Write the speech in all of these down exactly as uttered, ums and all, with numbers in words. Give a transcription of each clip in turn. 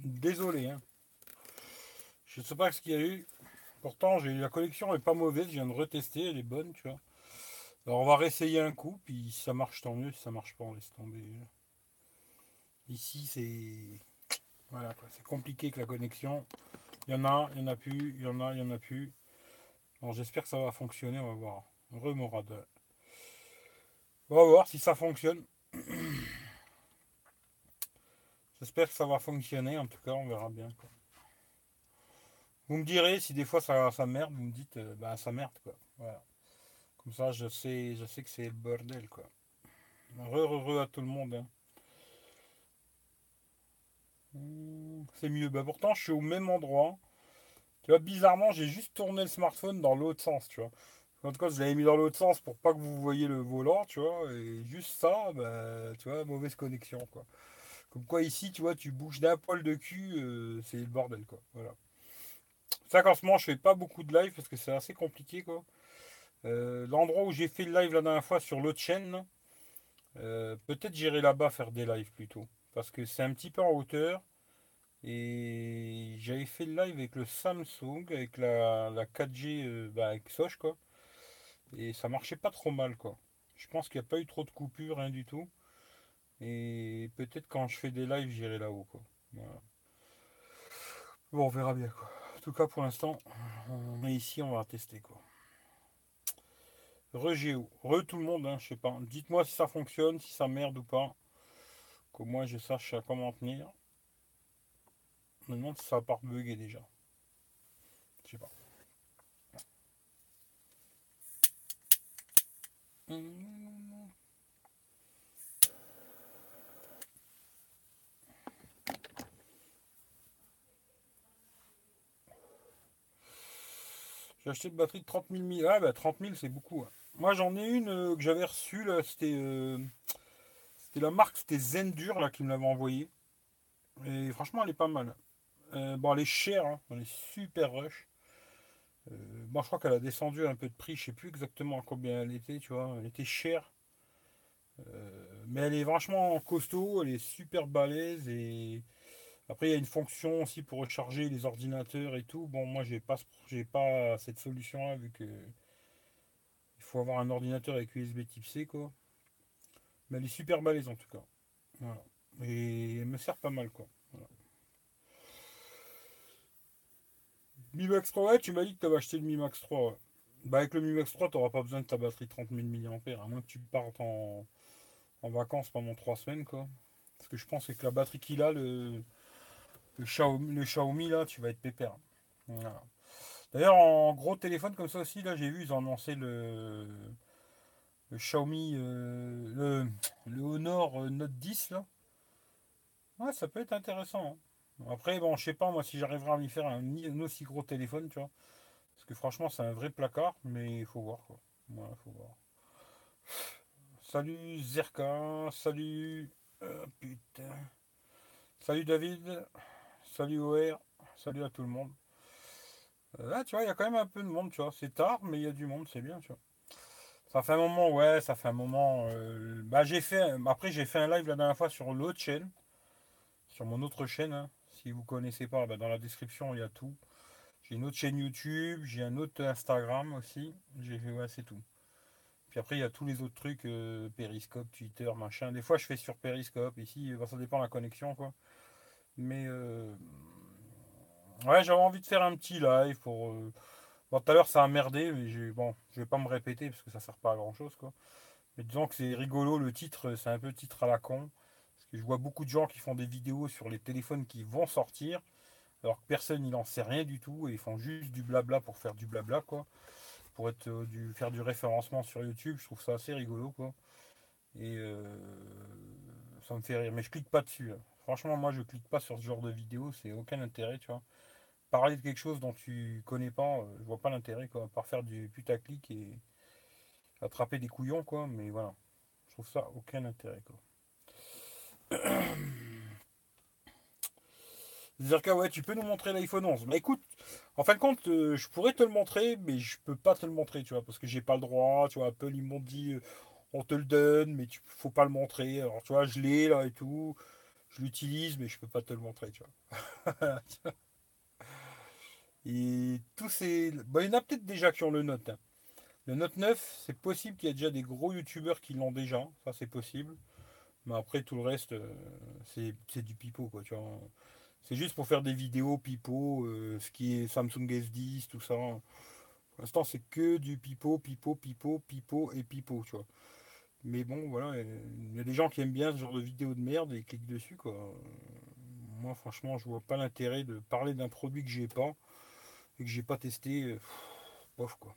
Désolé, hein. Je sais pas ce qu'il y a eu. Pourtant, j'ai la collection est pas mauvaise, je viens de retester, elle est bonne, tu vois. Alors on va réessayer un coup, puis si ça marche tant mieux, si ça marche pas, on laisse tomber. Ici c'est. Voilà quoi, c'est compliqué avec la connexion. Il y en a, il y en a plus, il y en a, il y en a plus. Bon, j'espère que ça va fonctionner, on va voir. Remorade. On va voir si ça fonctionne. J'espère que ça va fonctionner, en tout cas, on verra bien, quoi. Vous me direz si des fois ça, ça merde, vous me dites euh, bah ça merde quoi. Voilà. Comme ça je sais je sais que c'est le bordel quoi. Heureux heureux à tout le monde, hein. Hmm, c'est mieux. Bah pourtant je suis au même endroit. Tu vois, bizarrement j'ai juste tourné le smartphone dans l'autre sens, tu vois. En tout cas, je l'avais mis dans l'autre sens pour pas que vous voyez le volant, tu vois. Et juste ça, bah, tu vois, mauvaise connexion, quoi. Comme quoi ici, tu vois, tu bouges d'un poil de cul, euh, c'est le bordel, quoi. Voilà. C'est ça qu'en ce moment, je fais pas beaucoup de live parce que c'est assez compliqué, quoi. Euh, l'endroit où j'ai fait le live la dernière fois sur l'autre chaîne, euh, peut-être j'irai là-bas faire des lives plutôt. Parce que c'est un petit peu en hauteur. Et j'avais fait le live avec le Samsung, avec la, la quatre G, euh, bah, avec Soch, quoi. Et ça marchait pas trop mal, quoi. Je pense qu'il n'y a pas eu trop de coupures, rien du tout. Et peut-être quand je fais des lives, j'irai là-haut, quoi. Voilà. Bon, on verra bien, quoi. En tout cas, pour l'instant, on est ici, on va tester, quoi. Re-Géo. Re tout le monde, hein, je sais pas. Dites-moi si ça fonctionne, si ça merde ou pas. Qu'au moins je sache à comment tenir. Je me demande si ça va pas bugger déjà. Je sais pas. J'ai acheté une batterie de trente mille mille. Ah bah trente mille c'est beaucoup, hein. Moi j'en ai une euh, que j'avais reçue là. C'était euh, c'était la marque, c'était Zendur là qui me l'avait envoyée. Et franchement elle est pas mal. Euh, bon elle est chère, hein. Elle est super rush. Euh, bon je crois qu'elle a descendu un peu de prix. Je sais plus exactement à combien elle était, tu vois. Elle était chère. Euh, mais elle est vachement costaud, elle est super balèze et après il y a une fonction aussi pour recharger les ordinateurs et tout. Bon moi j'ai pas j'ai pas cette solution là vu que il faut avoir un ordinateur avec U S B type C quoi. Mais elle est super balèze en tout cas. Voilà. Et elle me sert pas mal quoi. Voilà. Mi Max trois, ouais, tu m'as dit que tu avais acheté le Mi Max trois. Ouais. Bah avec le Mi Max trois, tu n'auras pas besoin de ta batterie trente mille milliampères, à moins que tu partes en, en vacances pendant trois semaines quoi. Parce que je pense que la batterie qu'il a, le, Le Xiaomi, le Xiaomi, là, tu vas être pépère. Voilà. D'ailleurs, en gros téléphone comme ça aussi, là, j'ai vu, ils ont annoncé le, le Xiaomi, euh, le, le Honor euh, Note dix, là. Ouais, ça peut être intéressant, hein. Après, bon, je sais pas, moi, si j'arriverai à m'y faire un, un aussi gros téléphone, tu vois. Parce que franchement, c'est un vrai placard, mais il faut voir, quoi. Voilà, faut voir. Salut Zerka, salut. euh, putain. Salut David, salut O R, salut à tout le monde. Euh, Là, tu vois, il y a quand même un peu de monde, tu vois. C'est tard, mais il y a du monde, c'est bien, tu vois. Ça fait un moment, ouais, ça fait un moment. euh, bah, j'ai fait. Après, j'ai fait un live la dernière fois sur l'autre chaîne, sur mon autre chaîne, hein. Si vous connaissez pas, bah, dans la description, il y a tout. J'ai une autre chaîne YouTube, j'ai un autre Instagram aussi. J'ai fait, ouais, c'est tout. Puis après, il y a tous les autres trucs, euh, Periscope, Twitter, machin. Des fois, je fais sur Periscope. Ici, bah, ça dépend de la connexion, quoi. Mais, euh, ouais, j'avais envie de faire un petit live pour. euh, Bon, tout à l'heure, ça a merdé, mais j'ai, bon, je vais pas me répéter parce que ça sert pas à grand chose, quoi. Mais disons que c'est rigolo, le titre, c'est un peu titre à la con. Parce que je vois beaucoup de gens qui font des vidéos sur les téléphones qui vont sortir, alors que personne il en sait rien du tout, et ils font juste du blabla pour faire du blabla, quoi. Pour être, euh, du, faire du référencement sur YouTube, je trouve ça assez rigolo, quoi. Et euh, ça me fait rire. Mais je clique pas dessus, hein. Franchement, moi, je clique pas sur ce genre de vidéo, c'est aucun intérêt, tu vois. Parler de quelque chose dont tu connais pas, euh, je vois pas l'intérêt, quoi, à part faire du putaclic et attraper des couillons, quoi, mais voilà. Je trouve ça aucun intérêt, quoi. C'est-à-dire que, ouais, tu peux nous montrer l'iPhone onze. Bah écoute, en fin de compte, euh, je pourrais te le montrer, mais je peux pas te le montrer, tu vois, parce que j'ai pas le droit, tu vois, Apple, ils m'ont dit, euh, on te le donne, mais tu faut pas le montrer. Alors, tu vois, je l'ai, là, et tout. Je l'utilise, mais je peux pas te le montrer, tu vois. Et tous ces... Bon, il y en a peut-être déjà qui ont le Note, hein. Le Note neuf, c'est possible qu'il y ait déjà des gros youtubeurs qui l'ont déjà, ça c'est possible. Mais après, tout le reste, euh, c'est c'est du pipeau, quoi, tu vois. C'est juste pour faire des vidéos pipeau, euh, ce qui est Samsung S dix, tout ça. Pour l'instant, c'est que du pipeau, pipeau, pipeau, pipeau et pipeau, tu vois. Mais bon, voilà, il y a des gens qui aiment bien ce genre de vidéos de merde et ils cliquent dessus, quoi. Moi, franchement, je vois pas l'intérêt de parler d'un produit que j'ai pas et que j'ai pas testé. euh, Bof, quoi.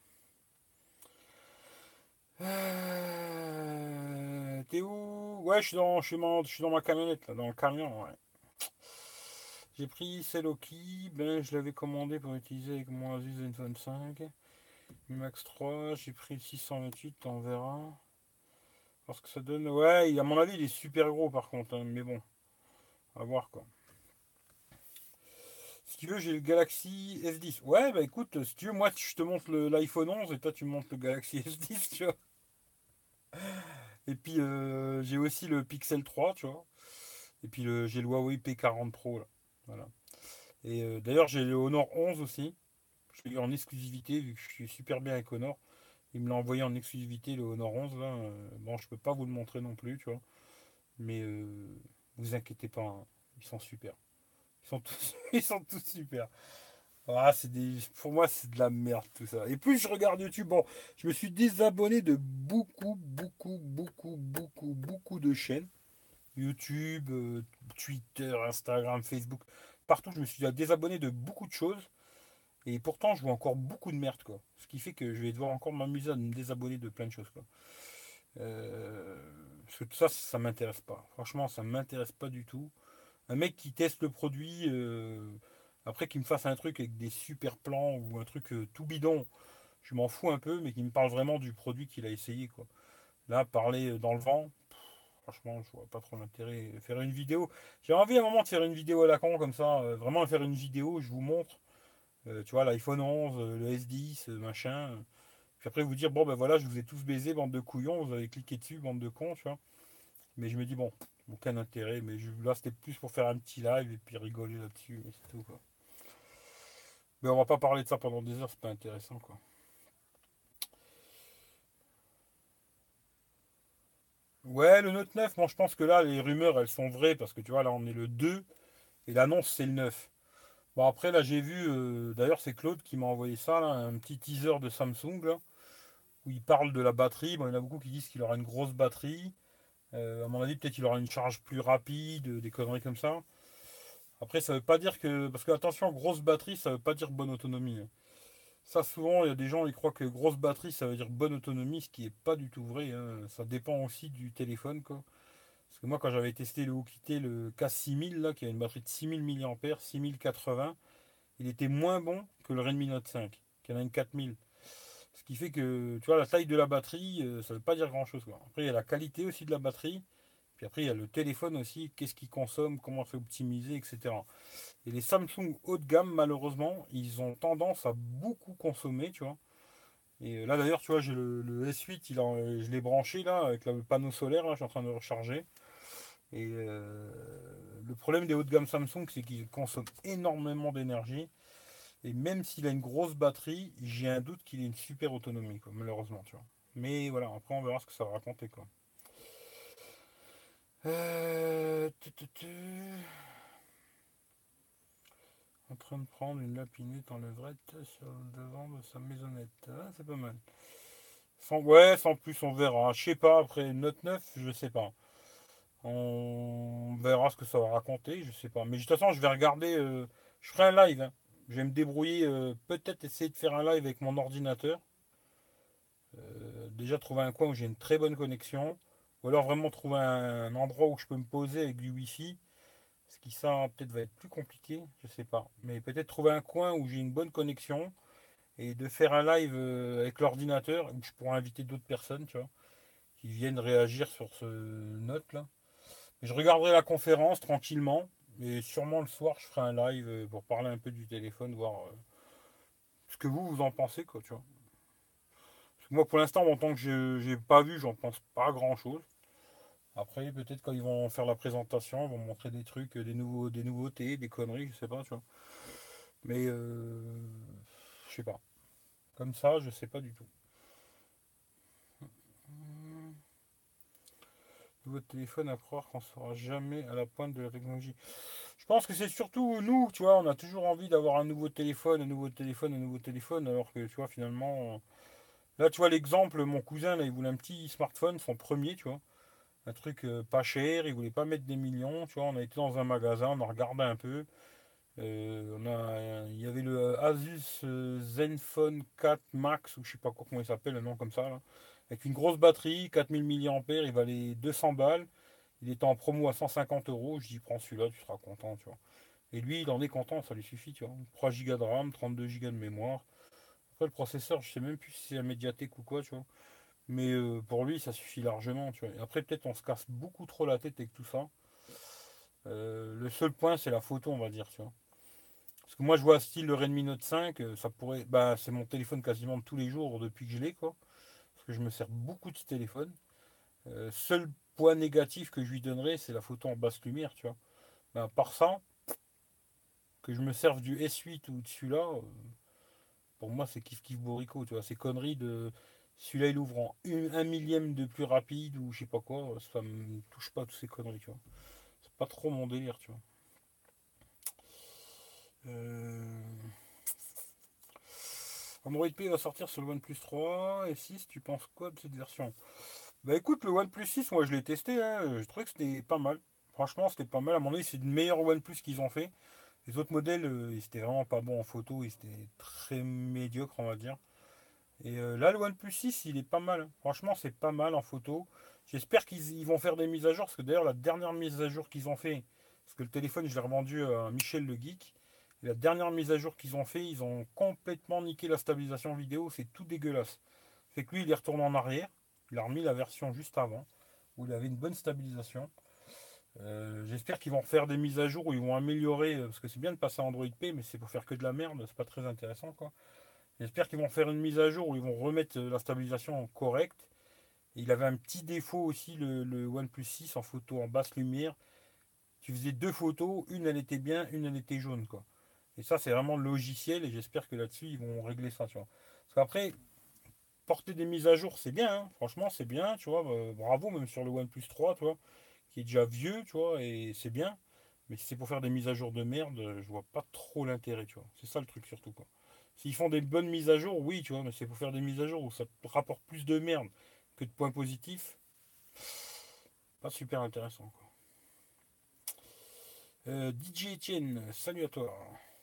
Euh, T'es où? Ouais, je suis dans, je suis dans, je suis dans ma camionnette, là, dans le camion, ouais. J'ai pris celle au qui, ben je l'avais commandé pour utiliser avec mon Asus Zenfone cinq. Mi Max trois, j'ai pris le six cent vingt-huit, on verra. Parce que ça donne. Ouais, il- à mon avis, il est super gros par contre, hein, mais bon, à voir quoi. Si tu veux, j'ai le Galaxy S dix. Ouais, bah écoute, si tu veux, moi je te montre le- l'iPhone onze et toi tu me montres le Galaxy S dix, tu vois. Et puis euh, j'ai aussi le Pixel trois, tu vois. Et puis le- j'ai le Huawei P quarante Pro là. Voilà. Et euh, d'ailleurs, j'ai le Honor onze aussi. Je l'ai eu en exclusivité vu que je suis super bien avec Honor. Il me l'a envoyé en exclusivité le Honor onze là. Euh, bon, je peux pas vous le montrer non plus, tu vois. Mais euh, vous inquiétez pas, hein, ils sont super. Ils sont tous, ils sont tous super. Ah, c'est des, pour moi, c'est de la merde tout ça. Et plus je regarde YouTube, bon, je me suis désabonné de beaucoup, beaucoup, beaucoup, beaucoup, beaucoup de chaînes. YouTube, euh, Twitter, Instagram, Facebook. Partout, je me suis désabonné de beaucoup de choses. Et pourtant, je vois encore beaucoup de merde, quoi. Ce qui fait que je vais devoir encore m'amuser à me désabonner de plein de choses, quoi. Euh, parce que tout ça, ça m'intéresse pas. Franchement, ça m'intéresse pas du tout. Un mec qui teste le produit, euh, après qu'il me fasse un truc avec des super plans ou un truc euh, tout bidon, je m'en fous un peu, mais qu'il me parle vraiment du produit qu'il a essayé, quoi. Là, parler euh, dans le vent, pff, franchement, je vois pas trop l'intérêt. Faire une vidéo, j'ai envie à un moment de faire une vidéo à la con comme ça, euh, vraiment faire une vidéo, je vous montre, euh, tu vois, l'iPhone onze, euh, le S dix, euh, machin. euh, Puis après vous dire, bon ben voilà, je vous ai tous baisé, bande de couillons, vous avez cliqué dessus, bande de cons, tu vois. Mais je me dis, bon, aucun intérêt. Mais je- là, c'était plus pour faire un petit live et puis rigoler là-dessus. Mais c'est tout, quoi. Mais on va pas parler de ça pendant des heures, c'est pas intéressant, quoi. Ouais, le Note neuf, bon, je pense que là, les rumeurs, elles sont vraies parce que tu vois, là, on est le deux et l'annonce, c'est le neuf. Bon, après, là, j'ai vu, euh, d'ailleurs, c'est Claude qui m'a envoyé ça, là, un petit teaser de Samsung, là, où il parle de la batterie. Bon, il y en a beaucoup qui disent qu'il aura une grosse batterie. Euh, à mon avis, peut-être qu'il aura une charge plus rapide, des conneries comme ça. Après, ça veut pas dire que. Parce que, attention, grosse batterie, ça veut pas dire bonne autonomie, hein. Ça, souvent, il y a des gens qui croient que grosse batterie, ça veut dire bonne autonomie, ce qui n'est pas du tout vrai, hein. Ça dépend aussi du téléphone, quoi. Parce que moi, quand j'avais testé le Oukitel, le K six mille, là, qui a une batterie de six mille milliampères, six mille quatre-vingts, il était moins bon que le Redmi Note cinq, qui en a une quatre mille. Ce qui fait que, tu vois, la taille de la batterie, euh, ça veut pas dire grand-chose, quoi. Après, il y a la qualité aussi de la batterie. Puis après, il y a le téléphone aussi, qu'est-ce qu'il consomme, comment c'est optimisé, et cetera. Et les Samsung haut de gamme, malheureusement, ils ont tendance à beaucoup consommer, tu vois. Et euh, là d'ailleurs, tu vois, j'ai le, le S huit, il en- je l'ai branché là avec le panneau solaire, là, je suis en train de le recharger. Et euh, le problème des hauts de gamme Samsung, c'est qu'il consomme énormément d'énergie. Et même s'il a une grosse batterie, j'ai un doute qu'il ait une super autonomie, quoi, malheureusement, tu vois. Mais voilà, après on verra ce que ça va raconter, quoi. Euh, tu, tu, tu. En train de prendre une lapinette en levrette sur le devant de sa maisonnette. Ah, c'est pas mal. Sans, ouais, sans plus, on verra. Je sais pas, après Note neuf, je sais pas. On verra ce que ça va raconter, je sais pas. Mais de toute façon, je vais regarder. Euh, je ferai un live, hein. Je vais me débrouiller. Euh, peut-être essayer de faire un live avec mon ordinateur. Euh, déjà trouver un coin où j'ai une très bonne connexion. Ou alors vraiment trouver un, un endroit où je peux me poser avec du wifi. Ce qui ça peut-être va être plus compliqué, je sais pas. Mais peut-être trouver un coin où j'ai une bonne connexion. Et de faire un live euh, avec l'ordinateur où je pourrais inviter d'autres personnes, tu vois, qui viennent réagir sur ce note là. Je regarderai la conférence tranquillement, et sûrement le soir, je ferai un live euh, pour parler un peu du téléphone, voir euh, ce que vous, vous en pensez, quoi, tu vois. Parce que moi, pour l'instant, en tant que je n'ai pas vu, j'en pense pas grand-chose. Après, peut-être quand ils vont faire la présentation, ils vont montrer des trucs, des nouveaux, des nouveautés, des conneries, je sais pas, tu vois. Mais euh, je sais pas. Comme ça, je sais pas du tout. Nouveau téléphone à croire qu'on sera jamais à la pointe de la technologie. Je pense que c'est surtout nous, tu vois, on a toujours envie d'avoir un nouveau téléphone, un nouveau téléphone, un nouveau téléphone, alors que tu vois, finalement. Là, tu vois l'exemple, mon cousin, là, il voulait un petit smartphone, son premier, tu vois. Un truc euh, pas cher, il voulait pas mettre des millions, tu vois. On a été dans un magasin, on a regardé un peu. Euh, on a, il y avait le Asus euh, Zenfone quatre Max, ou je sais pas quoi, comment il s'appelle, un nom comme ça, là. Avec une grosse batterie, quatre mille milliampères, il valait deux cents balles. Il était en promo à cent cinquante euros. Je dis, prends celui-là, tu seras content, tu vois. Et lui, il en est content, ça lui suffit, tu vois. trois gigas de RAM, trente-deux gigas de mémoire. Après, le processeur, je sais même plus si c'est la médiathèque ou quoi, tu vois. Mais euh, pour lui, ça suffit largement, tu vois. Et après, peut-être on se casse beaucoup trop la tête avec tout ça. Euh, le seul point, c'est la photo, on va dire, tu vois. Parce que moi, je vois style le Redmi Note cinq, euh, ça pourrait. Bah, c'est mon téléphone quasiment de tous les jours depuis que je l'ai, quoi. Parce que je me sers beaucoup de ce téléphone. Euh, seul point négatif que je lui donnerais, c'est la photo en basse lumière, tu vois. Mais à part ça, que je me serve du S huit ou de celui-là, euh, pour moi, c'est kiff kiff Borico, tu vois. Ces conneries de. Celui-là, il ouvre en une- un millième de plus rapide ou je sais pas quoi, ça me touche pas toutes ces conneries, tu vois. C'est pas trop mon délire, tu vois. Euh, Android P va sortir sur le OnePlus trois et six, tu penses quoi de cette version? Bah écoute, le OnePlus six, moi je l'ai testé, hein, je trouvais que c'était pas mal. Franchement, c'était pas mal. À mon avis, c'est le meilleur OnePlus qu'ils ont fait. Les autres modèles, euh, ils étaient vraiment pas bons en photo, ils étaient très médiocres, on va dire. Et euh, là, le OnePlus six, il est pas mal, hein. Franchement, c'est pas mal en photo. J'espère qu'ils ils vont faire des mises à jour, parce que d'ailleurs, la dernière mise à jour qu'ils ont fait, parce que le téléphone, je l'ai revendu à Michel le Geek, et la dernière mise à jour qu'ils ont fait, ils ont complètement niqué la stabilisation vidéo, c'est tout dégueulasse. Fait que lui, il est retourné en arrière, il a remis la version juste avant, où il avait une bonne stabilisation. Euh, J'espère qu'ils vont faire des mises à jour où ils vont améliorer, euh, parce que c'est bien de passer à Android P, mais c'est pour faire que de la merde, c'est pas très intéressant, quoi. J'espère qu'ils vont faire une mise à jour où ils vont remettre euh, la stabilisation correcte. Et il avait un petit défaut aussi, le, le OnePlus six en photo en basse lumière. Tu faisais deux photos, une elle était bien, une elle était jaune, quoi. Et ça, c'est vraiment le logiciel, et j'espère que là-dessus, ils vont régler ça, tu vois. Parce qu'après, porter des mises à jour, c'est bien, hein. Franchement, c'est bien, tu vois. Bah, bravo, même sur le OnePlus trois, tu vois, qui est déjà vieux, tu vois, et c'est bien. Mais si c'est pour faire des mises à jour de merde, je vois pas trop l'intérêt, tu vois. C'est ça le truc surtout, quoi. S'ils font des bonnes mises à jour, oui, tu vois, mais c'est pour faire des mises à jour où ça te rapporte plus de merde que de points positifs. Pas super intéressant, quoi. Euh, D J Etienne, salut à toi.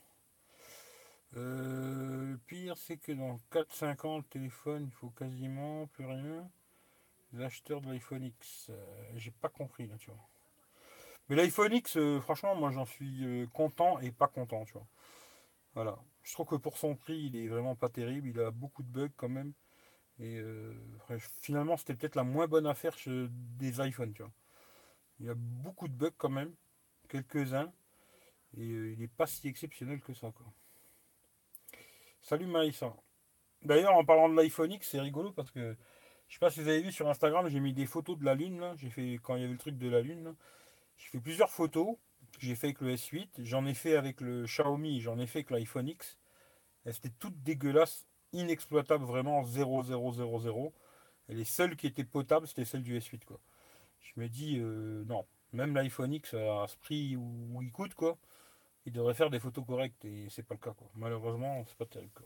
Euh, le pire, c'est que dans quatre cinq ans, le téléphone, il faut quasiment plus rien. L'acheteur de l'iPhone X, euh, j'ai pas compris, là, tu vois. Mais l'iPhone X, euh, franchement, moi, j'en suis euh, content et pas content, tu vois. Voilà. Je trouve que pour son prix, il est vraiment pas terrible. Il a beaucoup de bugs quand même. Et euh, finalement, c'était peut-être la moins bonne affaire des iPhones, tu vois. Il y a beaucoup de bugs quand même, quelques-uns, et euh, il n'est pas si exceptionnel que ça, quoi. Salut Maïssa. D'ailleurs, en parlant de l'iPhone X, c'est rigolo parce que je sais pas si vous avez vu sur Instagram, j'ai mis des photos de la Lune, là. J'ai fait quand il y avait le truc de la Lune, là. J'ai fait plusieurs photos que j'ai fait avec le S huit, j'en ai fait avec le Xiaomi, j'en ai fait avec l'iPhone X. Elles étaient toutes dégueulasses, inexploitables, vraiment zéro zéro zéro zéro. Et les seules qui étaient potables, c'était celles du S huit, quoi. Je me dis, euh, non, même l'iPhone X à ce prix où, où il coûte, quoi, il devrait faire des photos correctes et c'est pas le cas, quoi. Malheureusement, c'est pas terrible, quoi.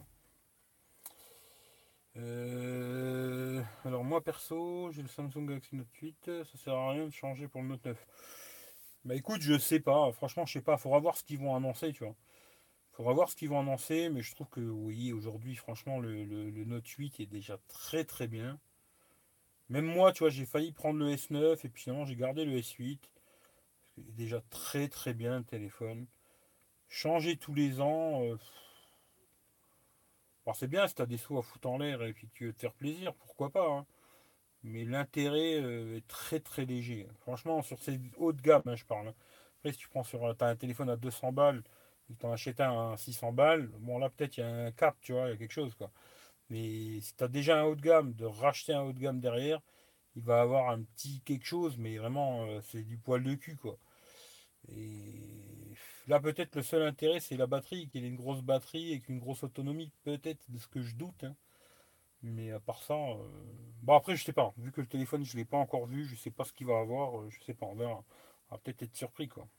Euh, alors moi perso, j'ai le Samsung Galaxy Note huit, ça sert à rien de changer pour le Note neuf. Bah écoute, je sais pas, franchement je sais pas, faudra voir ce qu'ils vont annoncer, tu vois. Faudra voir ce qu'ils vont annoncer, mais je trouve que oui, aujourd'hui, franchement, le, le- le Note huit est déjà très très bien. Même moi, tu vois, j'ai failli prendre le S neuf et puis finalement j'ai gardé le S huit. Il est déjà très très bien le téléphone. Changer tous les ans, euh, alors c'est bien si t'as des sous à foutre en l'air et puis que tu veux te faire plaisir, pourquoi pas, hein. Mais l'intérêt euh, est très très léger. Franchement, sur ces hauts de gamme, hein, je parle, hein. Après, si tu prends sur t'as un téléphone à deux cents balles et que t'en achètes un à six cents balles, bon là peut-être il y a un cap, tu vois, il y a quelque chose, quoi. Mais si t'as déjà un haut de gamme, de racheter un haut de gamme derrière, il va avoir un petit quelque chose, mais vraiment, euh, c'est du poil de cul, quoi. Et là, peut-être le seul intérêt, c'est la batterie, qu'il ait une grosse batterie et qu'une grosse autonomie, peut-être, de ce que je doute, hein. Mais à part ça, euh, bon après, je sais pas. Vu que le téléphone, je l'ai pas encore vu, je sais pas ce qu'il va avoir, euh, je sais pas, on verra. On va peut-être être surpris, quoi.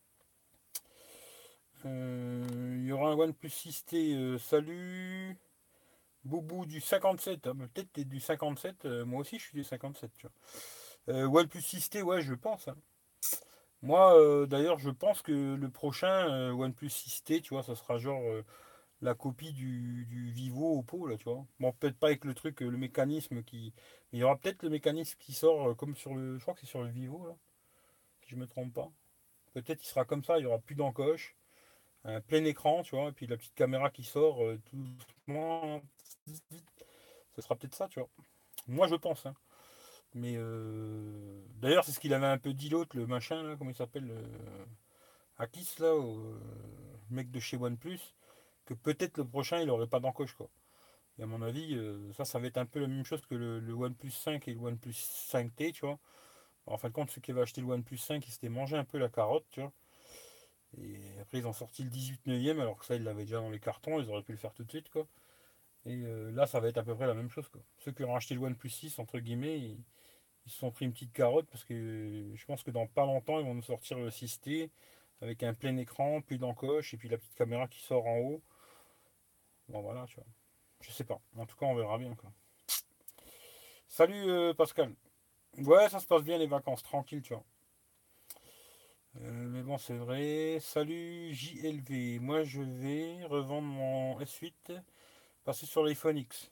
Euh, Il y aura un OnePlus six T, euh, salut. Boubou du cinquante-sept, hein, peut-être t'es du cinquante-sept, euh, moi aussi je suis du cinquante-sept, tu vois. Euh, OnePlus six T, ouais, je pense, hein. Moi, euh, d'ailleurs, je pense que le prochain euh, OnePlus six T, tu vois, ça sera genre euh, la copie du, du Vivo Oppo, là, tu vois. Bon, peut-être pas avec le truc, euh, le mécanisme qui. Mais il y aura peut-être le mécanisme qui sort euh, comme sur le. Je crois que c'est sur le Vivo, là, si je me trompe pas. Peut-être il sera comme ça, il y aura plus d'encoche, un plein écran, tu vois, et puis la petite caméra qui sort euh, tout doucement. Ce sera peut-être ça, tu vois. Moi, je pense, hein. Mais euh, d'ailleurs, c'est ce qu'il avait un peu dit l'autre, le machin, là, comment il s'appelle euh, Akis, là, au, euh, mec de chez OnePlus, que peut-être le prochain, il aurait pas d'encoche, quoi. Et à mon avis, euh, ça, ça va être un peu la même chose que le, le OnePlus cinq et le OnePlus cinq T, tu vois. En fin de compte, ceux qui avaient acheté le OnePlus cinq, ils s'étaient mangé un peu la carotte, tu vois. Et après, ils ont sorti le dix-huit neuvième, alors que ça, ils l'avaient déjà dans les cartons, ils auraient pu le faire tout de suite, quoi. Et euh, là, ça va être à peu près la même chose, quoi. Ceux qui auront acheté le OnePlus six, entre guillemets, ils, ils se sont pris une petite carotte parce que je pense que dans pas longtemps, ils vont nous sortir le six T avec un plein écran, puis d'encoche, et puis la petite caméra qui sort en haut. Bon, voilà, tu vois. Je sais pas. En tout cas, on verra bien, quoi. Salut euh, Pascal. Ouais, ça se passe bien les vacances, tranquille, tu vois. Euh, mais bon, c'est vrai. Salut J L V. Moi, je vais revendre mon S huit, passer sur l'iPhone X.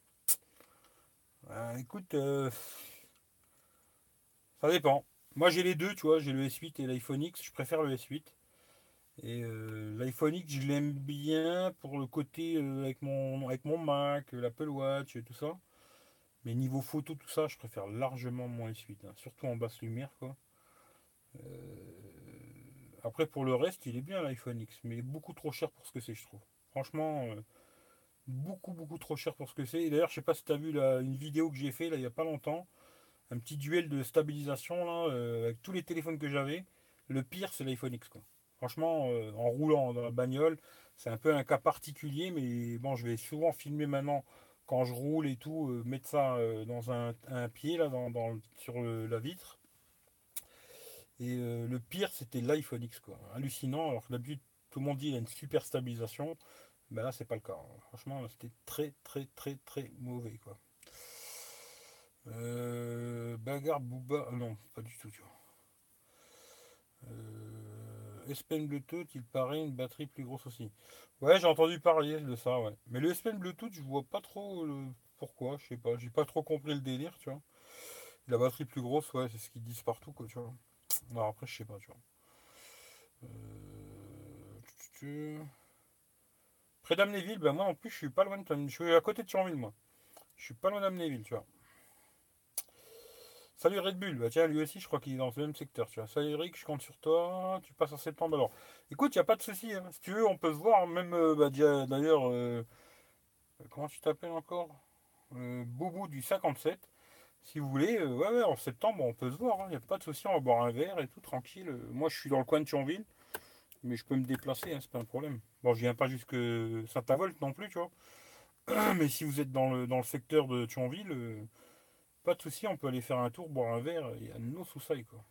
Euh, écoute, euh, ça dépend. Moi, j'ai les deux, tu vois. J'ai le S huit et l'iPhone X. Je préfère le S huit. Et euh, l'iPhone X, je l'aime bien pour le côté euh, avec mon, avec mon Mac, l'Apple Watch et tout ça. Mais niveau photo, tout ça, je préfère largement mon S huit, hein, surtout en basse lumière, quoi. Euh, Après, pour le reste, il est bien l'iPhone X, mais il est beaucoup trop cher pour ce que c'est, je trouve. Franchement, euh, beaucoup, beaucoup trop cher pour ce que c'est. Et d'ailleurs, je sais pas si tu as vu là, une vidéo que j'ai fait là, il y a pas longtemps, un petit duel de stabilisation là, euh, avec tous les téléphones que j'avais. Le pire, c'est l'iPhone X, quoi. Franchement, euh, en roulant dans la bagnole, c'est un peu un cas particulier, mais bon, je vais souvent filmer maintenant quand je roule et tout, euh, mettre ça euh, dans un, un pied là, dans, dans- sur le- la vitre. Et euh, le pire, c'était l'iPhone X, quoi. Hallucinant, alors que d'habitude, tout le monde dit qu'il a une super stabilisation. Ben là, c'est pas le cas, hein. Franchement, là, c'était très, très, très, très mauvais, quoi. Euh, Bagarre Booba, ah non, pas du tout, tu vois. Euh, S Pen Bluetooth, il paraît une batterie plus grosse aussi. Ouais, j'ai entendu parler de ça, ouais. Mais le S Pen Bluetooth, je vois pas trop le pourquoi, je sais pas. J'ai pas trop compris le délire, tu vois. La batterie plus grosse, ouais, c'est ce qu'ils disent partout, quoi, tu vois. Alors après, je sais pas, tu vois. Euh, tu- tu- tu- Près d'Amnéville, ben moi en plus, je suis pas loin de. Je suis à côté de Thionville, moi. Je suis pas loin d'Amnéville, tu vois. Salut Red Bull, bah tiens, lui aussi, je crois qu'il est dans le même secteur, tu vois. Salut Eric, je compte sur toi, tu passes en septembre. Alors, écoute, il n'y a pas de souci, hein. Si tu veux, on peut se voir, même, euh, bah, dia- d'ailleurs, euh, comment tu t'appelles encore? Euh, Boubou du cinquante-sept. Si vous voulez, euh, ouais, ouais, en septembre, on peut se voir, il n'y a pas de souci, on va boire un verre et tout, tranquille. Euh, Moi, je suis dans le coin de Thionville, mais je peux me déplacer, hein, c'est pas un problème. Bon, je viens pas jusque Saint-Avold non plus, tu vois. Mais si vous êtes dans le, dans le secteur de Thionville, euh, pas de souci, on peut aller faire un tour, boire un verre, il y a nos sous quoi.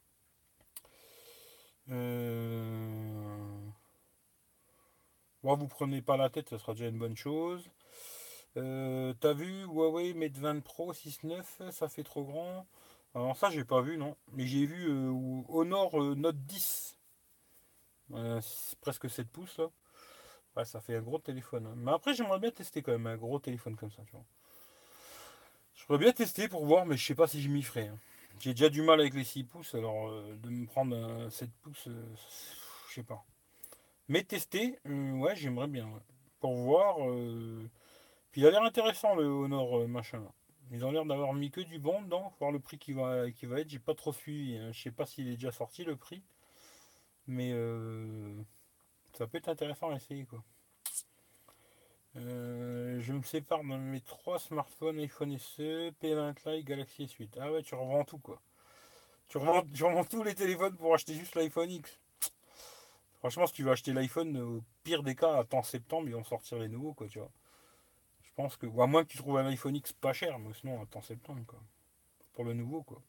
Euh... Bon, vous prenez pas la tête, ça sera déjà une bonne chose. Euh, T'as vu Huawei Mate vingt Pro six neuf, ça fait trop grand. Alors ça, j'ai pas vu, non. Mais j'ai vu euh, Honor euh, Note dix, euh, c'est presque sept pouces là. Ouais, ça fait un gros téléphone, hein. Mais après, j'aimerais bien tester quand même un gros téléphone comme ça, tu vois. Je pourrais bien tester pour voir, mais je sais pas si je m'y ferai, hein. J'ai déjà du mal avec les six pouces, alors euh, de me prendre un sept pouces, euh, je sais pas. Mais tester, euh, ouais, j'aimerais bien, ouais. Pour voir. euh, Puis il a l'air intéressant le Honor euh, machin là. Ils ont l'air d'avoir mis que du bon dedans, voir le prix qui va, qui va être. J'ai pas trop suivi, hein. Je sais pas s'il est déjà sorti le prix, mais euh, ça peut être intéressant à essayer quoi. Euh, je me sépare de mes trois smartphones iPhone S E, P vingt Lite, Galaxy S huit. Ah ouais, tu revends tout quoi. Tu revends, tu revends tous les téléphones pour acheter juste l'iPhone X. Franchement, si tu veux acheter l'iPhone, au pire des cas, attends septembre, ils vont sortir les nouveaux quoi, tu vois. Je pense que, ou à moins que tu trouves un iPhone X pas cher, mais sinon, attends septembre quoi. Pour le nouveau quoi.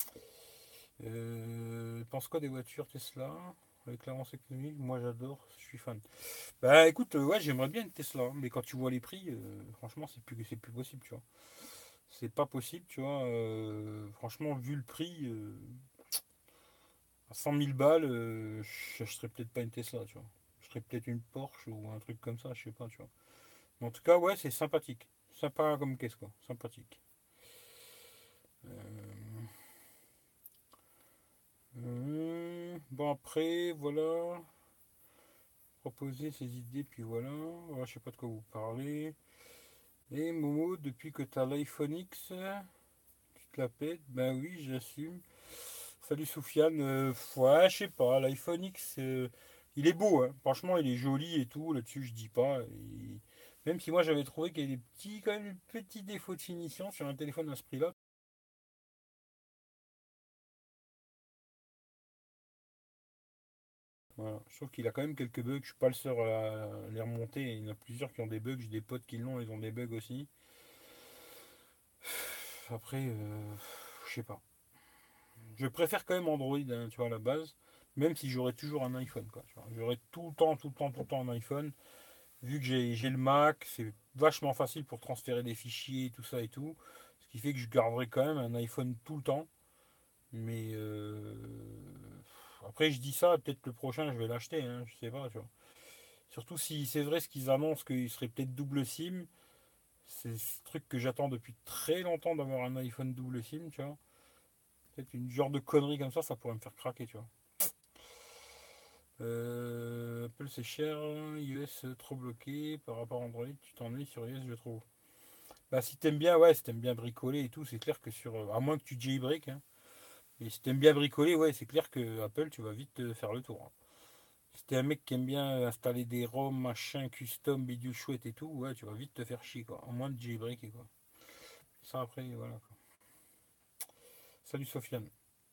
Euh, pense quoi des voitures Tesla avec l'avance économique? Moi j'adore, je suis fan. Bah écoute, euh, ouais, j'aimerais bien une Tesla, hein, mais quand tu vois les prix, euh, franchement, c'est plus, c'est plus possible, tu vois. C'est pas possible, tu vois. Euh, franchement, vu le prix, euh, à cent mille balles, euh, j'achèterais peut-être pas une Tesla, tu vois. Je serais peut-être une Porsche ou un truc comme ça, je sais pas, tu vois. Mais en tout cas, ouais, c'est sympathique. Sympa comme caisse, quoi. Sympathique. Euh, euh, bon, après, voilà. Proposer ses idées, puis voilà. Ouais, je sais pas de quoi vous parlez. Et Momo, depuis que t'as l'iPhone X, tu te la pètes? Ben oui, j'assume. Salut Soufiane. Euh, ouais, je sais pas. L'iPhone X, euh, il est beau, hein. Franchement, il est joli et tout. Là-dessus, je dis pas. Il- Même si moi, j'avais trouvé qu'il y avait des petits, quand même, des petits défauts de finition sur un téléphone à ce prix-là. Voilà. Je trouve qu'il a quand même quelques bugs. Je suis pas le seul à les remonter. Il y en a plusieurs qui ont des bugs. J'ai des potes qui l'ont, ils ont des bugs aussi. Après, euh, je sais pas. Je préfère quand même Android, hein, tu vois, à la base. Même si j'aurais toujours un iPhone, quoi. Tu vois. J'aurais tout le temps, tout le temps, tout le temps un iPhone. Vu que j'ai j'ai le Mac, c'est vachement facile pour transférer des fichiers, tout ça et tout. Ce qui fait que je garderai quand même un iPhone tout le temps. Mais euh, après, je dis ça, peut-être le prochain, je vais l'acheter, hein, je sais pas, tu vois. Surtout si c'est vrai ce qu'ils annoncent qu'il serait peut-être double SIM. C'est ce truc que j'attends depuis très longtemps d'avoir un iPhone double SIM, tu vois. Peut-être une genre de connerie comme ça, ça pourrait me faire craquer, tu vois. Euh, Apple c'est cher, iOS trop bloqué par rapport à Android, tu t'ennuies sur iOS, je trouve. Bah, si t'aimes bien, ouais, si t'aimes bien bricoler et tout, c'est clair que sur. euh, À moins que tu jailbreak, hein. Mais si t'aimes bien bricoler, ouais, c'est clair que Apple, tu vas vite te faire le tour, hein. Si t'es un mec qui aime bien installer des ROM, machin, custom, bidule chouette et tout, ouais, tu vas vite te faire chier, quoi. À moins de jailbreaker, quoi. Ça, après, voilà, quoi. Salut Sofiane.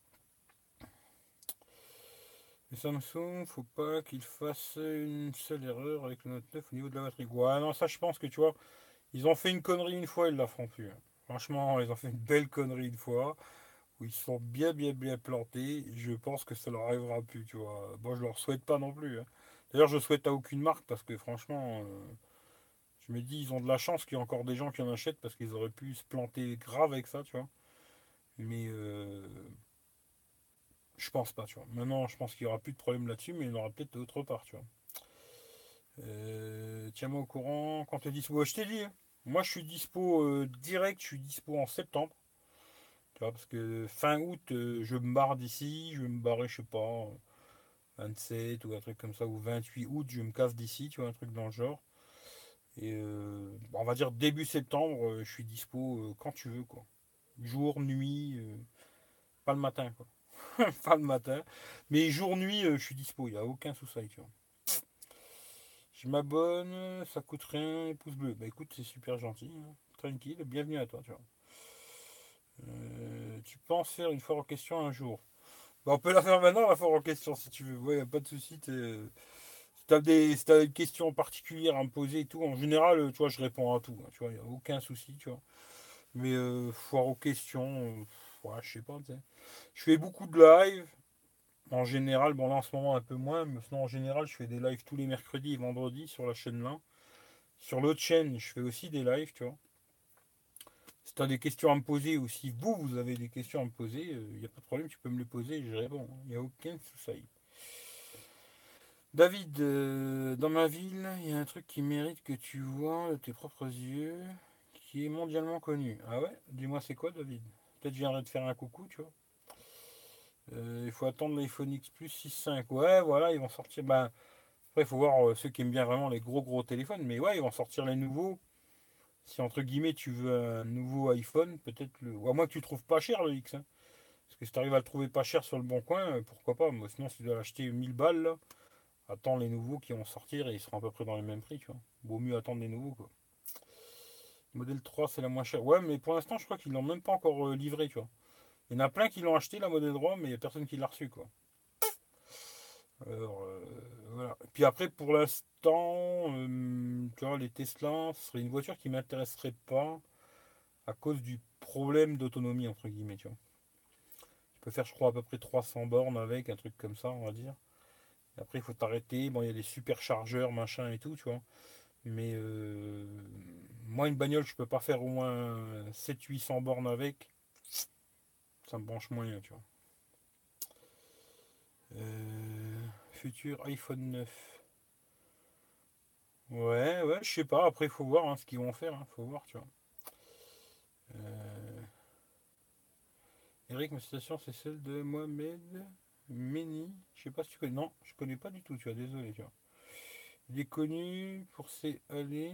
Le Samsung, faut pas qu'il fasse une seule erreur avec le Note neuf au niveau de la batterie. Ouais, non, ça, je pense que tu vois, ils ont fait une connerie une fois, ils la feront plus, hein. Franchement, ils ont fait une belle connerie une fois, où ils se sont bien, bien, bien plantés. Je pense que ça leur arrivera plus, tu vois. Bon, je leur souhaite pas non plus, hein. D'ailleurs, je souhaite à aucune marque parce que franchement, euh, je me dis, ils ont de la chance qu'il y ait encore des gens qui en achètent parce qu'ils auraient pu se planter grave avec ça, tu vois. Mais euh, je pense pas, tu vois. Maintenant, je pense qu'il y aura plus de problème là-dessus, mais il y en aura peut-être d'autre part, tu vois. Euh, Tiens-moi au courant quand tu es dispo. Je t'ai dit, hein. Moi, je suis dispo euh, direct, je suis dispo en septembre. Tu vois, parce que fin août, euh, je me barre d'ici, je vais me barrer, je sais pas, vingt-sept ou un truc comme ça, ou vingt-huit août, je me casse d'ici, tu vois, un truc dans le genre. Et euh, on va dire début septembre, euh, je suis dispo euh, quand tu veux, quoi. Jour, nuit, euh, pas le matin, quoi. Pas le matin. Mais jour, nuit, euh, je suis dispo, il n'y a aucun souci, tu vois. Je m'abonne, ça coûte rien, pouce bleu. Bah écoute, c'est super gentil, hein. Tranquille, bienvenue à toi, tu vois. Euh, tu penses faire une foire en question un jour? Bah, on peut la faire maintenant, la foire en question, si tu veux. Ouais, y a pas de souci. t'es- Si t'as des, si t'as une question particulière à me poser et tout, en général, euh, tu vois, je réponds à tout, hein, tu vois, y a aucun souci, tu vois. Mais euh, foire aux questions, euh, ouais, je sais pas, tu sais. Je fais beaucoup de live. En général, bon là en ce moment un peu moins, mais sinon en général, je fais des lives tous les mercredis et vendredis sur la chaîne là. Sur l'autre chaîne, je fais aussi des lives, tu vois. Si tu as des questions à me poser ou si vous, vous avez des questions à me poser, il n'y a pas de problème, tu peux me les poser et je réponds. Il n'y a aucun souci. David, euh, dans ma ville, il y a un truc qui mérite que tu vois de tes propres yeux, qui est mondialement connu. Ah ouais? Dis-moi c'est quoi, David? Peut-être je viendrai te faire un coucou, tu vois. Euh, il faut attendre l'iPhone X Plus six cinq. Ouais, voilà, ils vont sortir. Ben, après, il faut voir euh, ceux qui aiment bien vraiment les gros gros téléphones. Mais ouais, ils vont sortir les nouveaux. Si entre guillemets tu veux un nouveau iPhone, peut-être le. Ou à moins que tu trouves pas cher le X, hein. Parce que si tu arrives à le trouver pas cher sur le bon coin, euh, pourquoi pas. Moi, sinon, si tu dois l'acheter mille balles, là, attends les nouveaux qui vont sortir et ils seront à peu près dans les mêmes prix, tu vois. Vaut mieux attendre les nouveaux, quoi. Modèle trois, c'est la moins chère. Ouais, mais pour l'instant, je crois qu'ils l'ont même pas encore euh, livré, tu vois. Il y en a plein qui l'ont acheté, la modèle trois, mais il n'y a personne qui l'a reçu, quoi. Alors, euh, voilà. Puis après, pour l'instant, euh, tu vois, les Tesla, ce serait une voiture qui m'intéresserait pas à cause du problème d'autonomie, entre guillemets, tu vois. Tu peux faire, je crois, à peu près trois cents bornes avec, un truc comme ça, on va dire. Et après, il faut t'arrêter. Bon, il y a des superchargeurs, machin et tout, tu vois. Mais euh, moi, une bagnole, je peux pas faire au moins sept huit cents bornes avec. Ça me branche moyen, tu vois. Euh, futur iPhone neuf. Ouais, ouais, je sais pas. Après, il faut voir hein, ce qu'ils vont faire. Hein, faut voir, tu vois. Euh, Eric, ma citation, c'est celle de Mohamed Meni. Je sais pas si tu connais. Non, je connais pas du tout, tu vois. Désolé, tu vois. Il est connu pour ses allées.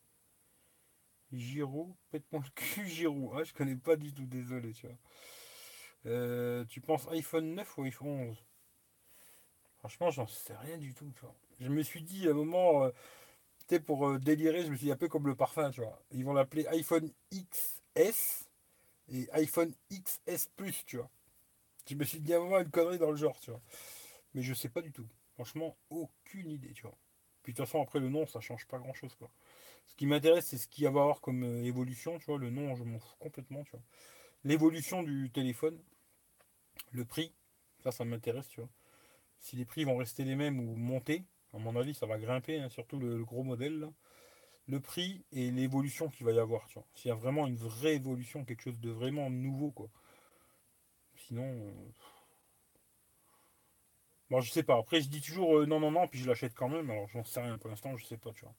Giroud, pète-moi le cul, Giroud. Ah, je connais pas du tout, désolé, tu vois. Euh, tu penses iPhone neuf ou iPhone onze? Franchement, j'en sais rien du tout, tu vois. Je me suis dit à un moment, euh, tu sais, pour euh, délirer, je me suis dit un peu comme le parfum, tu vois. Ils vont l'appeler iPhone X S et iPhone X S Plus, tu vois. Je me suis dit à un moment une connerie dans le genre, tu vois. Mais je sais pas du tout. Franchement, aucune idée, tu vois. Puis de toute façon, après le nom, ça change pas grand chose, quoi. Ce qui m'intéresse, c'est ce qu'il va y avoir comme euh, évolution, tu vois. Le nom, je m'en fous complètement, tu vois. L'évolution du téléphone, le prix, ça, ça m'intéresse, tu vois. Si les prix vont rester les mêmes ou monter, à mon avis, ça va grimper, hein, surtout le, le gros modèle, là. Le prix et l'évolution qu'il va y avoir, tu vois. S'il y a vraiment une vraie évolution, quelque chose de vraiment nouveau, quoi. Sinon, euh, bon, je sais pas. Après, je dis toujours euh, non, non, non, puis je l'achète quand même. Alors, j'en sais rien pour l'instant, je sais pas, tu vois.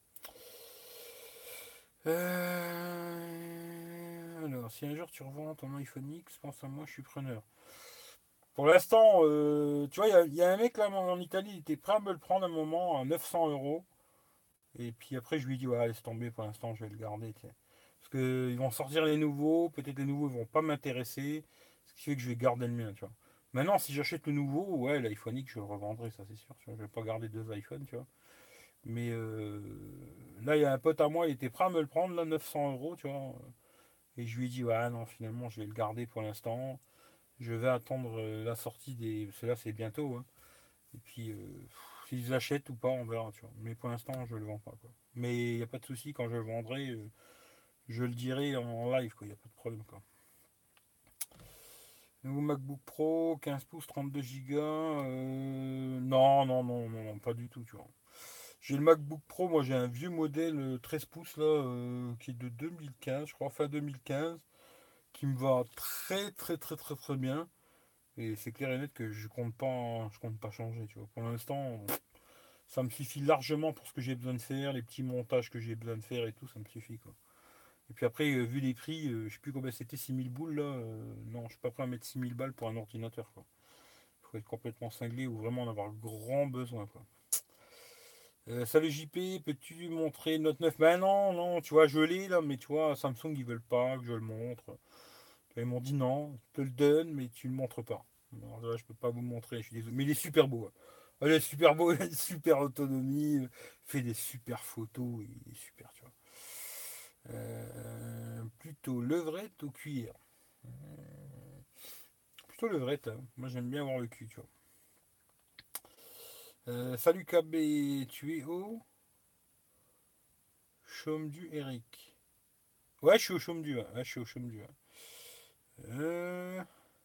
Euh, Alors, si un jour tu revends ton iPhone X, pense à moi, je suis preneur. Pour l'instant, euh, tu vois, il y, a- il y a un mec là en Italie, il était prêt à me le prendre un moment à neuf cents euros. Et puis après, je lui ai dit, ouais, laisse tomber, pour l'instant, je vais le garder. Tu sais. Parce qu'ils vont sortir les nouveaux, peut-être les nouveaux ne vont pas m'intéresser, ce qui fait que je vais garder le mien, tu vois. Maintenant, si j'achète le nouveau, ouais, l'iPhone X, je le revendrai, ça c'est sûr. Tu vois, je vais pas garder deux iPhones, tu vois. Mais euh, là, il y a un pote à moi, il était prêt à me le prendre, là, neuf cents euros, tu vois. Et je lui ai dit, ouais, non, finalement, je vais le garder pour l'instant. Je vais attendre euh, la sortie des. Parce que là, c'est bientôt, hein. Et puis, euh, s'ils achètent ou pas, on verra, tu vois. Mais pour l'instant, je le vends pas, quoi. Mais il n'y a pas de souci, quand je le vendrai, euh, je le dirai en live, quoi. Il n'y a pas de problème, quoi. Nouveau MacBook Pro, quinze pouces, trente-deux gigas. euh, Non, non, non, non, non, pas du tout, tu vois. J'ai le MacBook Pro, moi j'ai un vieux modèle euh, treize pouces là, euh, qui est de deux mille quinze, je crois, fin deux mille quinze, qui me va très très très très très bien. Et c'est clair et net que je compte pas, je compte pas changer, tu vois. Pour l'instant, ça me suffit largement pour ce que j'ai besoin de faire, les petits montages que j'ai besoin de faire et tout, ça me suffit quoi. Et puis après, euh, vu les prix, euh, je sais plus combien c'était, six mille boules là. euh, non, je suis pas prêt à mettre six mille balles pour un ordinateur quoi. Il faut être complètement cinglé ou vraiment en avoir grand besoin quoi. Euh, salut J P, peux-tu montrer Note neuf? Ben non, non, tu vois, je l'ai là, mais tu vois, Samsung ils veulent pas que je le montre. Ils m'ont dit non, je te le donne, mais tu le montres pas. Alors là, je peux pas vous le montrer, je suis désolé. Mais il est super beau. Hein. Ah, il est super beau, il a une super autonomie, il fait des super photos, il est super, tu vois. Euh, plutôt levrette ou cuir? Euh, Plutôt levrette, hein. Moi j'aime bien avoir le cul, tu vois. Euh, salut K B, tu es au chaume du Eric. Ouais, je suis au chaume du. Ouais, je suis au chaume du. Ouais. Euh,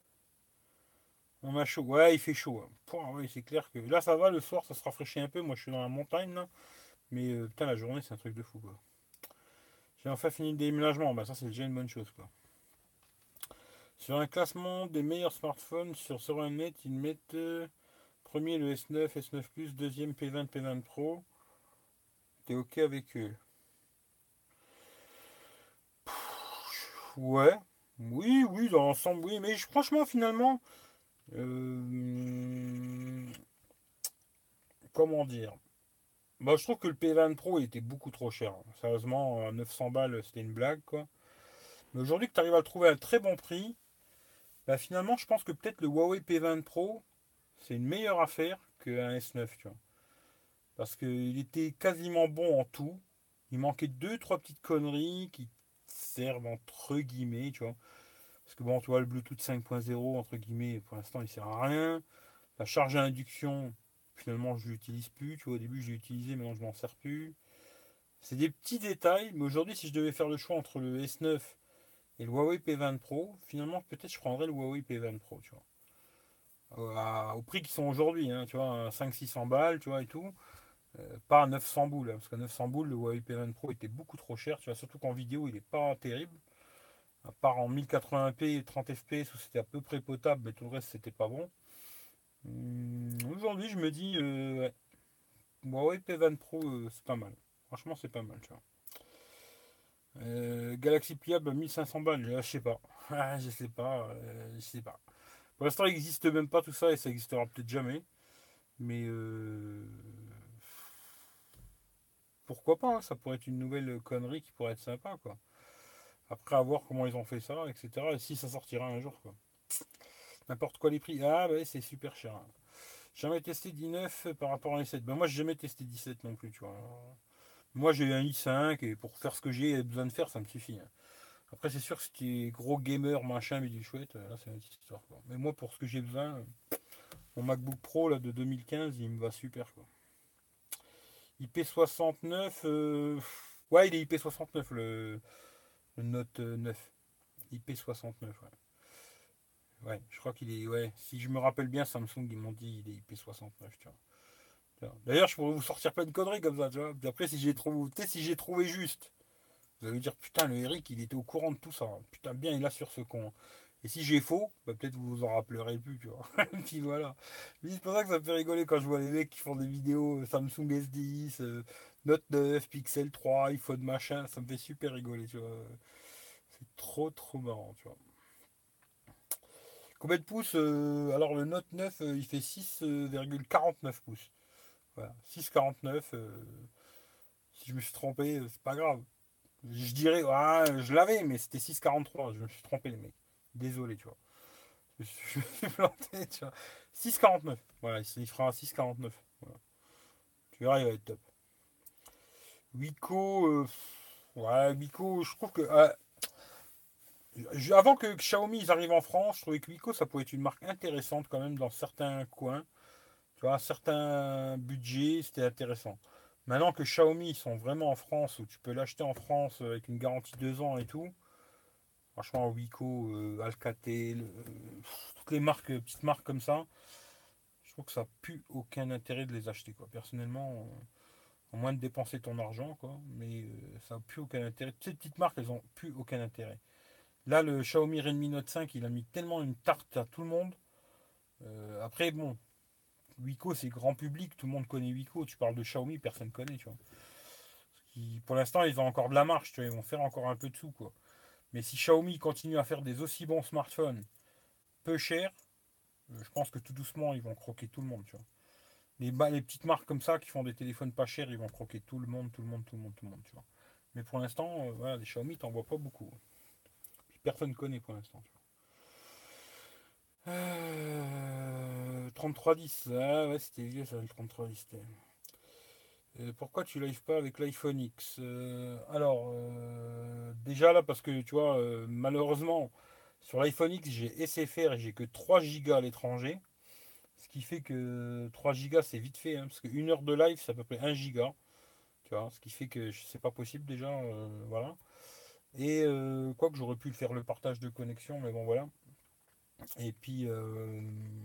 on a chaud. Ouais, il fait chaud. Hein. Pouah, ouais, c'est clair que là ça va, le soir ça se rafraîchit un peu. Moi je suis dans la montagne là. Mais euh, putain, la journée c'est un truc de fou quoi. J'ai enfin fini le déménagement. Bah ça c'est déjà une bonne chose quoi. Sur un classement des meilleurs smartphones sur Soronet, ils mettent euh, premier le S neuf, S neuf Plus, deuxième P vingt, P vingt Pro. T'es ok avec eux? Ouais. Oui, oui, dans l'ensemble, oui. Mais je- franchement, finalement, euh, comment dire? Bah, je trouve que le P vingt Pro il était beaucoup trop cher. Sérieusement, à neuf cents balles, c'était une blague, quoi. Mais aujourd'hui, que tu arrives à le trouver à un très bon prix, bah, finalement, je pense que peut-être le Huawei P vingt Pro, c'est une meilleure affaire qu'un S neuf, tu vois. parce qu'il était quasiment bon en tout. Il manquait deux, trois petites conneries qui servent entre guillemets, tu vois. Parce que bon, tu vois, le Bluetooth cinq point zéro, entre guillemets, pour l'instant, il sert à rien. La charge à induction, finalement, je l'utilise plus. Tu vois, au début, je l'ai utilisé, maintenant, je m'en sers plus. C'est des petits détails, mais aujourd'hui, si je devais faire le choix entre le S neuf et le Huawei P vingt Pro, finalement, peut-être je prendrais le Huawei P vingt Pro, tu vois. Au, à- au prix qu'ils sont aujourd'hui, hein, tu vois, cinq cents six cents balles, tu vois, et tout. Euh, pas à neuf cents boules, hein, parce qu'à neuf cents boules, le Huawei P vingt Pro était beaucoup trop cher, tu vois, surtout qu'en vidéo, il est pas terrible. À part en mille quatre-vingts p et trente F P S où c'était à peu près potable, mais tout le reste, c'était pas bon. Hum, aujourd'hui, je me dis, euh, ouais, Huawei P vingt Pro, euh, c'est pas mal. Franchement, c'est pas mal, tu vois. Euh, Galaxy pliable à mille cinq cents balles, je sais pas. Ah, je sais pas, euh, je sais pas. Pour l'instant, il n'existe même pas tout ça et ça existera peut-être jamais. Mais euh, pourquoi pas, hein, ça pourrait être une nouvelle connerie qui pourrait être sympa, quoi. Après, à voir comment ils ont fait ça, et cetera. Et si ça sortira un jour, quoi. N'importe quoi les prix. Ah, bah, c'est super cher, hein. J'ai jamais testé dix neuf par rapport à un i sept. Ben, moi, j'ai jamais testé dix sept non plus, tu vois. Moi, j'ai un i cinq et pour faire ce que j'ai besoin de faire, ça me suffit, hein. Après, c'est sûr que si tu es gros gamer, machin, mais du chouette, là, c'est une petite histoire, quoi. Mais moi, pour ce que j'ai besoin, mon MacBook Pro là, de deux mille quinze, il me va super, quoi. I P soixante-neuf, euh, ouais, il est I P soixante-neuf, le, le Note neuf. I P soixante-neuf, ouais. Ouais, je crois qu'il est. Ouais, si je me rappelle bien, Samsung, ils m'ont dit il est I P soixante-neuf, tu vois. D'ailleurs, je pourrais vous sortir plein de conneries comme ça, tu vois. Puis après, si j'ai trouvé, si j'ai trouvé juste, vous allez dire, putain, le Eric, il était au courant de tout ça. Putain, bien, il assure ce con. Et si j'ai faux, bah, peut-être vous vous en rappellerez plus, tu vois. Puis voilà. Mais c'est pour ça que ça me fait rigoler quand je vois les mecs qui font des vidéos euh, Samsung S dix, euh, Note neuf, Pixel trois, iPhone machin. Ça me fait super rigoler, tu vois. C'est trop, trop marrant, tu vois. Combien de pouces euh, Alors le Note neuf, euh, il fait six virgule quarante-neuf pouces. Voilà, six virgule quarante-neuf. Euh, si je me suis trompé, euh, c'est pas grave. Je dirais, ah, je l'avais, mais c'était six virgule quarante-trois. Je me suis trompé, les mecs. Désolé, tu vois. Je me suis, je me suis planté, tu vois. six virgule quarante-neuf. Voilà, il fera six virgule quarante-neuf. Voilà. Tu verras, il va être top. Wiko, euh, ouais, Wiko, je trouve que. Euh, je- avant que Xiaomi ils arrivent en France, je trouvais que Wiko ça pouvait être une marque intéressante quand même dans certains coins. Tu vois, certains budgets, c'était intéressant. Maintenant que Xiaomi ils sont vraiment en France, où tu peux l'acheter en France avec une garantie deux ans et tout, franchement, Wiko, euh, Alcatel, euh, toutes les marques, euh, petites marques comme ça, je trouve que ça n'a plus aucun intérêt de les acheter, quoi. Personnellement, euh, en moins de dépenser ton argent, quoi, mais euh, ça n'a plus aucun intérêt. Ces petites marques, elles n'ont plus aucun intérêt. Là, le Xiaomi Redmi Note cinq, il a mis tellement une tarte à tout le monde. Euh, après, bon, Wiko, c'est grand public, tout le monde connaît Wiko. Tu parles de Xiaomi, personne ne connaît, tu vois. Qui, pour l'instant, ils ont encore de la marche, tu vois, ils vont faire encore un peu de sous, quoi. Mais si Xiaomi continue à faire des aussi bons smartphones, peu chers, euh, je pense que tout doucement, ils vont croquer tout le monde, tu vois. Les, bah, les petites marques comme ça qui font des téléphones pas chers, ils vont croquer tout le monde, tout le monde, tout le monde, tout le monde, tu vois. Mais pour l'instant, euh, voilà, les Xiaomi, t'en vois pas beaucoup. Personne ne connaît pour l'instant, tu vois. Euh, trente-trois dix, ah ouais, c'était vieux ça, le trente-trois dix. Euh, pourquoi tu live pas avec l'iPhone X? Euh, Alors, euh, déjà là, parce que tu vois, euh, malheureusement, sur l'iPhone X, j'ai S F R et j'ai que trois gigas à l'étranger. Ce qui fait que trois gigas, c'est vite fait, hein, parce qu'une heure de live, c'est à peu près un giga. Tu vois, ce qui fait que c'est pas possible déjà. Euh, voilà. Et euh, quoi que j'aurais pu faire le partage de connexion, mais bon, voilà. Et puis, euh,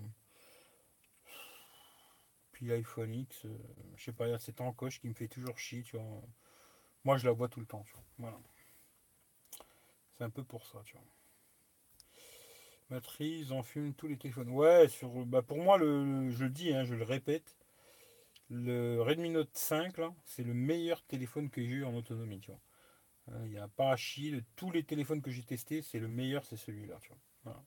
puis l'iPhone X, euh, je sais pas, il y a cette encoche qui me fait toujours chier, tu vois. Moi, je la vois tout le temps, tu vois. Voilà. C'est un peu pour ça, tu vois. Matrice, en fume tous les téléphones. Ouais, sur, bah pour moi, le, je le dis, hein, je le répète, le Redmi Note cinq, là, c'est le meilleur téléphone que j'ai eu en autonomie, tu vois. Hein, il n'y a pas à chier, de tous les téléphones que j'ai testés, c'est le meilleur, c'est celui-là, tu vois. Voilà.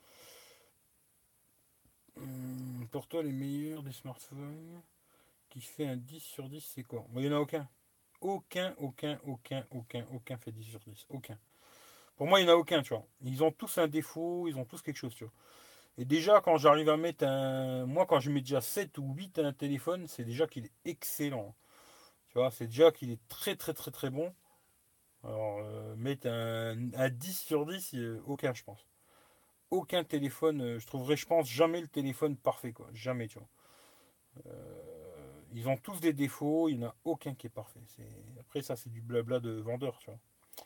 Hum, pour toi, les meilleurs des smartphones qui fait un dix sur dix, c'est quoi? Bon, il n'y en a aucun. Aucun, aucun, aucun, aucun, aucun fait dix sur dix. Aucun. Pour moi, il n'y en a aucun, tu vois. Ils ont tous un défaut, ils ont tous quelque chose, tu vois. Et déjà, quand j'arrive à mettre un. Moi, quand je mets déjà sept ou huit à un téléphone, c'est déjà qu'il est excellent. Tu vois, c'est déjà qu'il est très très très très bon. Alors, euh, mettre un, un dix sur dix, euh, aucun, je pense. Aucun téléphone, euh, je trouverai, je pense, jamais le téléphone parfait, quoi. Jamais, tu vois. Ils ont tous des défauts, il n'y en a aucun qui est parfait. C'est... Après, ça, c'est du blabla de vendeur, tu vois.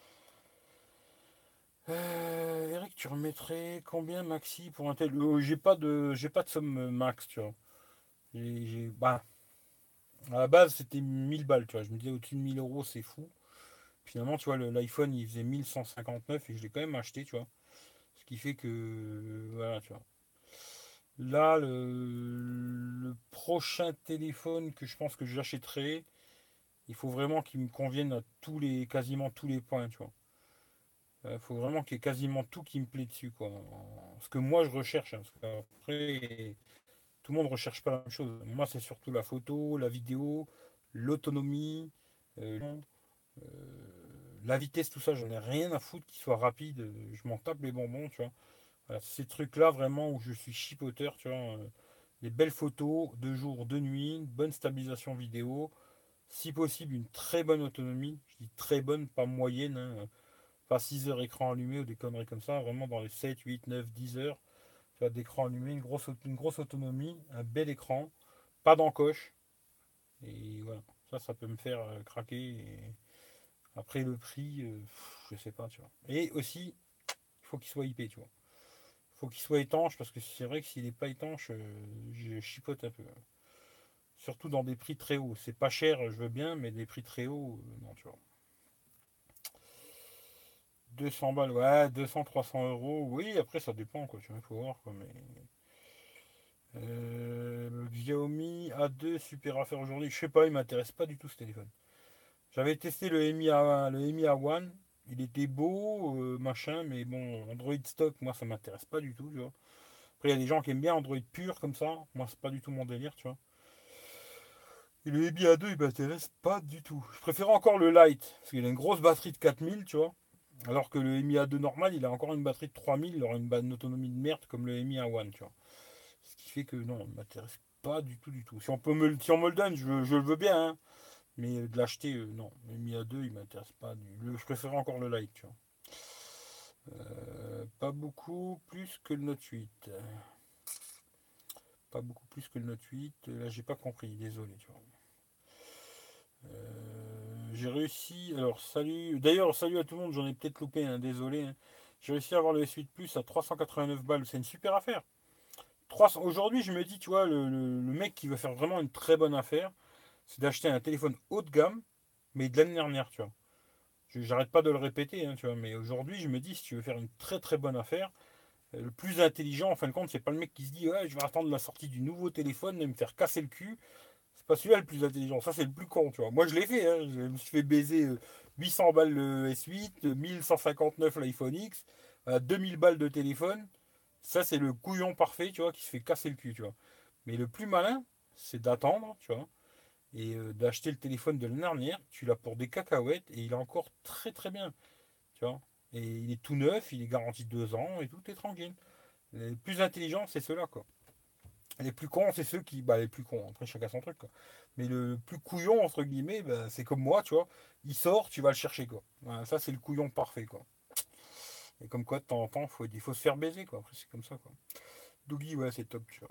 Euh, Eric, tu remettrais combien maxi pour un tel? Euh, J'ai pas de, j'ai pas de somme max, tu vois. J'ai, j'ai- bah, à la base, c'était mille balles, tu vois. Je me disais au-dessus de mille euros, c'est fou. Finalement, tu vois, le- l'iPhone, il faisait mille cent cinquante-neuf et je l'ai quand même acheté, tu vois. Ce qui fait que, voilà, tu vois. Là, le, le prochain téléphone que je pense que j'achèterai, il faut vraiment qu'il me convienne à tous les, quasiment tous les points, tu vois. Il faut vraiment qu'il y ait quasiment tout qui me plaît dessus, quoi. Ce que moi je recherche, hein, parce qu'après, tout le monde ne recherche pas la même chose. Moi, c'est surtout la photo, la vidéo, l'autonomie, euh, euh, la vitesse, tout ça. J'en ai rien à foutre qu'il soit rapide. Je m'en tape les bonbons, tu vois. Voilà, ces trucs-là, vraiment, où je suis chipoteur, tu vois. euh, des belles photos, de jour, de nuit, une bonne stabilisation vidéo, si possible, une très bonne autonomie. Je dis très bonne, pas moyenne, hein. Pas six heures écran allumé ou des conneries comme ça, vraiment dans les sept, huit, neuf, dix heures, tu as d'écran allumé, une grosse, une grosse autonomie, un bel écran, pas d'encoche, et voilà, ça, ça peut me faire euh, craquer. Et après le prix, euh, pff, je sais pas, tu vois. Et aussi, il faut qu'il soit I P, tu vois. Il faut qu'il soit étanche, parce que c'est vrai que s'il n'est pas étanche, euh, je chipote un peu. Surtout dans des prix très hauts. C'est pas cher, je veux bien, mais des prix très hauts, euh, non, tu vois. deux cents balles, ouais, deux cents, trois cents euros, oui, après ça dépend, quoi, tu vois, il faut voir, quoi, mais Euh, le Xiaomi A deux super affaire aujourd'hui. Je sais pas, il m'intéresse pas du tout ce téléphone. J'avais testé le Mi A, le Mi A un. Il était beau, euh, machin, mais bon, Android stock, moi ça m'intéresse pas du tout, tu vois. Après, il y a des gens qui aiment bien Android pur comme ça. Moi, c'est pas du tout mon délire, tu vois. Et le Mi A deux, il m'intéresse pas du tout. Je préfère encore le Lite, parce qu'il a une grosse batterie de quatre mille, tu vois. Alors que le Mi A deux normal, il a encore une batterie de trois mille, il aura une, une autonomie de merde comme le Mi A un, tu vois. Ce qui fait que non, il m'intéresse pas du tout, du tout. Si on peut me, si on me le donne, je, je le veux bien, hein. Mais de l'acheter, euh, non. Le Mi A deux, il m'intéresse pas. Du, je préfère encore le Lite, tu vois. Euh, pas beaucoup plus que le Note huit. Pas beaucoup plus que le Note huit. Là, j'ai pas compris, désolé, tu vois. Euh, j'ai réussi. Alors, salut. D'ailleurs, salut à tout le monde, j'en ai peut-être loupé, hein, désolé, hein. J'ai réussi à avoir le S huit Plus à trois cent quatre-vingt-neuf balles. C'est une super affaire. trois cents Aujourd'hui, je me dis, tu vois, le, le- le mec qui veut faire vraiment une très bonne affaire, c'est d'acheter un téléphone haut de gamme, mais de l'année dernière, tu vois. Je- J'arrête pas de le répéter, hein, tu vois, mais aujourd'hui, je me dis, si tu veux faire une très très bonne affaire, euh, le plus intelligent, en fin de compte, c'est pas le mec qui se dit, ouais, je vais attendre la sortie du nouveau téléphone et me faire casser le cul. C'est pas celui-là le plus intelligent, ça c'est le plus con, tu vois. Moi, je l'ai fait, hein, je me suis fait baiser euh, huit cents balles le S huit, euh, mille cent cinquante-neuf l'iPhone X, euh, deux mille balles de téléphone. Ça, c'est le couillon parfait, tu vois, qui se fait casser le cul, tu vois. Mais le plus malin, c'est d'attendre, tu vois, et euh, d'acheter le téléphone de l'année dernière. Tu l'as pour des cacahuètes et il est encore très très bien, tu vois. Et il est tout neuf, il est garanti deux ans et tout est tranquille. Les plus intelligents, c'est ceux-là, quoi. Les plus cons, c'est ceux qui. Bah, les plus cons, après chacun son truc, quoi. Mais le plus couillon, entre guillemets, bah, c'est comme moi, tu vois. Il sort, tu vas le chercher, quoi. Voilà, ça, c'est le couillon parfait, quoi. Et comme quoi, de temps en temps, faut, il faut se faire baiser, quoi. Après, c'est comme ça, quoi. Doogie, ouais, c'est top, tu vois.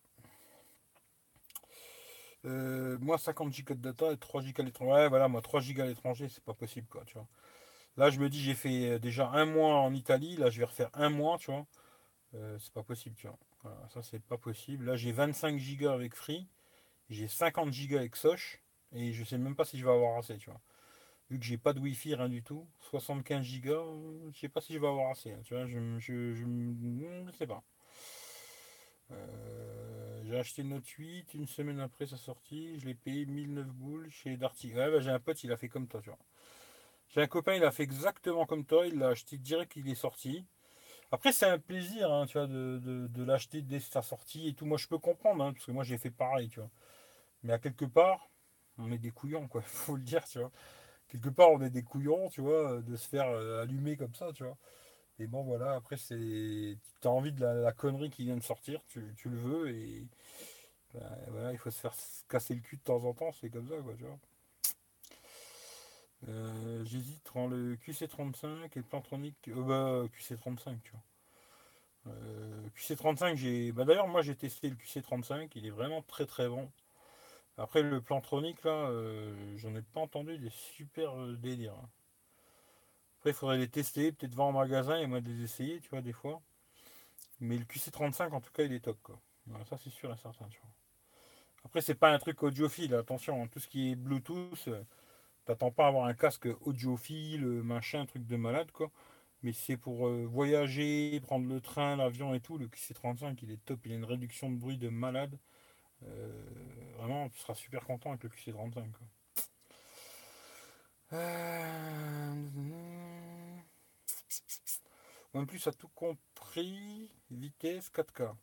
Euh, moi, cinquante gigas de data et trois gigas à l'étranger. Ouais, voilà, moi, trois gigas à l'étranger, c'est pas possible, quoi, tu vois. Là, je me dis, j'ai fait euh, déjà un mois en Italie. Là, je vais refaire un mois, tu vois. Euh, c'est pas possible, tu vois. Voilà, ça, c'est pas possible. Là, j'ai vingt-cinq gigas avec Free. J'ai cinquante gigas avec Soch. Et je sais même pas si je vais avoir assez, tu vois. Vu que j'ai pas de Wi-Fi, rien du tout. soixante-quinze gigas, euh, je sais pas si je vais avoir assez, hein, tu vois. Je, je, je, je sais pas. Euh, j'ai acheté le Note huit une semaine après sa sortie. Je l'ai payé mille neuf boules chez Darty. Ouais, bah, j'ai un pote, il a fait comme toi, tu vois. J'ai un copain, il a fait exactement comme toi. Il l'a acheté direct qu'il est sorti. Après, c'est un plaisir, hein, tu vois, de, de, de l'acheter dès sa sortie et tout. Moi, je peux comprendre, hein, parce que moi, j'ai fait pareil, tu vois. Mais à quelque part, on est des couillons, quoi. Faut le dire, tu vois. Quelque part, on est des couillons, tu vois, de se faire euh, allumer comme ça, tu vois. Et bon, voilà, après, c'est. Tu as envie de la, la connerie qui vient de sortir, tu, tu le veux, et bah, voilà, il faut se faire s- casser le cul de temps en temps, c'est comme ça, quoi, tu vois. Euh, j'hésite entre le Q C trente-cinq et le Plantronic. Euh, bah, Q C trente-cinq, tu vois. Euh, Q C trente-cinq, j'ai. Bah, d'ailleurs, moi, j'ai testé le Q C trente-cinq, il est vraiment très très bon. Après, le Plantronic, là, euh, j'en ai pas entendu des super euh, délires, hein. Après, il faudrait les tester, peut-être voir en magasin et moi de les essayer, tu vois, des fois. Mais le Q C trente-cinq, en tout cas, il est top, quoi. Voilà, ça, c'est sûr et certain, tu vois. Après, c'est pas un truc audiophile, attention, hein. Tout ce qui est Bluetooth, euh, t'attends pas à avoir un casque audiophile, euh, machin, truc de malade, quoi. Mais c'est pour euh, voyager, prendre le train, l'avion et tout. Le Q C trente-cinq, il est top, il a une réduction de bruit de malade. Euh, Vraiment, tu seras super content avec le Q C trente-cinq, quoi. Euh... OnePlus a tout compris, vitesse quatre K.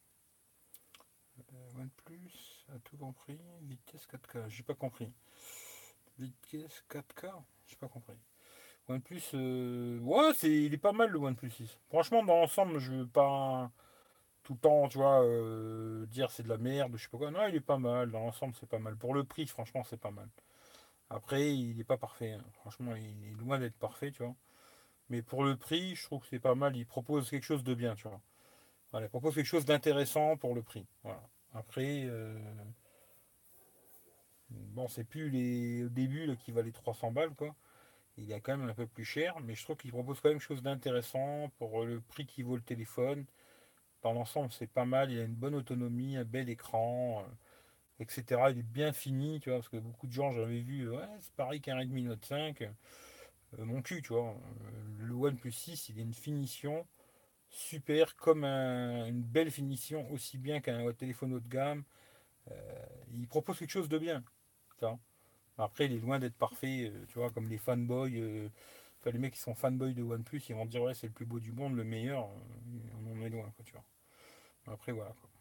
Euh, OnePlus a tout compris, vitesse quatre K. J'ai pas compris. Vitesse quatre K. J'ai pas compris. OnePlus, euh, ouais, c'est, il est pas mal le OnePlus six. Franchement, dans l'ensemble, je veux pas tout le temps, tu vois, euh, dire c'est de la merde, je sais pas quoi. Non, il est pas mal. Dans l'ensemble, c'est pas mal. Pour le prix, franchement, c'est pas mal. Après, il est pas parfait, hein. Franchement, il est loin d'être parfait, tu vois. Mais pour le prix, je trouve que c'est pas mal. Il propose quelque chose de bien, tu vois. Voilà, il propose quelque chose d'intéressant pour le prix. Voilà. Après, euh, bon, c'est plus les au début là, qui valait trois cents balles, quoi. Il est quand même un peu plus cher, mais je trouve qu'il propose quand même quelque chose d'intéressant pour le prix qui vaut le téléphone. Dans l'ensemble, c'est pas mal. Il a une bonne autonomie, un bel écran, euh, et cetera. Il est bien fini, tu vois, parce que beaucoup de gens, j'avais vu, ouais, c'est pareil qu'un Redmi Note cinq. Euh, mon cul, tu vois. Euh, le OnePlus six, il a une finition super, comme un- une belle finition, aussi bien qu'un téléphone haut de gamme. Euh, il propose quelque chose de bien, tu vois. Après, il est loin d'être parfait, euh, tu vois, comme les fanboys. Euh, enfin, les mecs qui sont fanboys de OnePlus, ils vont dire, ouais, c'est le plus beau du monde, le meilleur. Euh, on en est loin, quoi, tu vois. Après, voilà, quoi.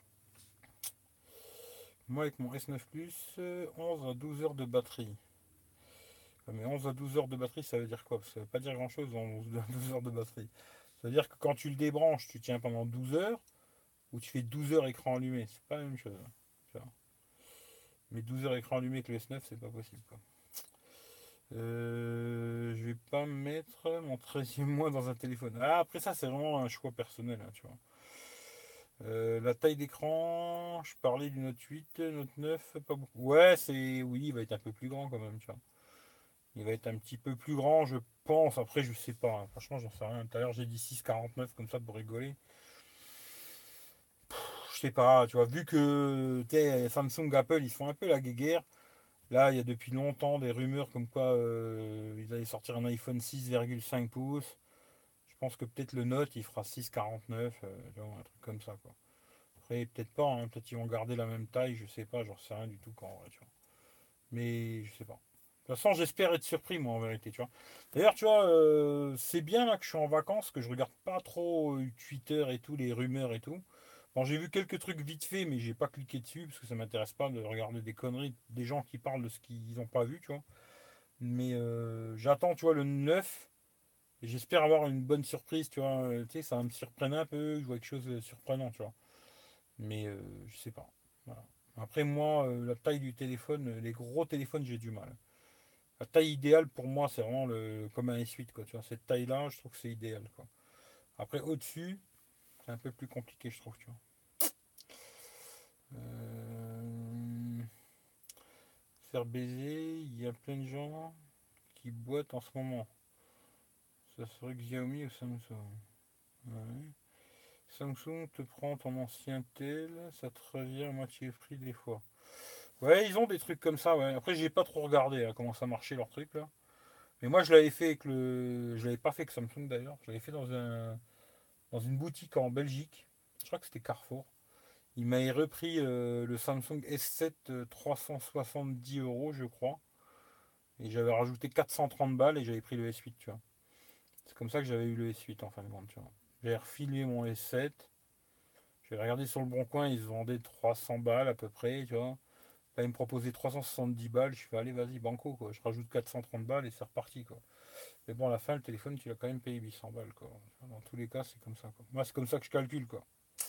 Moi, avec mon S neuf Plus, euh, onze à douze heures de batterie. Ouais, mais onze à douze heures de batterie, ça veut dire quoi? Ça veut pas dire grand-chose dans onze à douze heures de batterie. Ça veut dire que quand tu le débranches, tu tiens pendant douze heures, ou tu fais douze heures écran allumé. C'est pas la même chose, hein, tu vois. Mais douze heures écran allumé avec le S neuf, c'est pas possible, quoi. Euh, je vais pas mettre mon treizième mois dans un téléphone. Ah, après ça, c'est vraiment un choix personnel, hein, tu vois. Euh, la taille d'écran, je parlais du Note huit, Note neuf, pas beaucoup. Ouais, c'est. Oui, il va être un peu plus grand quand même, tu vois. Il va être un petit peu plus grand, je pense. Après, je sais pas, hein. Franchement, j'en sais rien. Tout à l'heure, j'ai dit six virgule quarante-neuf comme ça pour rigoler. Je sais pas, tu vois, vu que t'es Samsung, Apple, ils se font un peu la guéguerre. Là, il y a depuis longtemps des rumeurs comme quoi euh, ils allaient sortir un iPhone six virgule cinq pouces. Je pense que peut-être le Note, il fera six virgule quarante-neuf, euh, tu vois, un truc comme ça, quoi. Après, peut-être pas, hein, peut-être ils vont garder la même taille, je sais pas, j'en sais rien du tout quand, ouais, tu vois. Mais je sais pas. De toute façon, j'espère être surpris, moi, en vérité, tu vois. D'ailleurs, tu vois, euh, c'est bien là que je suis en vacances, que je regarde pas trop euh, Twitter et tout, les rumeurs et tout. Bon, j'ai vu quelques trucs vite fait, mais j'ai pas cliqué dessus, parce que ça m'intéresse pas de regarder des conneries, des gens qui parlent de ce qu'ils ont pas vu, tu vois. Mais euh, j'attends, tu vois, le neuf. Et j'espère avoir une bonne surprise, tu vois. Euh, Tu sais, ça va me surprendre un peu, je vois quelque chose de surprenant, tu vois. Mais euh, je sais pas. Voilà. Après, moi, euh, la taille du téléphone, euh, les gros téléphones, j'ai du mal. La taille idéale pour moi, c'est vraiment le, comme un S huit, quoi. Tu vois, cette taille-là, je trouve que c'est idéal, quoi. Après, au-dessus, c'est un peu plus compliqué, je trouve, tu vois. Euh, Se faire baiser, il y a plein de gens qui boitent en ce moment. Ça serait Xiaomi ou Samsung. Ouais. Samsung te prend ton ancien tel, ça te revient à moitié prix des fois. Ouais, ils ont des trucs comme ça, ouais. Après, j'ai pas trop regardé là, comment ça marchait leur truc là. Mais moi, je l'avais fait avec le. Je l'avais pas fait avec Samsung d'ailleurs. Je l'avais fait dans un dans une boutique en Belgique. Je crois que c'était Carrefour. Il m'avait repris euh, le Samsung S sept euh, trois cent soixante-dix euros, je crois. Et j'avais rajouté quatre cent trente balles et j'avais pris le S huit, tu vois. C'est comme ça que j'avais eu le S huit en fin de compte, tu vois. J'ai refilé mon S sept. J'ai regardé sur le bon coin, ils se vendaient trois cents balles à peu près, tu vois. Là, il me proposait trois cent soixante-dix balles. Je fais, allez, vas-y, banco, quoi. Je rajoute quatre cent trente balles et c'est reparti, quoi. Mais bon, à la fin, le téléphone, tu l'as quand même payé huit cents balles, quoi. Dans tous les cas, c'est comme ça, quoi. Moi, c'est comme ça que je calcule, quoi.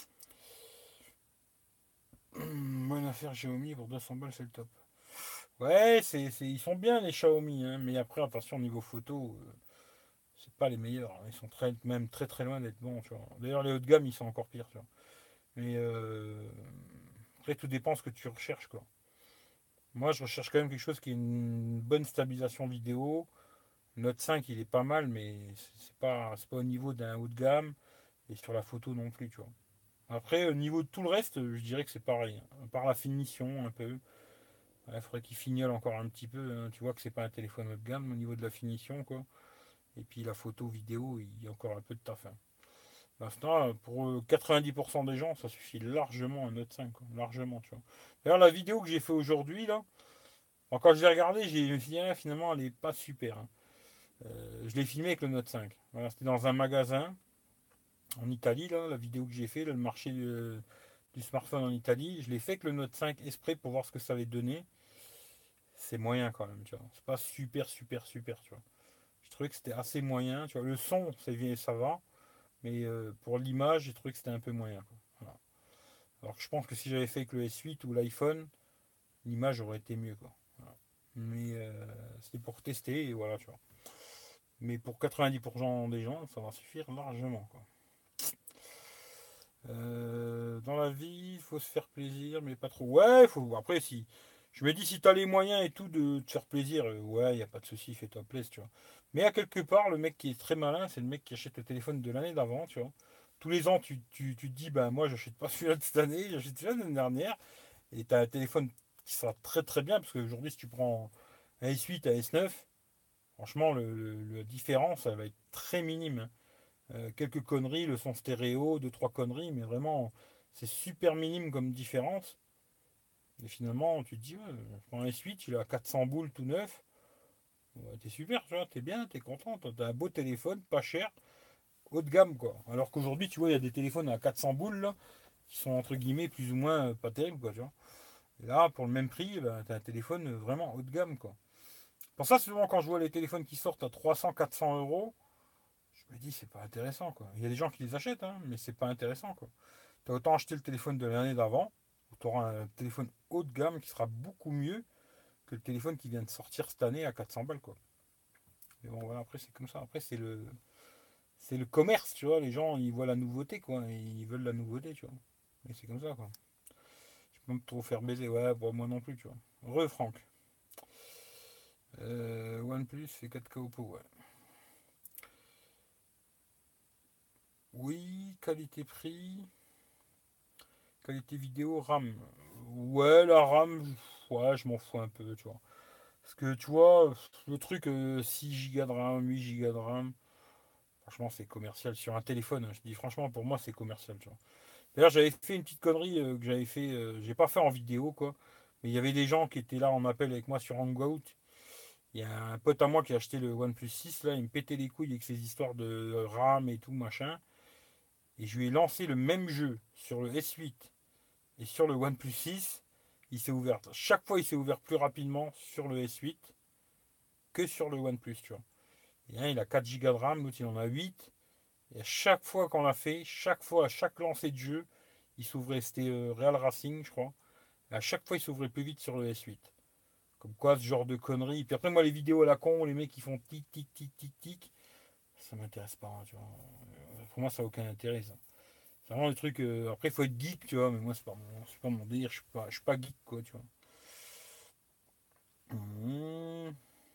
Bonne affaire Xiaomi pour deux cents balles, c'est le top. Ouais, c'est, c'est- ils sont bien les Xiaomi, hein, mais après, attention, niveau photo, euh, c'est pas les meilleurs, hein. Ils sont très, même très très loin d'être bons, tu vois. D'ailleurs, les hauts de gamme, ils sont encore pires, tu vois. Mais euh, après, tout dépend ce que tu recherches, quoi. Moi, je recherche quand même quelque chose qui ait une bonne stabilisation vidéo. Note cinq, il est pas mal, mais c'est pas, c'est pas au niveau d'un haut de gamme. Et sur la photo non plus, tu vois. Après, au niveau de tout le reste, je dirais que c'est pareil, hein. Par la finition, un peu. Il faudrait qu'il fignole encore un petit peu, hein. Tu vois que c'est pas un téléphone haut de gamme au niveau de la finition, quoi. Et puis la photo, vidéo, il y a encore un peu de taf, hein. L'instant, pour quatre-vingt-dix pour cent des gens, ça suffit largement un Note cinq, quoi. Largement, tu vois. D'ailleurs, la vidéo que j'ai fait aujourd'hui, là, bon, quand je l'ai regardée, j'ai je me suis dit, ah, finalement, elle est pas super, hein. Euh, je l'ai filmé avec le Note cinq. Voilà, c'était dans un magasin en Italie, là, la vidéo que j'ai fait, là, le marché du, du smartphone en Italie. Je l'ai fait avec le Note cinq exprès pour voir ce que ça allait donner. C'est moyen quand même, tu vois. C'est pas super, super, super, tu vois. Je trouvais que c'était assez moyen, tu vois. Le son, c'est, ça va, mais euh, pour l'image, j'ai trouvé que c'était un peu moyen, quoi. Voilà. Alors que je pense que si j'avais fait avec le S huit ou l'iPhone, l'image aurait été mieux, quoi. Voilà. Mais euh, c'était pour tester, et voilà, tu vois. Mais pour quatre-vingt-dix pour cent des gens, ça va suffire largement, quoi. Euh, dans la vie, il faut se faire plaisir, mais pas trop. Ouais, faut. Après, si. Je me dis, si t'as les moyens et tout de te faire plaisir, euh, ouais, y a pas de souci, fais-toi plaisir, tu vois. Mais à quelque part, le mec qui est très malin, c'est le mec qui achète le téléphone de l'année d'avant, tu vois. Tous les ans, tu, tu, tu te dis, bah moi, j'achète pas celui-là de cette année, j'achète celui-là de l'année dernière. Et t'as un téléphone qui sera très très bien, parce qu'aujourd'hui, si tu prends un S huit, un S neuf, franchement, le, le- la différence, elle va être très minime, hein. Euh, quelques conneries, le son stéréo, deux, trois conneries, mais vraiment, c'est super minime comme différence. Et finalement, tu te dis, ouais, je prends un S huit, il est à quatre cents boules tout neuf. Ouais, t'es super, tu vois, t'es bien, t'es content, t'as un beau téléphone, pas cher, haut de gamme, quoi. Alors qu'aujourd'hui, tu vois, il y a des téléphones à quatre cents boules, là, qui sont entre guillemets plus ou moins euh, pas terribles, quoi, tu vois. Et là, pour le même prix, ben, t'as un téléphone euh, vraiment haut de gamme, quoi. Pour ça, souvent, quand je vois les téléphones qui sortent à trois cents, quatre cents euros, je me dis, c'est pas intéressant, quoi. Il y a des gens qui les achètent, hein, mais c'est pas intéressant, quoi. T'as autant acheté le téléphone de l'année d'avant, ou tu auras un téléphone haut de gamme qui sera beaucoup mieux que le téléphone qui vient de sortir cette année à quatre cents balles, quoi. Mais bon, voilà, après, c'est comme ça. Après, c'est le, c'est le commerce, tu vois. Les gens, ils voient la nouveauté, quoi. Et ils veulent la nouveauté, tu vois. Mais c'est comme ça, quoi. Je peux pas trop faire baiser. Ouais, bon, moi non plus, tu vois. Re, Franck. Euh, OnePlus fait quatre K au pot, ouais. Oui, qualité-prix. Qualité vidéo, RAM. Ouais, la RAM, ouais, je m'en fous un peu, tu vois. Parce que tu vois, le truc euh, six gigas de RAM, huit gigas de RAM, franchement, c'est commercial sur un téléphone, hein. Je dis franchement, pour moi, c'est commercial, tu vois. D'ailleurs, j'avais fait une petite connerie euh, que j'avais fait, euh, j'ai pas fait en vidéo, quoi. Mais il y avait des gens qui étaient là en appel avec moi sur Hangout. Il y a un pote à moi qui a acheté le OnePlus six, là, il me pétait les couilles avec ses histoires de RAM et tout, machin. Et je lui ai lancé le même jeu sur le S huit et sur le OnePlus six. Il s'est ouvert. Chaque fois, il s'est ouvert plus rapidement sur le S huit que sur le OnePlus, tu vois. Et un, il a quatre gigas de RAM, l'autre, il en a huit. Et à chaque fois qu'on l'a fait, chaque fois, à chaque lancée de jeu, il s'ouvrait. C'était euh, Real Racing, je crois. Et à chaque fois, il s'ouvrait plus vite sur le S huit. Comme quoi, ce genre de conneries. Puis après, moi, les vidéos à la con, les mecs qui font tic, tic, tic, tic, tic, ça m'intéresse pas, hein, tu vois. Euh, Pour moi, ça n'a aucun intérêt, ça. C'est vraiment des trucs. Euh, Après, il faut être geek, tu vois, mais moi, c'est pas mon, c'est pas mon délire. Je suis pas, je suis pas geek, quoi, tu vois. Mmh.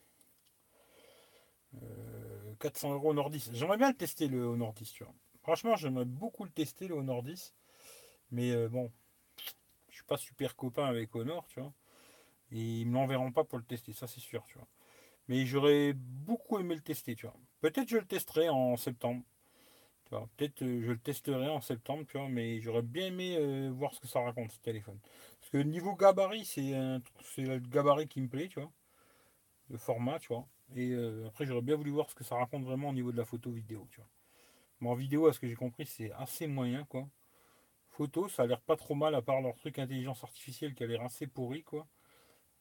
Euh, quatre cents euros Honor dix. J'aimerais bien le tester, le Honor dix, tu vois. Franchement, j'aimerais beaucoup le tester, le Honor dix. Mais euh, bon, je suis pas super copain avec Honor, tu vois. Et ils me l'enverront pas pour le tester, ça c'est sûr, tu vois. Mais j'aurais beaucoup aimé le tester, tu vois. Peut-être je le testerai en septembre. Tu vois. Peut-être euh, je le testerai en septembre, tu vois. Mais j'aurais bien aimé euh, voir ce que ça raconte, ce téléphone. Parce que niveau gabarit, c'est un- c'est le gabarit qui me plaît, tu vois. Le format, tu vois. Et euh, après, j'aurais bien voulu voir ce que ça raconte vraiment au niveau de la photo vidéo, tu vois. Mais en vidéo, à ce que j'ai compris, c'est assez moyen, quoi. Photo, ça a l'air pas trop mal, à part leur truc intelligence artificielle qui a l'air assez pourri, quoi.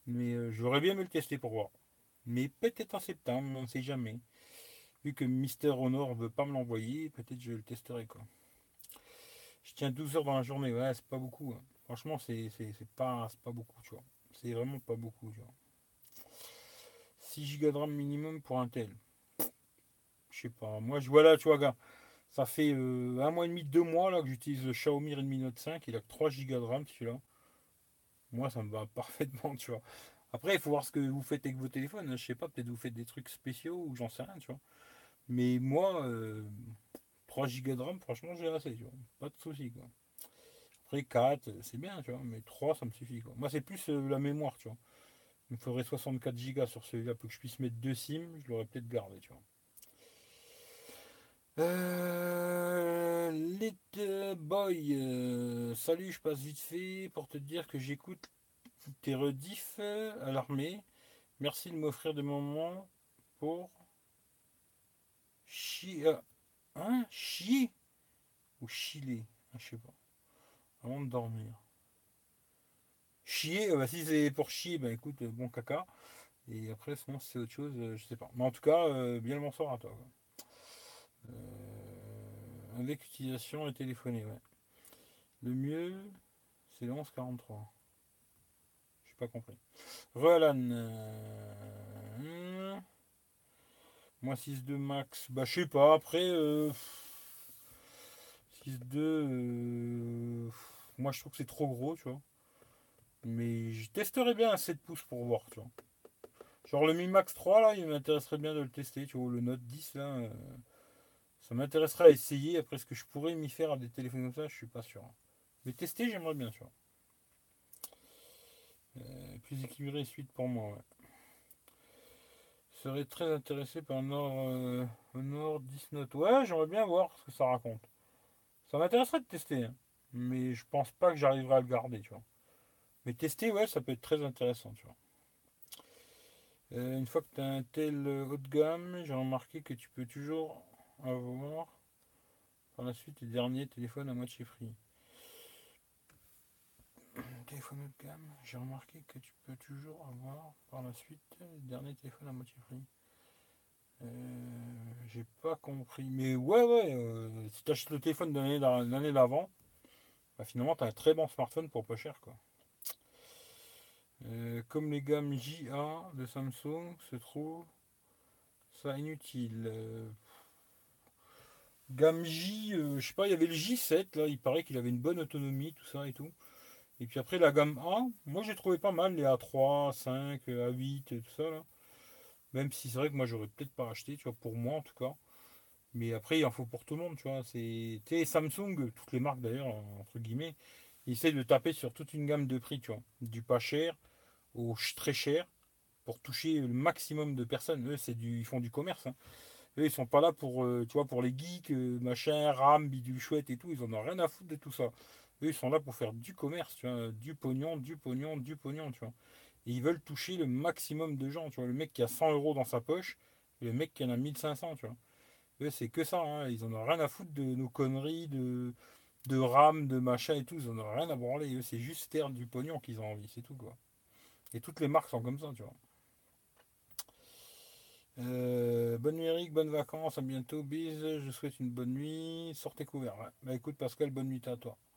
Mais euh, j'aurais bien aimé le tester pour voir. Mais peut-être en septembre, on ne sait jamais. Vu que Mister Honor veut pas me l'envoyer, peut-être je le testerai quoi. Je tiens douze heures dans la journée, ouais, c'est pas beaucoup, hein. Franchement, c'est c'est- c'est pas, c'est pas beaucoup, tu vois. C'est vraiment pas beaucoup, tu vois. six gigas de RAM minimum pour un tel. Je sais pas. Moi, je vois là, tu vois, gars. Ça fait euh, un mois et demi, deux mois là que j'utilise le Xiaomi Redmi Note cinq. Il a que trois gigas de RAM celui-là. Moi, ça me va parfaitement, tu vois. Après, il faut voir ce que vous faites avec vos téléphones, hein. Je sais pas, peut-être vous faites des trucs spéciaux ou j'en sais rien, tu vois. Mais moi, euh, trois gigas de RAM, franchement, j'ai assez, tu vois. Pas de soucis, quoi. Après, quatre, c'est bien, tu vois. Mais trois, ça me suffit, quoi. Moi, c'est plus euh, la mémoire, tu vois. Il me faudrait soixante-quatre gigas sur celui-là pour que je puisse mettre deux SIM. Je l'aurais peut-être gardé, tu vois. Euh, Little Boy, euh, salut, je passe vite fait pour te dire que j'écoute tes rediffs euh, à l'armée. Merci de m'offrir des moments pour chier. euh, hein Chier ou chiller, ah, je sais pas. Avant de dormir. Chier, euh, bah, si c'est pour chier, bah écoute, euh, bon caca. Et après, sinon, si c'est autre chose, euh, je sais pas. Mais en tout cas, euh, bien le bonsoir à toi, quoi. Euh, avec utilisation et téléphoner, ouais. Le mieux, c'est le onze quarante-trois. J'ai pas compris. Realan. Euh, moi six deux max. Bah je sais pas. Après euh, six deux. Euh, moi je trouve que c'est trop gros, tu vois. Mais je testerai bien un sept pouces pour voir, tu vois. Genre le Mi Max trois là, il m'intéresserait bien de le tester, tu vois. Le Note dix là. euh, ça m'intéresserait à essayer. Après ce que je pourrais m'y faire à des téléphones comme ça, je suis pas sûr. Mais tester, j'aimerais bien, tu vois. Euh, plus équilibré suite pour moi, ouais. Serais très intéressé par un Honor, euh, Honor dix Note. Ouais, j'aimerais bien voir ce que ça raconte. Ça m'intéresserait de tester, hein. Mais je pense pas que j'arriverai à le garder, tu vois. Mais tester, ouais, ça peut être très intéressant, tu vois. Euh, une fois que tu as un tel euh, haut de gamme, j'ai remarqué que tu peux toujours avoir par la suite les derniers téléphones à moitié prix. Téléphone haut de gamme, j'ai remarqué que tu peux toujours avoir par la suite les derniers téléphones à moitié prix. Euh, j'ai pas compris. Mais ouais, ouais, euh, si tu achètes le téléphone de l'année d'a- l'année d'avant, bah, finalement, tu as un très bon smartphone pour pas cher, quoi. Euh, comme les gammes J A de Samsung se trouvent ça inutile. Euh, gamme J, euh, je sais pas, il y avait le J sept, là, il paraît qu'il avait une bonne autonomie, tout ça et tout. Et puis après, la gamme A, moi j'ai trouvé pas mal, les A trois, A cinq, A huit, et tout ça, là. Même si c'est vrai que moi j'aurais peut-être pas acheté, tu vois, pour moi en tout cas. Mais après, il en faut pour tout le monde, tu vois. C'est, tu sais, Samsung, toutes les marques d'ailleurs, entre guillemets, ils essaient de taper sur toute une gamme de prix, tu vois. Du pas cher au très cher pour toucher le maximum de personnes. Eux, c'est du, ils font du commerce, hein. Eux, ils sont pas là pour, euh, tu vois, pour les geeks, euh, machin, RAM, bidule chouette et tout. Ils en ont rien à foutre de tout ça. Eux, ils sont là pour faire du commerce, tu vois, du pognon, du pognon, du pognon, tu vois. Et ils veulent toucher le maximum de gens, tu vois. Le mec qui a cent euros dans sa poche, et le mec qui en a mille cinq cents, tu vois. Eux, c'est que ça, hein. Ils en ont rien à foutre de nos conneries, de, de RAM, de machin et tout. Ils en ont rien à branler. Eux, c'est juste faire du pognon qu'ils ont envie, c'est tout, quoi. Et toutes les marques sont comme ça, tu vois. Euh, bonne nuit Eric, bonnes vacances, à bientôt, bis, je souhaite une bonne nuit, sortez couverts. Ouais. Bah écoute Pascal, bonne nuit à toi.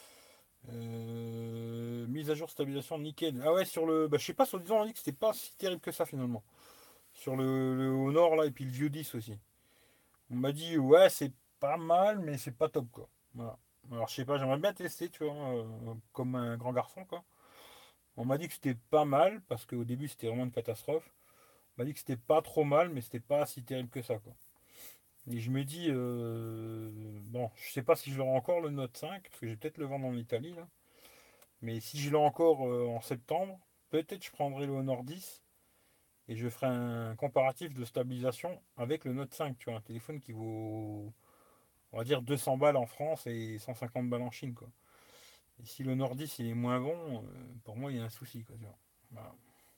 Euh, mise à jour stabilisation nickel. Ah ouais, sur le. Bah je sais pas, sur disant on dit que c'était pas si terrible que ça finalement. Sur le, le au nord là et puis le vieux dix aussi. On m'a dit ouais c'est pas mal mais c'est pas top quoi. Voilà. Alors je sais pas, j'aimerais bien tester, tu vois, euh, comme un grand garçon quoi. On m'a dit que c'était pas mal parce qu'au début c'était vraiment une catastrophe. On m'a dit que c'était pas trop mal mais c'était pas si terrible que ça quoi. Et je me dis, euh, bon, je sais pas si je l'aurai encore le Note cinq, parce que je vais peut-être le vendre en Italie, là. Mais si je l'ai encore euh, en septembre, peut-être je prendrai le Honor dix et je ferai un comparatif de stabilisation avec le Note cinq, tu vois, un téléphone qui vaut, on va dire, deux cents balles en France et cent cinquante balles en Chine, quoi. Et si le Honor dix il est moins bon, euh, pour moi il y a un souci, quoi, tu vois. Voilà.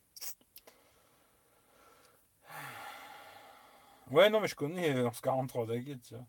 Ouais, non, mais je connais euh, onze quarante-trois, t'inquiète, tu vois.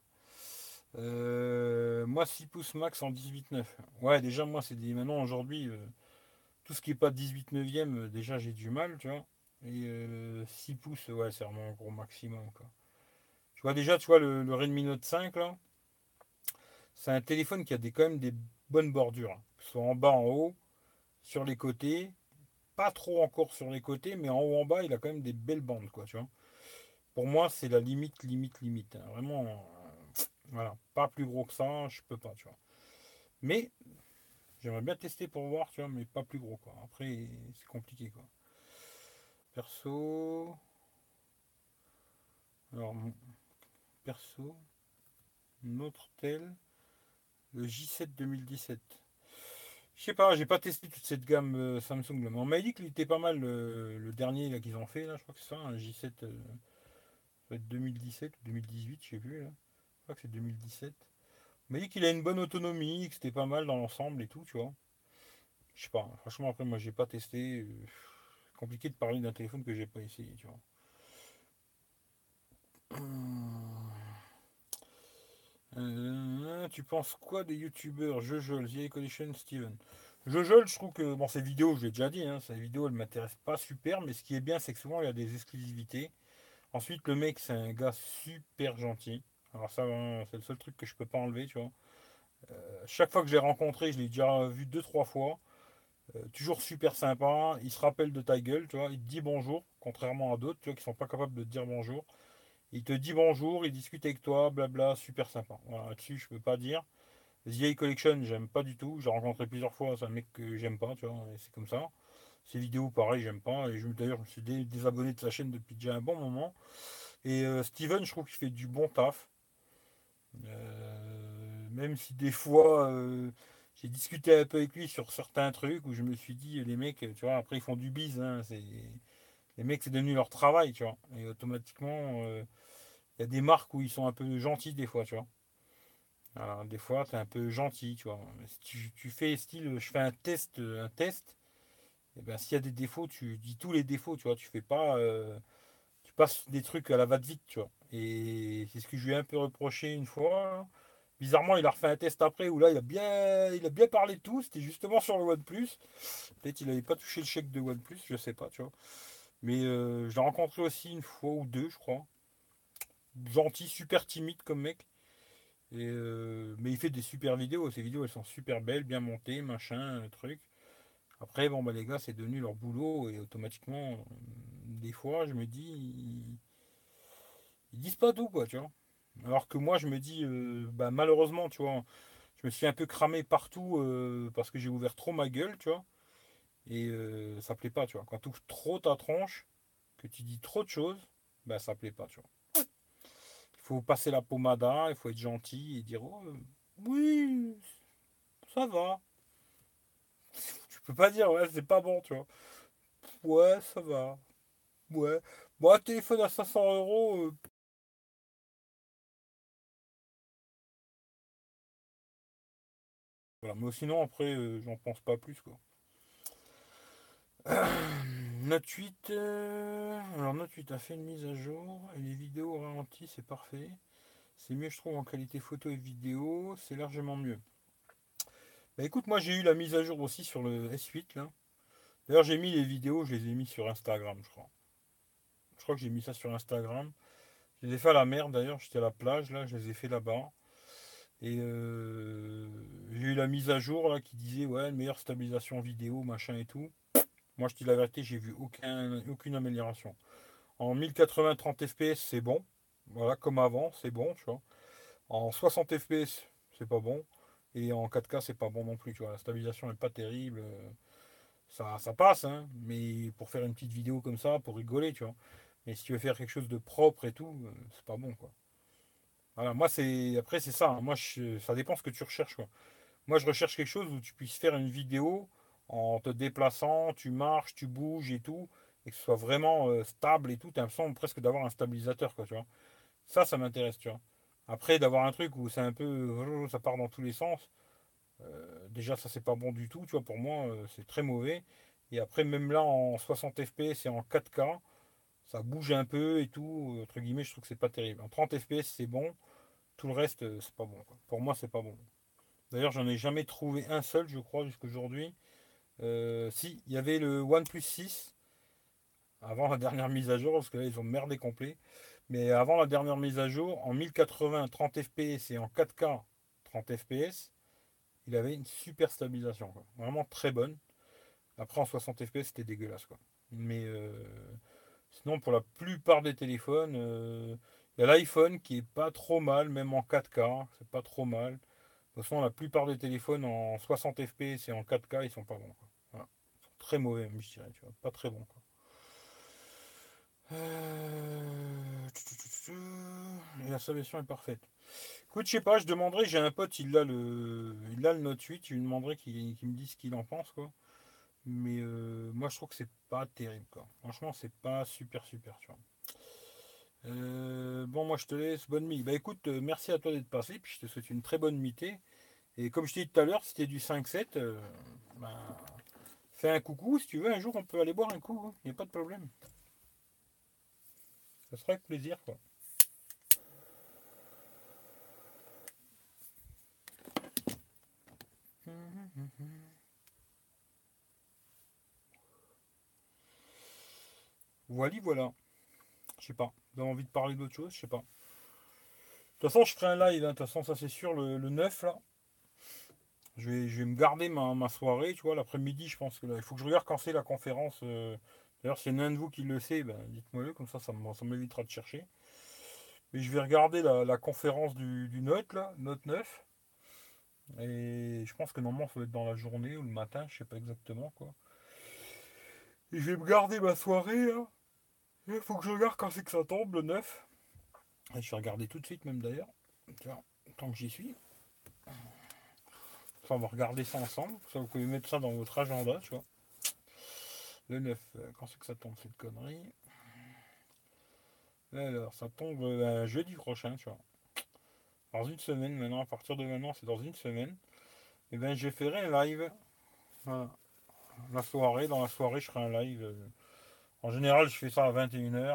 Euh, moi, six pouces max en dix-huit neuf. Ouais, déjà, moi, c'est des. Maintenant, aujourd'hui, euh, tout tout ce qui est pas dix-huit neuvième, euh, déjà j'ai du mal, tu vois. Et euh, six pouces, ouais, c'est vraiment un gros maximum, quoi. Tu vois, déjà, tu vois, le, le Redmi Note cinq, là, c'est un téléphone qui a des, quand même des bonnes bordures, hein. Que ce soit en bas, en haut, sur les côtés. Pas trop encore sur les côtés, mais en haut, en bas, il a quand même des belles bandes, quoi, tu vois. Pour moi, c'est la limite, limite, limite, hein. Vraiment, euh, voilà. Pas plus gros que ça, je peux pas, tu vois. Mais, j'aimerais bien tester pour voir, tu vois, mais pas plus gros, quoi. Après, c'est compliqué, quoi. Perso. Alors, mon perso. Notre tel. Le J sept deux mille dix-sept. Je sais pas, j'ai pas testé toute cette gamme euh, Samsung là. Mais on m'a dit qu'il était pas mal le, le dernier là qu'ils ont fait là. Je crois que c'est ça, un J sept. Euh, ça doit être deux mille dix-sept ou deux mille dix-huit, je sais plus là. Je crois que c'est deux mille dix-sept. On m'a dit qu'il a une bonne autonomie, que c'était pas mal dans l'ensemble et tout, tu vois. Je sais pas, franchement après moi j'ai pas testé. Euh, compliqué de parler d'un téléphone que j'ai pas essayé, tu vois. Euh, tu penses quoi des youtubeurs Jojol, The Collection, Steven? Jojol, je trouve que bon, ces vidéos, je l'ai déjà dit, hein, ces vidéos, elles m'intéressent pas super, mais ce qui est bien, c'est que souvent il y a des exclusivités. Ensuite, le mec, c'est un gars super gentil. Alors ça, hein, c'est le seul truc que je peux pas enlever, tu vois. Euh, chaque fois que je l'ai rencontré, je l'ai déjà vu deux, trois fois. Euh, toujours super sympa. Il se rappelle de ta gueule, tu vois. Il te dit bonjour, contrairement à d'autres, tu vois, qui sont pas capables de te dire bonjour. Il te dit bonjour, il discute avec toi, blabla, super sympa. Voilà, là-dessus, je peux pas dire. The A Collection, j'aime pas du tout. J'ai rencontré plusieurs fois, c'est un mec que j'aime pas, tu vois, et c'est comme ça. Ses vidéos, pareil, j'aime pas. Et je, d'ailleurs, je me suis dé- désabonné de sa chaîne depuis déjà un bon moment. Et euh, Steven, je trouve qu'il fait du bon taf. Euh, même si des fois, euh, j'ai discuté un peu avec lui sur certains trucs où je me suis dit, les mecs, tu vois, après ils font du bise, hein, c'est, les mecs, c'est devenu leur travail, tu vois. Et automatiquement, euh, il y a des marques où ils sont un peu gentils des fois, tu vois. Alors, des fois, t'es un peu gentil, tu vois. Si tu, tu fais style, je fais un test, un test, et ben s'il y a des défauts, tu dis tous les défauts, tu vois. Tu fais pas, euh, tu passes des trucs à la va-vite, tu vois. Et c'est ce que je lui ai un peu reproché une fois. Bizarrement, il a refait un test après où là, il a bien, il a bien parlé de tout. C'était justement sur le OnePlus. Peut-être il n'avait pas touché le chèque de OnePlus, je sais pas, tu vois. Mais euh, je l'ai rencontré aussi une fois ou deux, je crois. Gentil, super timide comme mec. Et euh, mais il fait des super vidéos. Ces vidéos, elles sont super belles, bien montées, machin, truc. Après, bon, bah, les gars, c'est devenu leur boulot. Et automatiquement, euh, des fois, je me dis, ils, ils disent pas tout, quoi, tu vois. Alors que moi, je me dis, euh, bah, malheureusement, tu vois, je me suis un peu cramé partout euh, parce que j'ai ouvert trop ma gueule, tu vois. Et euh, ça plaît pas, tu vois. Quand tu ouvres trop ta tronche, que tu dis trop de choses, bah, ça plaît pas, tu vois. Il faut passer la pommada, il faut être gentil et dire, oh, euh, oui, ça va. Tu peux pas dire, ouais, c'est pas bon, tu vois. Ouais, ça va. Ouais. Bon, un téléphone à cinq cents euros. euh, Voilà. Mais sinon, après, euh, j'en pense pas plus, quoi. Note huit. euh, Alors, Note huit a fait une mise à jour. Et les vidéos ralenties, c'est parfait. C'est mieux, je trouve, en qualité photo et vidéo. C'est largement mieux. Bah écoute, moi, j'ai eu la mise à jour aussi sur le S huit, là. D'ailleurs, j'ai mis les vidéos, je les ai mis sur Instagram, je crois. Je crois que j'ai mis ça sur Instagram. Je les ai fait à la mer, d'ailleurs. J'étais à la plage, là. Je les ai fait là-bas. Et euh, j'ai eu la mise à jour là qui disait ouais, meilleure stabilisation vidéo, machin et tout. Moi je te dis la vérité, j'ai vu aucun, aucune amélioration. En mille quatre-vingts trente F P S c'est bon. Voilà, comme avant, c'est bon, tu vois. En soixante F P S, c'est pas bon. Et en quatre K, c'est pas bon non plus, tu vois. La stabilisation est pas terrible. euh, Ça, ça passe, hein. Mais pour faire une petite vidéo comme ça, pour rigoler, tu vois. Mais si tu veux faire quelque chose de propre et tout, euh, c'est pas bon, quoi. Voilà, moi c'est. Après, c'est ça, hein. Moi, je- ça dépend ce que tu recherches, quoi. Moi, je recherche quelque chose où tu puisses faire une vidéo en te déplaçant, tu marches, tu bouges et tout, et que ce soit vraiment euh, stable et tout. Tu as l'impression presque d'avoir un stabilisateur, quoi, tu vois. Ça, ça m'intéresse, tu vois. Après, d'avoir un truc où c'est un peu, euh, ça part dans tous les sens. euh, déjà, ça, c'est pas bon du tout, tu vois. Pour moi, euh, c'est très mauvais. Et après, même là, en soixante F P S et en quatre K, ça bouge un peu et tout. Entre guillemets, je trouve que c'est pas terrible. En trente F P S, c'est bon. Tout le reste, euh, c'est pas bon, quoi. Pour moi, c'est pas bon. D'ailleurs, j'en ai jamais trouvé un seul, je crois, jusqu'aujourd'hui, Euh, si, il y avait le OnePlus six avant la dernière mise à jour, parce que là ils ont merdé complet. Mais avant la dernière mise à jour, en mille quatre-vingts trente F P S et en quatre K trente F P S, il avait une super stabilisation, quoi. Vraiment très bonne. Après en soixante F P S c'était dégueulasse, quoi. Mais euh, sinon pour la plupart des téléphones, euh, il y a l'iPhone qui est pas trop mal, même en quatre K, c'est pas trop mal. De toute façon la plupart des téléphones en soixante F P S et en quatre K ils sont pas bons, quoi. Voilà. Ils sont très mauvais même, je dirais, tu vois. Pas très bons, quoi. Euh, Et la solution est parfaite. Écoute, je sais pas, je demanderai, j'ai un pote, il a le, il a le Note huit, je lui demanderai qu'il qu'il me dise ce qu'il en pense, quoi. Mais euh, moi, je trouve que c'est pas terrible, quoi. Franchement, c'est pas super, super, tu vois. Euh, bon, moi, je te laisse, bonne nuit. Bah écoute, euh, merci à toi d'être passé, puis je te souhaite une très bonne nuitée. Et comme je t'ai dit tout à l'heure, si t'es du cinq sept, euh, bah, fais un coucou, si tu veux, un jour, on peut aller boire un coup, il n'y a pas de problème. Ça sera avec plaisir, quoi. Voilà, voilà. Je sais pas. Vous avez envie de parler d'autre chose? Je sais pas. De toute façon, je ferai un live, hein. De toute façon, ça c'est sûr, le, le neuf là. Je vais, je vais me garder ma, ma soirée, tu vois, l'après-midi, je pense que là, il faut que je regarde quand c'est la conférence. euh. D'ailleurs, s'il y en a un de vous qui le sait, ben, dites-moi-le, comme ça, ça m- ça m'évitera de chercher. Mais je vais regarder la, la conférence du, du Note, là, Note neuf. Et je pense que normalement, ça va être dans la journée ou le matin, je sais pas exactement, quoi. Et je vais me garder ma soirée, là. Il faut que je regarde quand c'est que ça tombe, le neuf. Et je vais regarder tout de suite, même d'ailleurs. Tiens, tant que j'y suis. Enfin, on va regarder ça ensemble. Ça, vous pouvez mettre ça dans votre agenda, tu vois. Le neuf, euh, quand c'est que ça tombe cette connerie? Alors, ça tombe euh, jeudi prochain, tu vois. Dans une semaine maintenant, à partir de maintenant, c'est dans une semaine. Et ben, je ferai un live. Voilà. La soirée, dans la soirée, je ferai un live. euh. En général, je fais ça à vingt et une heures.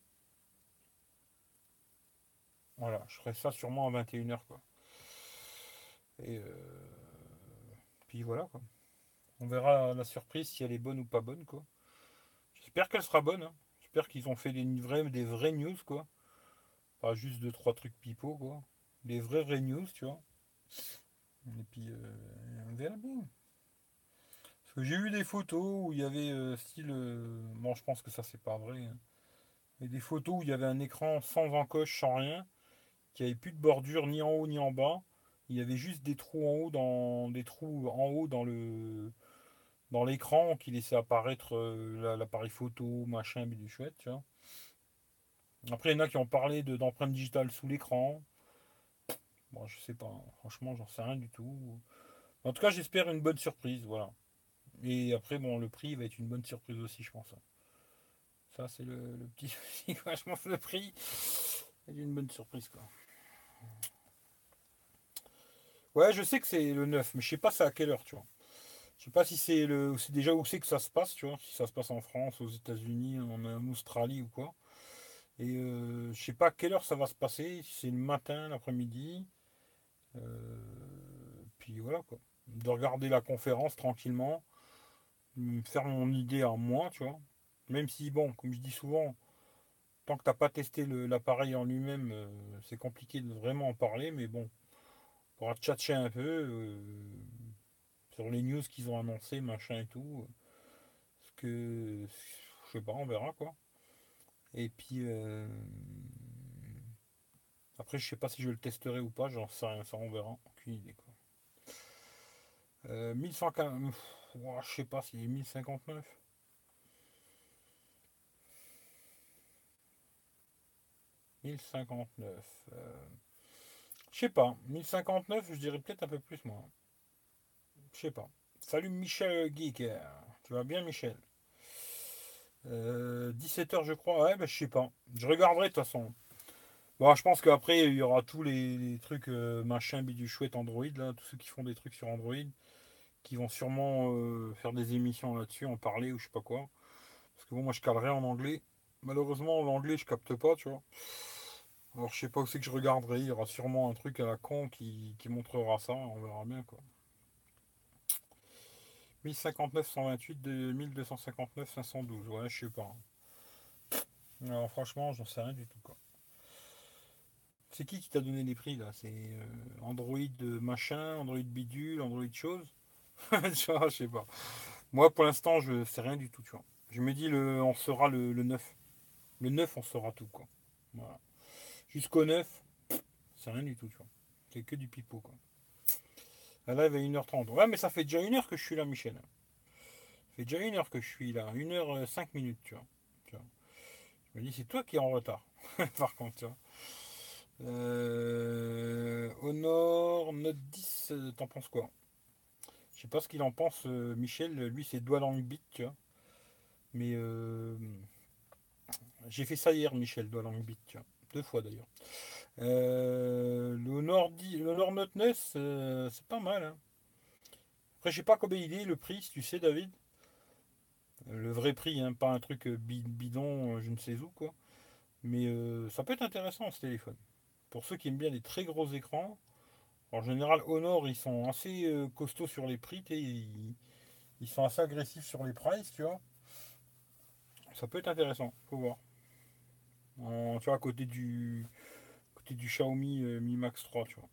Voilà, je ferai ça sûrement à vingt et une heures, quoi. Et euh, puis voilà, quoi. On verra la, la surprise si elle est bonne ou pas bonne, quoi. J'espère qu'elle sera bonne, hein. J'espère qu'ils ont fait des vrais, des vraies news, quoi. Pas juste deux, trois trucs pipeaux, quoi. Des vraies, vraies news, tu vois. Et puis, euh, on verra bien. Parce que j'ai vu des photos où il y avait euh, style. euh, bon, je pense que ça, c'est pas vrai, hein. Mais des photos où il y avait un écran sans encoche, sans rien, qui avait plus de bordure ni en haut ni en bas. Il y avait juste des trous en haut dans des trous en haut dans le dans l'écran qui laissait apparaître euh, la- l'appareil photo, machin, du chouette, tu vois. Après, il y en a qui ont parlé de d'empreinte digitale sous l'écran. Bon, je sais pas, hein. Franchement, j'en sais rien du tout. En tout cas, j'espère une bonne surprise, voilà. Et après, bon, le prix va être une bonne surprise aussi, je pense. Ça, c'est le, le petit souci, quoi. Je pense que le prix est une bonne surprise, quoi. Ouais, je sais que c'est le neuf, mais je sais pas c'est à quelle heure, tu vois. Je sais pas si c'est le, c'est déjà où c'est que ça se passe, tu vois. Si ça se passe en France, aux États-Unis, en, en Australie ou quoi. Et euh, je sais pas à quelle heure ça va se passer, si c'est le matin, l'après-midi. Euh, Puis voilà, quoi. De regarder la conférence tranquillement, me faire mon idée à moi, tu vois. Même si, bon, comme je dis souvent, tant que t'as pas testé le- l'appareil en lui-même, euh, c'est compliqué de vraiment en parler, mais bon, on pourra tchatcher un peu euh, sur les news qu'ils ont annoncé, machin et tout. Parce que, je sais pas, on verra quoi. Et puis, euh, après, je sais pas si je le testerai ou pas, j'en sais rien, ça on verra. Aucune idée quoi. Euh, mille cent quarante, ouah, je sais pas s'il est mille cinquante-neuf. mille cinquante-neuf. Euh, je sais pas, mille cinquante-neuf, je dirais peut-être un peu plus moi. Je sais pas. Salut Michel Geek. Tu vas bien Michel? euh, dix-sept heures je crois. Ouais, bah, je sais pas. Je regarderai de toute façon. Bon, je pense qu'après il y aura tous les, les trucs euh, machin bidule chouette Android là, tous ceux qui font des trucs sur Android, qui vont sûrement euh, faire des émissions là-dessus, en parler ou je sais pas quoi. Parce que bon, moi je calerai en anglais. Malheureusement, l'anglais je capte pas, tu vois. Alors je sais pas où c'est que je regarderai. Il y aura sûrement un truc à la con qui, qui montrera ça. On verra bien quoi. mille cinquante-neuf cent vingt-huit de mille deux cent cinquante-neuf cinq cent douze. Ouais, je sais pas. Non, franchement, j'en sais rien du tout, quoi. C'est qui qui t'a donné les prix là? C'est euh, Android euh, machin, Android bidule, Android chose? Tu vois, je sais pas. Moi pour l'instant je sais rien du tout, tu vois. Je me dis le on saura le, le neuf. Le neuf on saura tout quoi. Voilà. Jusqu'au neuf, c'est rien du tout, tu vois. C'est que du pipeau quoi. La live à une heure trente. Ouais mais ça fait déjà une heure que je suis là Michel. Ça fait déjà une heure que je suis là. Une heure cinq minutes, tu vois. Tu vois. Je me dis c'est toi qui es en retard. Par contre, tu vois. Euh, Honor Note dix, euh, t'en penses quoi? Je sais pas ce qu'il en pense, euh, Michel. Lui, c'est doigt dans le bit, tu vois. Mais euh, j'ai fait ça hier, Michel, doigt dans le bit, tu vois. Deux fois d'ailleurs. Euh, le Honor dix, le Honor Note neuf, euh, c'est pas mal, hein. Après, je sais pas combien il est, le prix, si tu sais, David. Le vrai prix, hein, pas un truc euh, bidon, euh, je ne sais où, quoi. Mais euh, ça peut être intéressant, ce téléphone. Pour ceux qui aiment bien les très gros écrans, en général, Honor, ils sont assez euh, costauds sur les prix, ils, ils sont assez agressifs sur les prices, tu vois. Ça peut être intéressant, faut voir. En, tu vois, à côté du, côté du Xiaomi euh, Mi Max trois, tu vois.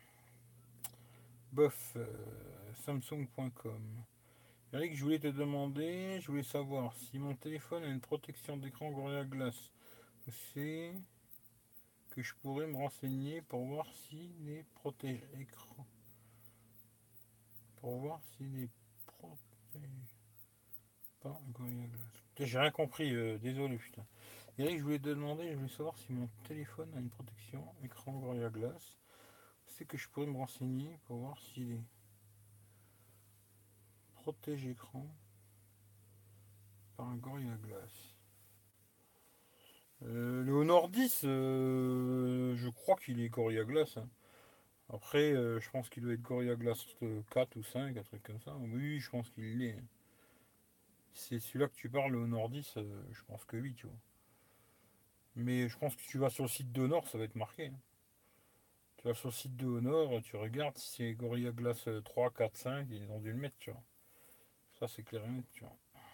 Bof, euh, Samsung point com. Eric, je voulais te demander, je voulais savoir si mon téléphone a une protection d'écran Gorilla Glass. C'est que je pourrais me renseigner pour voir s'il est protégé écran. Pour voir s'il est protégé pas Gorilla Glass. Putain, j'ai rien compris, euh, désolé putain. Eric, je voulais te demander, je voulais savoir si mon téléphone a une protection écran Gorilla Glass. C'est que je pourrais me renseigner pour voir s'il est protégé écran par un Gorilla Glass. Euh, le Honor dix, euh, je crois qu'il est Gorilla Glass, hein. Après, euh, je pense qu'il doit être Gorilla Glass quatre ou cinq, un truc comme ça. Oui, je pense qu'il l'est. C'est celui-là que tu parles, le Honor dix, euh, je pense que oui, tu vois. Mais je pense que tu vas sur le site d'Honor, ça va être marqué, hein. Tu vas sur le site de Honor, tu regardes si c'est Gorilla Glass trois, quatre, cinq, ils ont dû le mettre, tu vois. Ça, c'est clair et net, tu vois.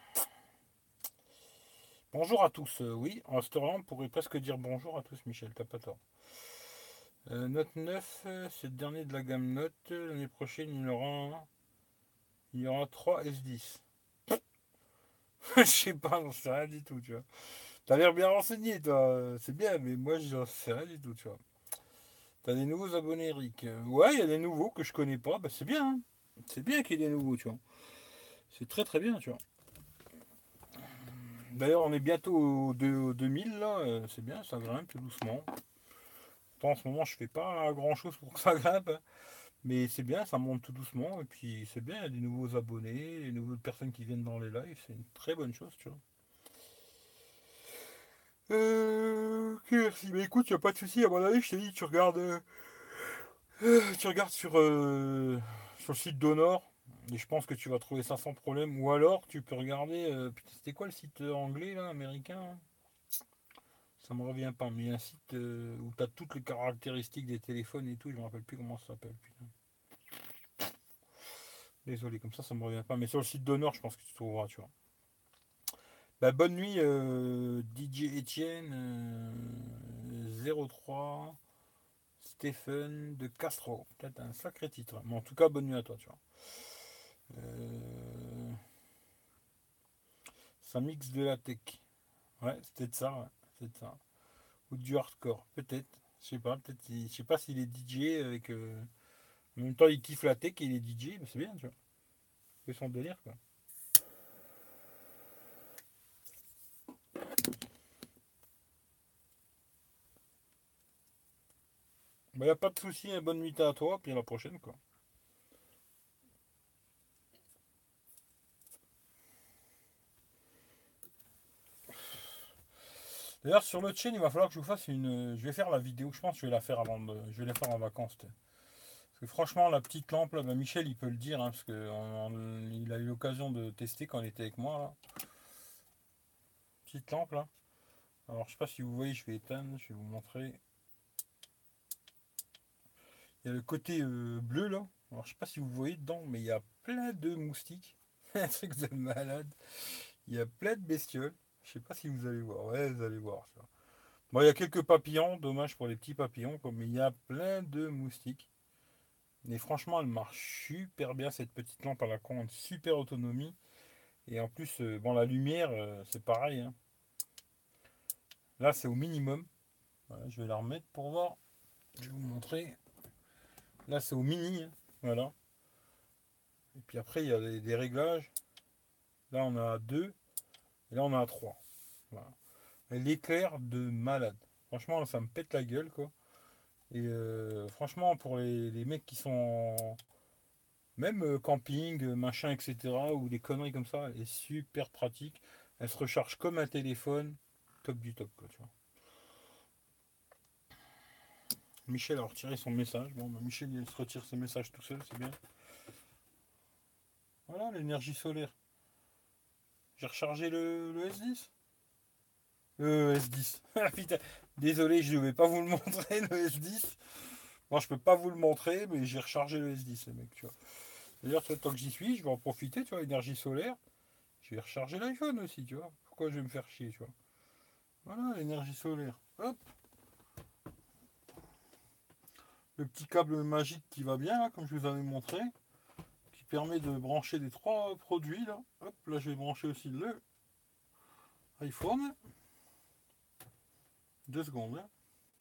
Bonjour à tous. Euh, oui, en ce temps-là, on pourrait presque dire bonjour à tous, Michel, t'as pas tort. Euh, Note neuf, euh, c'est le dernier de la gamme Note. L'année prochaine, il y aura, il y aura trois S dix. Je sais pas, j'en sais rien du tout, tu vois. T'as l'air bien renseigné, toi. C'est bien, mais moi, j'en sais rien du tout, tu vois. T'as des nouveaux abonnés, Eric. Euh, Ouais, il y a des nouveaux que je connais pas. Bah, c'est bien, hein. C'est bien qu'il y ait des nouveaux, tu vois. C'est très très bien, tu vois. D'ailleurs, on est bientôt au, deux- au deux mille, là. Euh, C'est bien, ça grimpe tout doucement. Toi, en ce moment, je fais pas grand chose pour que ça grimpe, hein. Mais c'est bien, ça monte tout doucement. Et puis, c'est bien, il y a des nouveaux abonnés, des nouvelles personnes qui viennent dans les lives. C'est une très bonne chose, tu vois. Euh, ok, merci. Mais écoute, y a pas de souci. À mon avis, je t'ai dit, tu regardes, euh, euh, tu regardes sur, euh, sur le site d'Honor. Et je pense que tu vas trouver ça sans problème. Ou alors, tu peux regarder. Euh, putain, c'était quoi le site euh, anglais, là, américain là. Ça me revient pas. Mais un site euh, où tu as toutes les caractéristiques des téléphones et tout. Je me rappelle plus comment ça s'appelle. Putain. Désolé, comme ça, ça me revient pas. Mais sur le site d'Honor, je pense que tu trouveras, tu vois. Bah, bonne nuit, euh, D J Etienne euh, zéro trois Stephen de Castro. Peut-être un sacré titre. Mais en tout cas, bonne nuit à toi, tu vois. Euh, ça mixe de la tech. Ouais, c'est peut-être ça, ouais, c'est peut-être ça. Ou du hardcore, peut-être. Je sais pas, peut-être. Je sais pas s'il est D J avec. euh, En même temps, il kiffe la tech et il est D J, mais c'est bien, tu vois. C'est son délire, quoi. Bah, y a pas de souci, hein, bonne nuit à toi, puis à la prochaine, quoi. D'ailleurs, sur le chaîne, il va falloir que je vous fasse une. Je vais faire la vidéo, je pense que je vais la faire avant de. Je vais la faire en vacances, t'sais. Parce que franchement, la petite lampe, là, bah, Michel, il peut le dire, hein, parce qu'il a eu l'occasion de tester quand il était avec moi, là. Petite lampe, là. Alors, je sais pas si vous voyez, je vais éteindre, je vais vous montrer. Il y a le côté euh, bleu, là. Alors, je sais pas si vous voyez dedans, mais il y a plein de moustiques. Un truc de malade. Il y a plein de bestioles. Je sais pas si vous allez voir. Ouais, vous allez voir ça. Bon, il y a quelques papillons, dommage pour les petits papillons, quoi, mais il y a plein de moustiques. Mais franchement, elle marche super bien, cette petite lampe à la con, super autonomie. Et en plus, euh, bon, la lumière, euh, c'est pareil, hein. Là, c'est au minimum. Voilà, je vais la remettre pour voir. Je vais vous montrer. Là, c'est au mini, hein. Voilà. Et puis après, il y a des, des réglages. Là, on a deux. Et là, on a trois. Voilà. Elle éclaire de malade. Franchement, là, ça me pète la gueule, quoi. Et euh, franchement, pour les, les mecs qui sont en- même euh, camping, euh, machin, et cetera, ou des conneries comme ça, elle est super pratique. Elle se recharge comme un téléphone. Top du top, quoi, tu vois. Michel a retiré son message. Bon, bah, Michel, il se retire ses messages tout seul, c'est bien. Voilà, l'énergie solaire. J'ai rechargé le, le S dix. Le S dix. Ah, putain, désolé, je ne vais pas vous le montrer, le S dix. Moi, je peux pas vous le montrer, mais j'ai rechargé le S dix, les mecs, tu vois. D'ailleurs, tu vois, tant que j'y suis, je vais en profiter, tu vois, énergie solaire. Je vais recharger l'iPhone aussi, tu vois. Pourquoi je vais me faire chier, tu vois. Voilà, l'énergie solaire. Hop, le petit câble magique qui va bien, là, comme je vous avais montré, qui permet de brancher les trois produits, là. Hop, là, je vais brancher aussi le iPhone. Deux secondes, hein.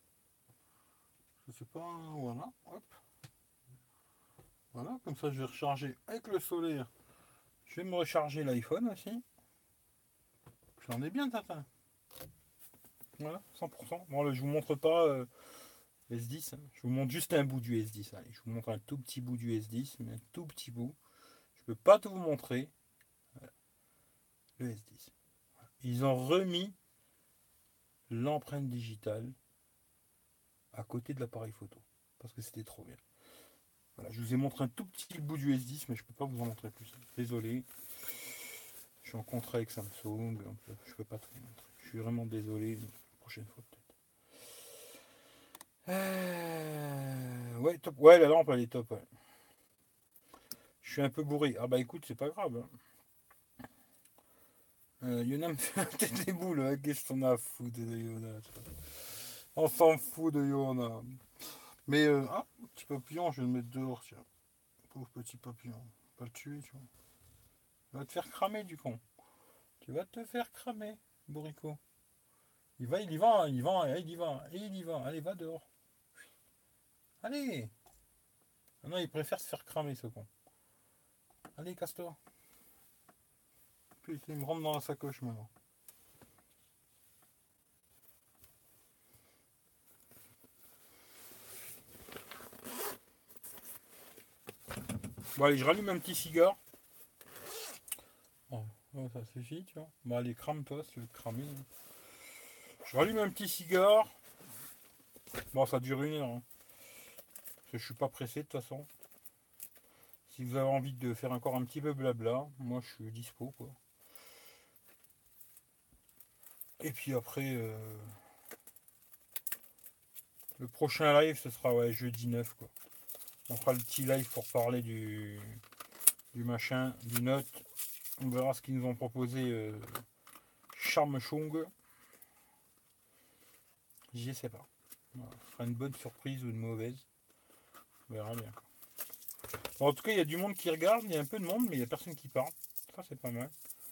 Je sais pas, voilà, hop. Voilà, comme ça, je vais recharger avec le solaire. Je vais me recharger l'iPhone aussi. J'en ai bien, Tintin. Voilà, cent pour cent. Bon, là, je vous montre pas euh, S dix, hein. Je vous montre juste un bout du S dix. Allez, je vous montre un tout petit bout du S dix, mais un tout petit bout. Je peux pas tout vous montrer. Voilà, le S dix. Ils ont remis l'empreinte digitale à côté de l'appareil photo. Parce que c'était trop bien. Voilà, je vous ai montré un tout petit bout du S dix, mais je peux pas vous en montrer plus. Désolé. Je suis en contrat avec Samsung. Je peux pas tout vous montrer. Je suis vraiment désolé. La prochaine fois peut-être. Euh, Ouais, top. Ouais, la lampe elle est top. Ouais. Je suis un peu bourré. Ah bah écoute, c'est pas grave, hein. Euh, Yona me fait peut-être les boules, hein. Qu'est-ce qu'on a à foutre de Yona, ça. On s'en fout de Yona. Mais euh, ah, petit papillon, je vais le mettre dehors, tiens. Pauvre petit papillon. Pas le tuer, tu vois. Il va te faire cramer du con. Tu vas te faire cramer, bourrico. Il va, il y va, il y va, il y va, et il y va. Allez, va dehors. Allez. Ah non, il préfère se faire cramer, ce con. Allez, casse-toi. Puis il me rentre dans la sacoche maintenant. Bon, allez, je rallume un petit cigare. Oh, oh, ça suffit, tu vois. Bon, allez, crame-toi si tu veux te cramer. Je rallume un petit cigare. Bon, ça dure une heure, hein. Parce que je suis pas pressé de toute façon. Si vous avez envie de faire encore un petit peu blabla, moi je suis dispo, quoi. Et puis après, euh, le prochain live, ce sera ouais, jeudi neuf, quoi. On fera le petit live pour parler du, du machin, du note. On verra ce qu'ils nous ont proposé euh, Charme Chung. Je sais pas. Voilà, ce sera une bonne surprise ou une mauvaise. On verra bien. Bon, en tout cas, il y a du monde qui regarde, il y a un peu de monde, mais il n'y a personne qui parle. Ça, c'est pas mal.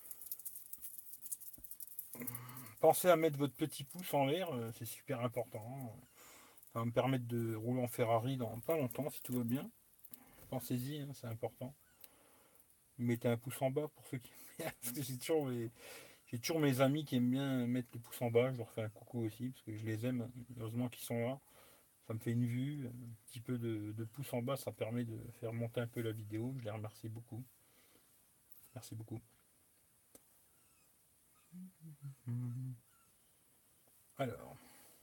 Pensez à mettre votre petit pouce en l'air, euh, c'est super important. Ça va me permettre de rouler en Ferrari dans pas longtemps, si tout va bien. Pensez-y, hein, c'est important. Vous mettez un pouce en bas pour ceux qui aiment bien. Parce que j'ai toujours, mes... j'ai toujours mes amis qui aiment bien mettre le pouce en bas. Je leur fais un coucou aussi, parce que je les aime. Heureusement qu'ils sont là. Ça me fait une vue. Un petit peu de, de pouce en bas, ça permet de faire monter un peu la vidéo. Je les remercie beaucoup. Merci beaucoup. Alors,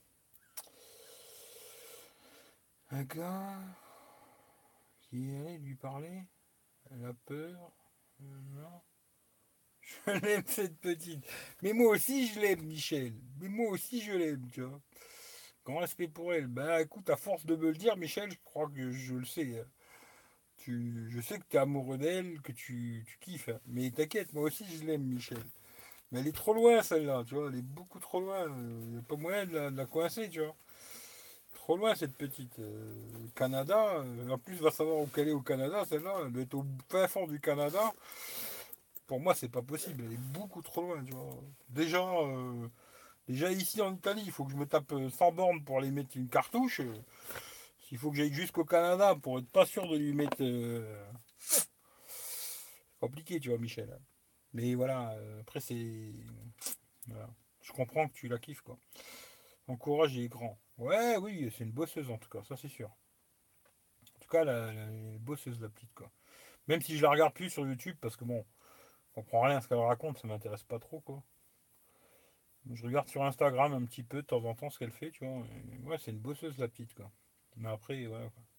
un gars qui allait lui parler, elle a peur. Euh, non. Je l'aime cette petite. Mais moi aussi je l'aime, Michel. Mais moi aussi je l'aime, tu vois. Grand respect pour elle. Bah écoute, à force de me le dire, Michel, je crois que je le sais, hein. tu, je sais que tu es amoureux d'elle, que tu, tu kiffes. Hein. Mais t'inquiète, moi aussi je l'aime, Michel. Mais elle est trop loin celle-là, tu vois, elle est beaucoup trop loin. Il n'y a pas moyen de la, de la coincer, tu vois. Trop loin cette petite. Euh, Canada, euh, en plus va savoir où qu'elle est au Canada, celle-là, elle doit être au fin fond du Canada. Pour moi, c'est pas possible, elle est beaucoup trop loin, tu vois. Déjà, euh, déjà ici en Italie, il faut que je me tape euh, cent bornes pour aller mettre une cartouche. Euh, Il faut que j'aille jusqu'au Canada pour être pas sûr de lui mettre. Euh, compliqué, tu vois, Michel. Mais voilà, euh, après c'est. Voilà. Je comprends que tu la kiffes, quoi. Son courage il est grand. Ouais, oui, c'est une bosseuse en tout cas, ça c'est sûr. En tout cas, la, la- la bosseuse, la petite, quoi. Même si je la regarde plus sur YouTube, parce que bon, je comprends rien à ce qu'elle raconte, ça m'intéresse pas trop, quoi. Je regarde sur Instagram un petit peu de temps en temps ce qu'elle fait, tu vois. Et ouais, c'est une bosseuse, la petite, quoi. Mais après, ouais, quoi.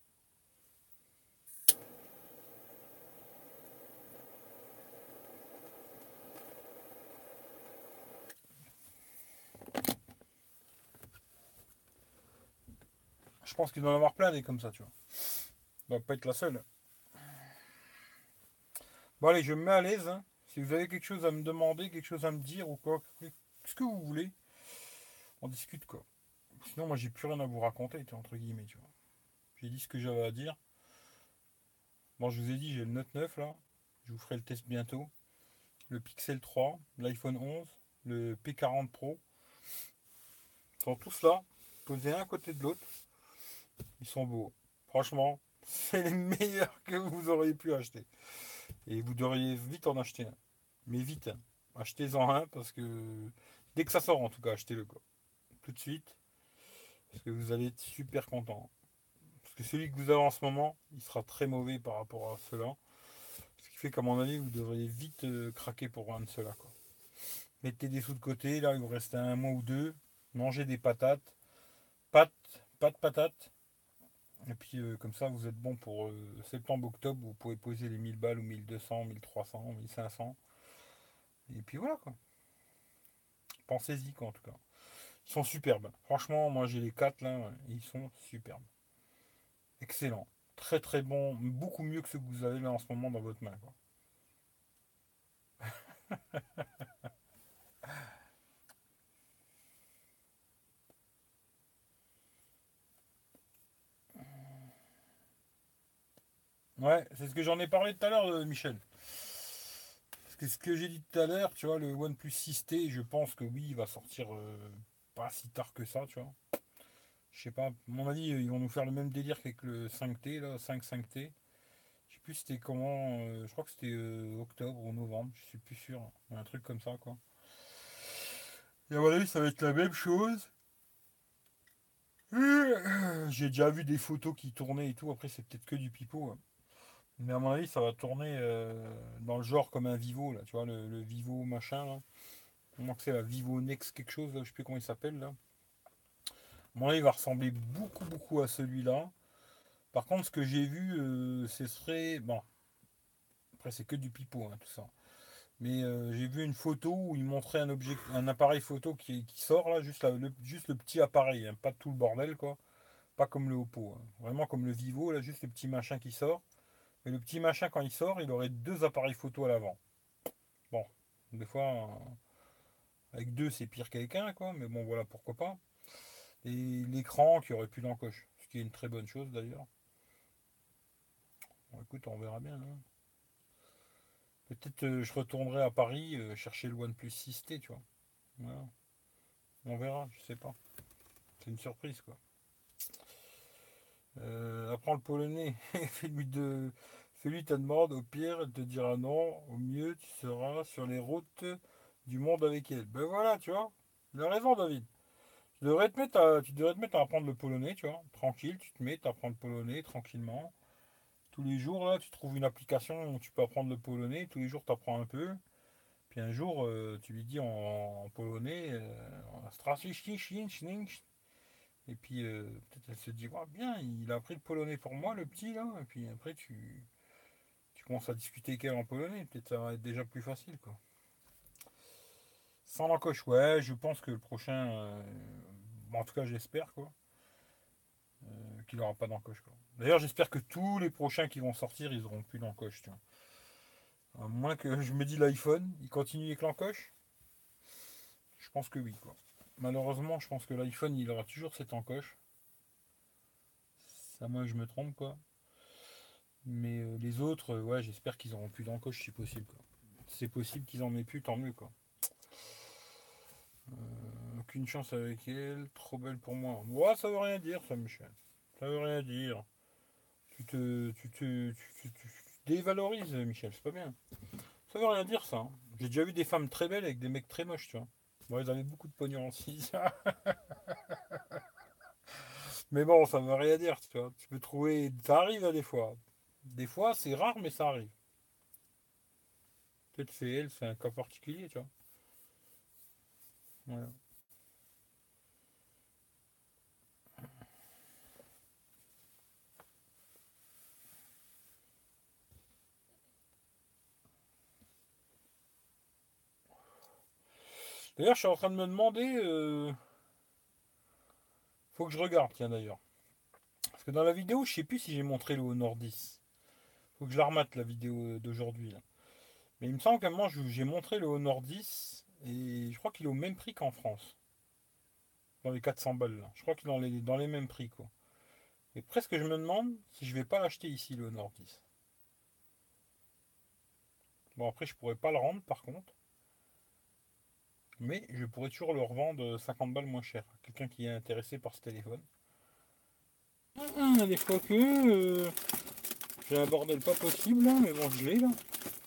Je pense qu'il doit y en avoir plein des comme ça, tu vois. Ça doit pas être la seule. Bon, allez, je me mets à l'aise. Hein. Si vous avez quelque chose à me demander, quelque chose à me dire ou quoi, ce que vous voulez, on discute, quoi. Sinon, moi, j'ai plus rien à vous raconter, tu vois, entre guillemets, tu vois. J'ai dit ce que j'avais à dire. Bon, je vous ai dit, j'ai le Note neuf là. Je vous ferai le test bientôt. Le Pixel trois, l'iPhone onze, le P quarante Pro. Ils sont tous là, posés un à côté de l'autre. Ils sont beaux. Franchement, c'est les meilleurs que vous auriez pu acheter. Et vous devriez vite en acheter un. Mais vite, hein. Achetez-en un parce que dès que ça sort, en tout cas, achetez-le quoi. Tout de suite. Parce que vous allez être super content. Parce que celui que vous avez en ce moment, il sera très mauvais par rapport à cela. Ce qui fait qu'à mon avis, vous devriez vite euh, craquer pour un de ceux-là. Quoi. Mettez des sous de côté, là il vous reste un mois ou deux. Mangez des patates. Pâtes, pâtes, patates. Et puis euh, comme ça, vous êtes bon pour euh, septembre-octobre. Vous pouvez poser les mille balles ou mille deux cents, mille trois cents, mille cinq cents. Et puis voilà quoi. Pensez-y quoi en tout cas. Ils sont superbes. Franchement, moi j'ai les quatre là. Ouais, ils sont superbes. Excellent. Très très bon. Beaucoup mieux que ceux que vous avez là en ce moment dans votre main. Quoi. Ouais, c'est ce que j'en ai parlé tout à l'heure, euh, Michel. Parce que ce que j'ai dit tout à l'heure, tu vois, le OnePlus six T, je pense que oui, il va sortir euh, pas si tard que ça, tu vois. Je sais pas, à mon avis, euh, ils vont nous faire le même délire qu'avec le cinq T, là, cinq cinq T. Je sais plus c'était comment, euh, je crois que c'était euh, octobre ou novembre, je suis plus sûr. Un truc comme ça, quoi. Et à mon avis, ça va être la même chose. Euh, J'ai déjà vu des photos qui tournaient et tout, après c'est peut-être que du pipeau. Hein. Mais à mon avis, ça va tourner euh, dans le genre comme un Vivo, là, tu vois, le, le Vivo machin, là. Comment que c'est la Vivo Next quelque chose, là, je sais plus comment il s'appelle, là. À mon avis, il va ressembler beaucoup, beaucoup à celui-là. Par contre, ce que j'ai vu, euh, ce serait... Bon, après, c'est que du pipeau, hein, tout ça. Mais euh, j'ai vu une photo où il montrait un objet, un appareil photo qui, qui sort, là, juste, la- le, juste le petit appareil, hein, pas tout le bordel, quoi. Pas comme le Oppo, hein. Vraiment comme le Vivo, là, juste le petit machin qui sort. Mais le petit machin, quand il sort, il aurait deux appareils photo à l'avant. Bon, des fois, euh, avec deux, c'est pire qu'avec un, quoi. Mais bon, voilà, pourquoi pas. Et l'écran qui aurait pu l'encoche. Ce qui est une très bonne chose, d'ailleurs. Bon, écoute, on verra bien. Hein. Peut-être euh, je retournerai à Paris euh, chercher le OnePlus six T, tu vois. Voilà. On verra, je sais pas. C'est une surprise, quoi. Euh, apprends le polonais. Fais-lui de... Fais-lui ta demande. Au pire, elle te dira non. Au mieux, tu seras sur les routes du monde avec elle. Ben voilà, tu vois. Il a raison, David. Tu devrais te mettre à, tu devrais te mettre à apprendre le polonais, tu vois. Tranquille, tu te mets, à apprendre le polonais tranquillement. Tous les jours, là, tu trouves une application où tu peux apprendre le polonais. Tous les jours, tu apprends un peu. Puis un jour, euh, tu lui dis en, en polonais, euh, et puis euh, peut-être elle se dit, ouais, bien, il a appris le polonais pour moi, le petit, là. Et puis après, tu, tu commences à discuter avec elle en polonais. Peut-être ça va être déjà plus facile, quoi. Sans l'encoche, ouais, je pense que le prochain, euh, bon, en tout cas, j'espère, quoi. euh, qu'il n'aura pas d'encoche, quoi. D'ailleurs, j'espère que tous les prochains qui vont sortir, ils auront plus d'encoche, tu vois. À moins que je me dis l'iPhone, il continue avec l'encoche. Je pense que oui, quoi. Malheureusement, je pense que l'iPhone, il aura toujours cette encoche. Ça, moi, je me trompe, quoi. Mais euh, les autres, euh, ouais, j'espère qu'ils auront plus d'encoche si possible, quoi. Si c'est possible qu'ils en aient plus, tant mieux, quoi. Euh, aucune chance avec elle, trop belle pour moi. Moi, ça veut rien dire, ça, Michel. Ça veut rien dire. Tu te, tu te, tu, tu- tu- tu dévalorises, Michel, c'est pas bien. Ça veut rien dire, ça, hein. J'ai déjà vu des femmes très belles avec des mecs très moches, tu vois. Bon, ils avaient beaucoup de pognon aussi. Mais bon, ça veut rien dire, tu vois. Tu peux trouver. Ça arrive à des fois. Des fois, c'est rare, mais ça arrive. Peut-être c'est elle, c'est un cas particulier, tu vois. Voilà. D'ailleurs, je suis en train de me demander. euh, Faut que je regarde, tiens, d'ailleurs. Parce que dans la vidéo, je sais plus si j'ai montré le Honor dix. Faut que je la remate, la vidéo d'aujourd'hui, là. Mais il me semble qu'à un moment, je- j'ai montré le Honor dix. Et je crois qu'il est au même prix qu'en France. Dans les quatre cents balles, là. Je crois qu'il est dans les, dans les mêmes prix, quoi. Et presque, je me demande si je vais pas l'acheter ici, le Honor dix. Bon, après, je pourrais pas le rendre, par contre. Mais je pourrais toujours le revendre cinquante balles moins cher. Quelqu'un qui est intéressé par ce téléphone. Ah, des fois que euh, j'ai un bordel pas possible, là, mais bon, je l'ai là.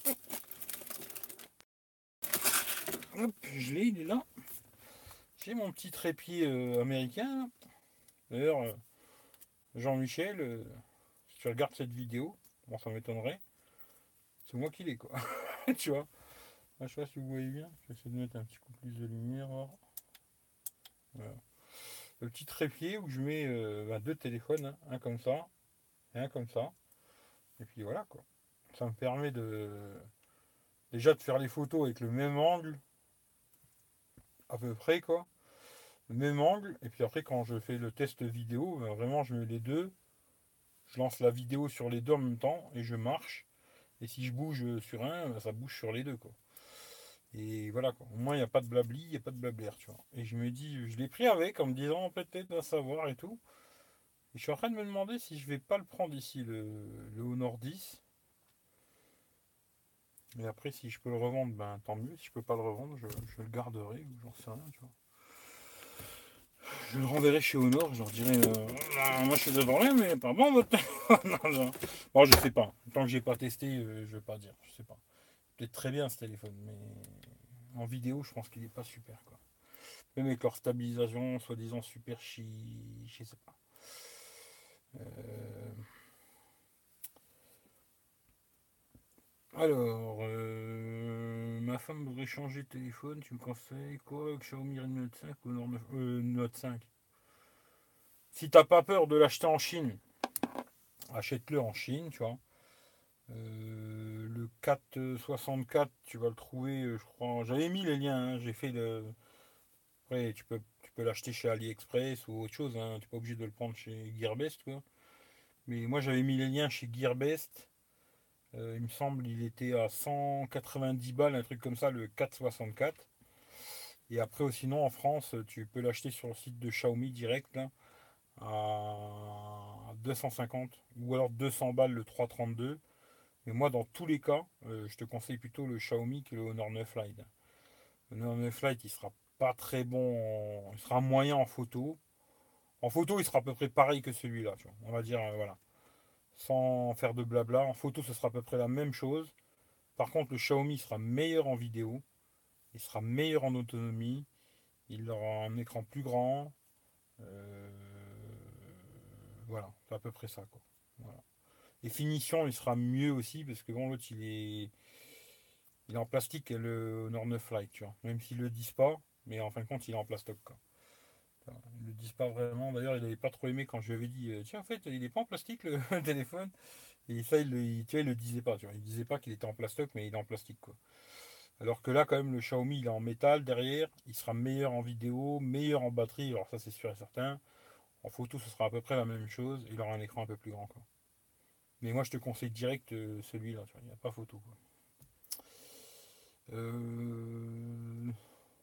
Hop, je l'ai, il est là. J'ai mon petit trépied euh, américain, là. D'ailleurs, euh, Jean-Michel, euh, si tu regardes cette vidéo, bon, ça m'étonnerait, c'est moi qui l'ai, quoi. Tu vois. Ah, je sais pas si vous voyez bien. Je vais essayer de mettre un petit coup plus de lumière. Voilà. Le petit trépied où je mets euh, bah, deux téléphones, hein. Un comme ça et un comme ça. Et puis voilà, quoi. Ça me permet de déjà de faire les photos avec le même angle, à peu près, quoi. Le même angle. Et puis après, quand je fais le test vidéo, bah, vraiment, je mets les deux. Je lance la vidéo sur les deux en même temps et je marche. Et si je bouge sur un, bah, ça bouge sur les deux, quoi. Et voilà, quoi. Au moins, il n'y a pas de blabli, il n'y a pas de blablaire, tu vois. Et je me dis, je l'ai pris avec en me disant peut-être à savoir et tout. Et je suis en train de me demander si je vais pas le prendre ici, le, le Honor dix. Et après, si je peux le revendre, ben tant mieux. Si je peux pas le revendre, je, je le garderai ou j'en sais rien, tu vois. Je le renverrai chez Honor, je leur dirai euh, Ah, moi je suis devant rien, mais pas bon votre téléphone. Non, non. Bon, je sais pas. Tant que j'ai pas testé, euh, je vais pas dire. Je sais pas. Peut-être très bien ce téléphone, mais en vidéo, je pense qu'il est pas super, quoi. Même avec leur stabilisation, soi-disant super chi. Je sais pas. Euh, Alors, euh, ma femme voudrait changer de téléphone. Tu me conseilles quoi? Xiaomi Redmi Note cinq ou Honor neuf euh, Note cinq. Si t'as pas peur de l'acheter en Chine, achète-le en Chine, tu vois. Euh, le quatre soixante-quatre, tu vas le trouver, euh, je crois. J'avais mis les liens, hein, j'ai fait le. Après, tu peux, tu peux l'acheter chez AliExpress ou autre chose, hein, tu n'es pas obligé de le prendre chez Gearbest, quoi. Mais moi, j'avais mis les liens chez Gearbest. Euh, il me semble il était à cent quatre-vingt-dix balles, un truc comme ça, le quatre soixante-quatre. Et après, sinon, en France, tu peux l'acheter sur le site de Xiaomi direct, là, à deux cent cinquante ou alors deux cents balles le trois trente-deux. Mais moi, dans tous les cas, euh, je te conseille plutôt le Xiaomi que le Honor neuf Lite. Le Honor neuf Lite, il sera pas très bon, en- il sera moyen en photo. En photo, il sera à peu près pareil que celui-là, tu vois. On va dire, euh, voilà. Sans faire de blabla. En photo, ce sera à peu près la même chose. Par contre, le Xiaomi sera meilleur en vidéo. Il sera meilleur en autonomie. Il aura un écran plus grand. Euh, Voilà, c'est à peu près ça, quoi. Voilà. Et finition, il sera mieux aussi parce que bon, l'autre, il est, il est en plastique, le Honor neuf Lite, tu vois. Même s'ils le disent pas, mais en fin de compte, il est en plastoc, quoi. Enfin, ils le disent pas vraiment. D'ailleurs, il n'avait pas trop aimé quand je lui avais dit, euh, tiens, en fait, il est pas en plastique le téléphone. Et ça, il, le- il- tu vois, il le disait pas, tu vois. Il disait pas qu'il était en plastoc, mais il est en plastique, quoi. Alors que là, quand même, le Xiaomi, il est en métal derrière. Il sera meilleur en vidéo, meilleur en batterie. Alors ça, c'est sûr et certain. En photo, ce sera à peu près la même chose. Il aura un écran un peu plus grand, quoi. Mais moi, je te conseille direct euh, celui-là. Tu vois, il n'y a pas photo, quoi. Euh,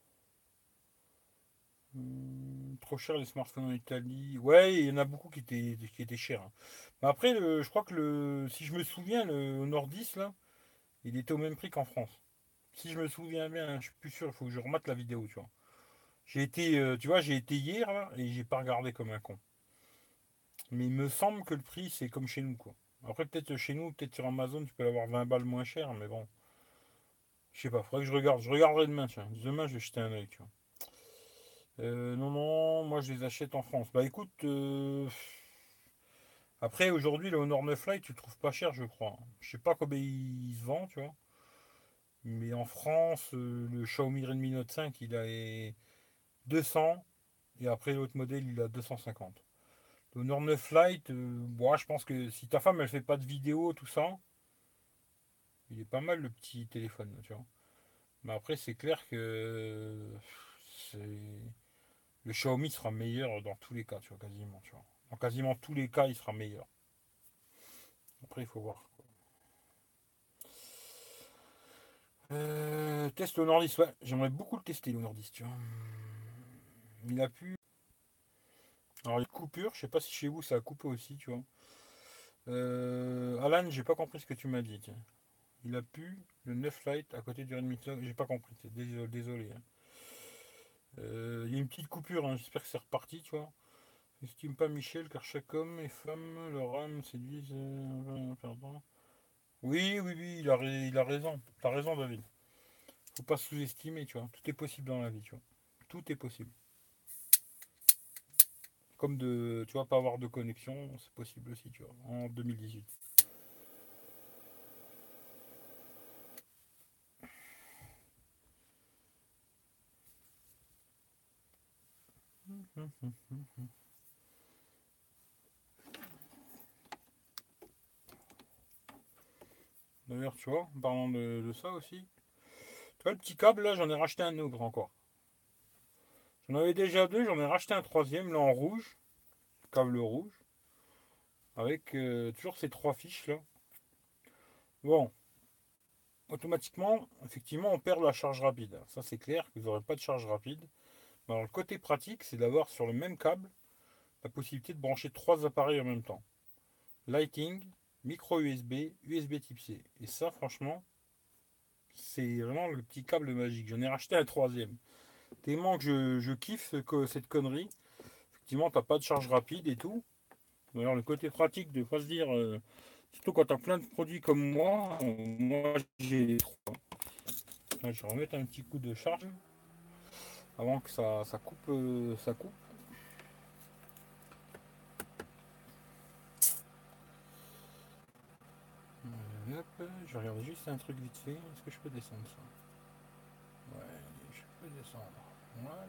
hum, Trop cher les smartphones en Italie. Ouais, il y en a beaucoup qui étaient, qui étaient chers, hein. Mais après, le- je crois que le, si je me souviens, le Nord dix, là, il était au même prix qu'en France. Si je me souviens bien, hein, je suis plus sûr, il faut que je remate la vidéo, tu vois. J'ai été, euh, tu vois, j'ai été hier, là, et j'ai pas regardé comme un con. Mais il me semble que le prix, c'est comme chez nous, quoi. Après, peut-être chez nous, peut-être sur Amazon, tu peux l'avoir vingt balles moins cher, mais bon, je sais pas, faudrait que je regarde. Je regarderai demain, tiens. Demain, je vais jeter un œil, tu vois. Euh, non, non, moi, je les achète en France. Bah écoute, euh, après, aujourd'hui, le Honor neuf Lite, tu le trouves pas cher, je crois. Je sais pas combien il se vend, tu vois. Mais en France, euh, le Xiaomi Redmi Note cinq, il a deux cents. Et après, l'autre modèle, il a deux cent cinquante. Le Honor neuf Lite, euh, bon, je pense que si ta femme, elle fait pas de vidéo, tout ça, il est pas mal le petit téléphone, tu vois. Mais après, c'est clair que c'est... le Xiaomi sera meilleur dans tous les cas, tu vois, quasiment, tu vois. Dans quasiment tous les cas, il sera meilleur. Après, il faut voir. Euh, test au Nordis, ouais. J'aimerais beaucoup le tester, le Nordis, tu vois. Il a pu. Alors, il y a une coupure, je sais pas si chez vous ça a coupé aussi, tu vois. Euh, Alan, j'ai pas compris ce que tu m'as dit, tiens. Il a pu le neuf Lite à côté du Redmi Note, j'ai pas compris, désolé. désolé, hein. Euh, il y a une petite coupure, hein, j'espère que c'est reparti, tu vois. N'estime pas Michel, car chaque homme et femme, leur âme séduisent. euh, pardon. Oui, oui, oui, il a, il a raison. T'as raison, David. Faut pas sous-estimer, tu vois. Tout est possible dans la vie, tu vois. Tout est possible. Comme de, tu vois, pas avoir de connexion, c'est possible aussi, tu vois, en deux mille dix-huit. D'ailleurs, tu vois, en parlant de, de ça aussi, tu vois, le petit câble, là, j'en ai racheté un autre encore. J'en avais déjà deux, j'en ai racheté un troisième, là, en rouge, câble rouge, avec euh, toujours ces trois fiches, là. Bon, automatiquement, effectivement, on perd la charge rapide. Ça, c'est clair que vous n'aurez pas de charge rapide. Mais alors, le côté pratique, c'est d'avoir sur le même câble la possibilité de brancher trois appareils en même temps. Lighting, micro U S B, U S B type C. Et ça, franchement, c'est vraiment le petit câble magique. J'en ai racheté un troisième. Tellement que je, je kiffe ce- cette connerie. Effectivement, t'as pas de charge rapide et tout. D'ailleurs, le côté pratique de pas se dire, euh, surtout quand tu as plein de produits comme moi, euh, moi j'ai les trois. Là, je vais remettre un petit coup de charge avant que ça, ça coupe. euh, ça coupe. Euh, hop, je vais regarder juste un truc vite fait. Est-ce que je peux descendre ça? Ouais, je peux descendre. Voilà.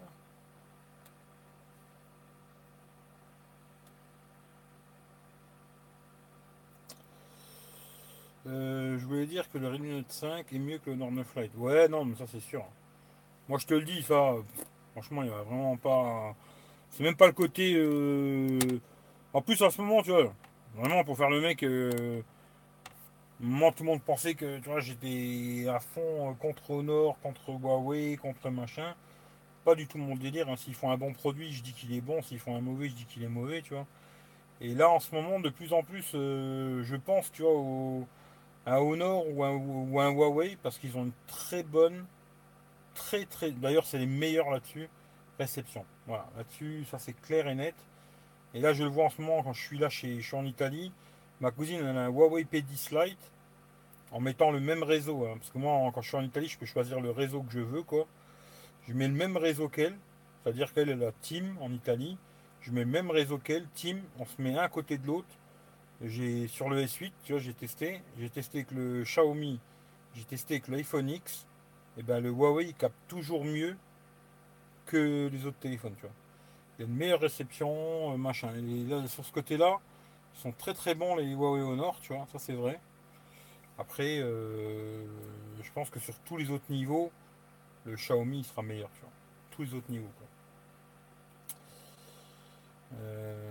Euh, je voulais dire que le Redmi Note cinq est mieux que le Nord neuf Lite. Ouais, non, mais ça c'est sûr. Moi je te le dis, ça, pff, franchement, il n'y a vraiment pas. C'est même pas le côté. euh, En plus, en ce moment, tu vois, vraiment pour faire le mec, euh, moi tout le monde pensait que tu vois, j'étais à fond euh, contre Honor, contre Huawei, contre machin. Pas du tout mon délire, hein. S'ils font un bon produit, je dis qu'il est bon. S'ils font un mauvais, je dis qu'il est mauvais, tu vois. Et là, en ce moment, de plus en plus, euh, je pense, tu vois, au, à Honor ou un, ou un Huawei parce qu'ils ont une très bonne, très très. D'ailleurs, c'est les meilleurs là-dessus. Réception. Voilà, là-dessus, ça c'est clair et net. Et là, je le vois en ce moment quand je suis là, chez, je suis en Italie. Ma cousine elle a un Huawei P dix Lite en mettant le même réseau, hein. Parce que moi, quand je suis en Italie, je peux choisir le réseau que je veux, quoi. Je mets le même réseau qu'elle, c'est-à-dire qu'elle est la Team en Italie. Je mets le même réseau qu'elle, Team. On se met un à côté de l'autre. J'ai sur le S huit, tu vois, j'ai testé. J'ai testé avec le Xiaomi. J'ai testé avec l'iPhone X. Et ben le Huawei il capte toujours mieux que les autres téléphones, tu vois. Il y a une meilleure réception, euh, machin. Et là, sur ce côté-là, ils sont très très bons les Huawei Honor, tu vois, ça c'est vrai. Après, euh, je pense que sur tous les autres niveaux, le Xiaomi il sera meilleur, tu vois. Tous les autres niveaux, quoi.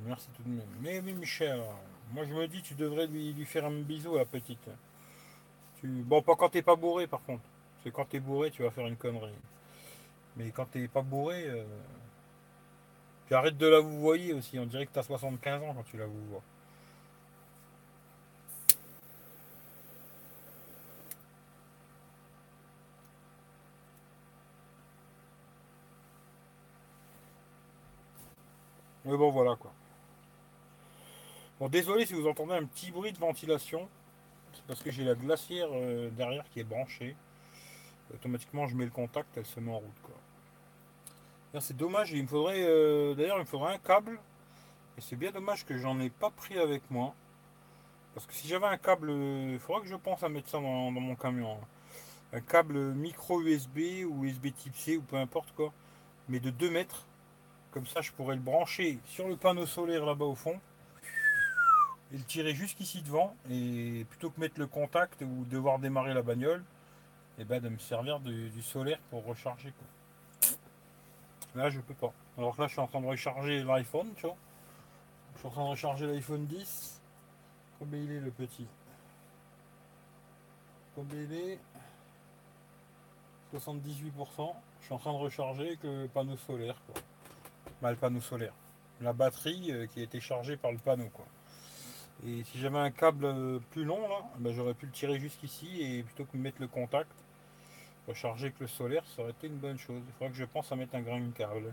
merci tout de même. Mais oui, Michel, moi je me dis, tu devrais lui, lui faire un bisou à la petite. Tu... Bon, pas quand t'es pas bourré par contre. Parce que quand t'es bourré, tu vas faire une connerie. Mais quand t'es pas bourré, euh, tu arrêtes de la vous voyer aussi. On dirait que t'as soixante-quinze ans quand tu la vous vois. Mais bon, voilà quoi. Bon, désolé si vous entendez un petit bruit de ventilation. C'est parce que j'ai la glacière euh, derrière qui est branchée. Automatiquement, je mets le contact, elle se met en route quoi. C'est dommage, il me faudrait euh, d'ailleurs il me faudrait un câble. Et c'est bien dommage que j'en ai pas pris avec moi. Parce que si j'avais un câble, il faudra que je pense à mettre ça dans, dans mon camion. Hein. Un câble micro U S B ou U S B type C ou peu importe quoi. Mais de deux mètres. Comme ça, je pourrais le brancher sur le panneau solaire là-bas au fond. Et le tirer jusqu'ici devant. Et plutôt que mettre le contact ou devoir démarrer la bagnole, et ben de me servir de- du solaire pour recharger quoi. Là, je peux pas. Alors que là, je suis en train de recharger l'iPhone, tu vois. Je suis en train de recharger l'iPhone dix. Combien il est le petit? Combien il est? soixante-dix-huit pour cent. Je suis en train de recharger avec le panneau solaire, quoi. Bah, le panneau solaire. La batterie euh, qui a été chargée par le panneau, quoi. Et si j'avais un câble euh, plus long, là, bah, j'aurais pu le tirer jusqu'ici et plutôt que de mettre le contact, recharger avec le solaire, ça aurait été une bonne chose. Il faudrait que je pense à mettre un grain de câble.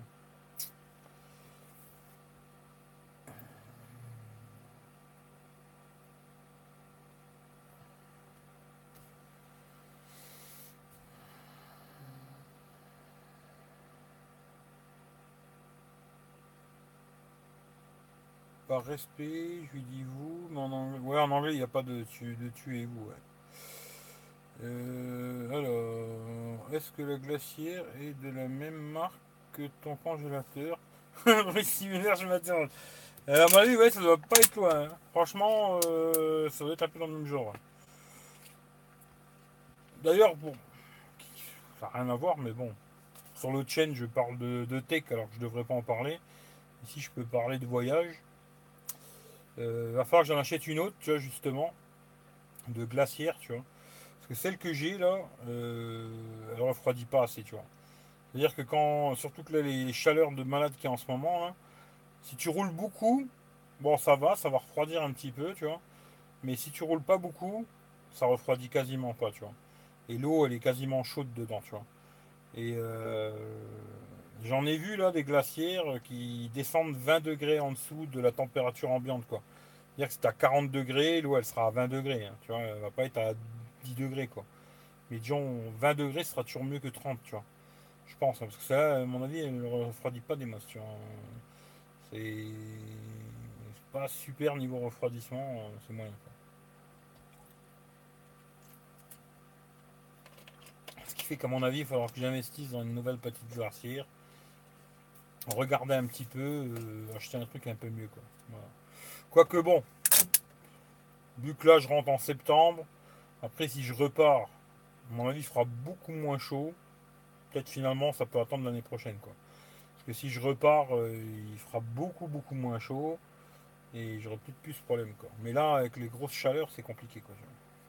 Par respect, je lui dis vous, mais en anglais, ouais, en anglais, il n'y a pas de tu, de tu et vous, ouais. Euh, alors, est-ce que la glacière est de la même marque que ton congélateur? Oui, similaire, je m'attends. Euh, à mon avis, ouais, ça doit pas être loin. Hein. Franchement, euh, ça doit être un peu dans le même genre. Ouais. D'ailleurs, bon, ça n'a rien à voir, mais bon. Sur l'autre chaîne, je parle de, de tech alors que je devrais pas en parler. Ici, je peux parler de voyage. Euh, va falloir que j'en achète une autre, tu vois, justement, de glacière, tu vois. Parce que celle que j'ai là, euh, elle refroidit pas assez, tu vois. C'est-à-dire que quand, surtout que là, les chaleurs de malade qu'il y a en ce moment, là, si tu roules beaucoup, bon, ça va, ça va refroidir un petit peu, tu vois. Mais si tu roules pas beaucoup, ça refroidit quasiment pas, tu vois. Et l'eau, elle est quasiment chaude dedans, tu vois. Et euh, j'en ai vu là des glacières qui descendent vingt degrés en dessous de la température ambiante, quoi. C'est-à-dire que si t'as quarante degrés, l'eau elle sera à vingt degrés, hein, tu vois, elle va pas être à dix degrés, quoi. Mais disons, vingt degrés sera toujours mieux que trente, tu vois. Je pense, hein, parce que ça, à mon avis, elle ne refroidit pas des masses, tu vois. C'est c'est pas super niveau refroidissement, euh, c'est moyen, quoi. Ce qui fait qu'à mon avis, il va falloir que j'investisse dans une nouvelle petite glacière, regarder un petit peu, euh, acheter un truc un peu mieux, quoi. Voilà. Quoique bon, vu que là je rentre en septembre, après si je repars, à mon avis il fera beaucoup moins chaud. Peut-être finalement ça peut attendre l'année prochaine, quoi. Parce que si je repars, euh, il fera beaucoup beaucoup moins chaud et j'aurai peut-être plus ce problème, quoi. Mais là avec les grosses chaleurs c'est compliqué, quoi.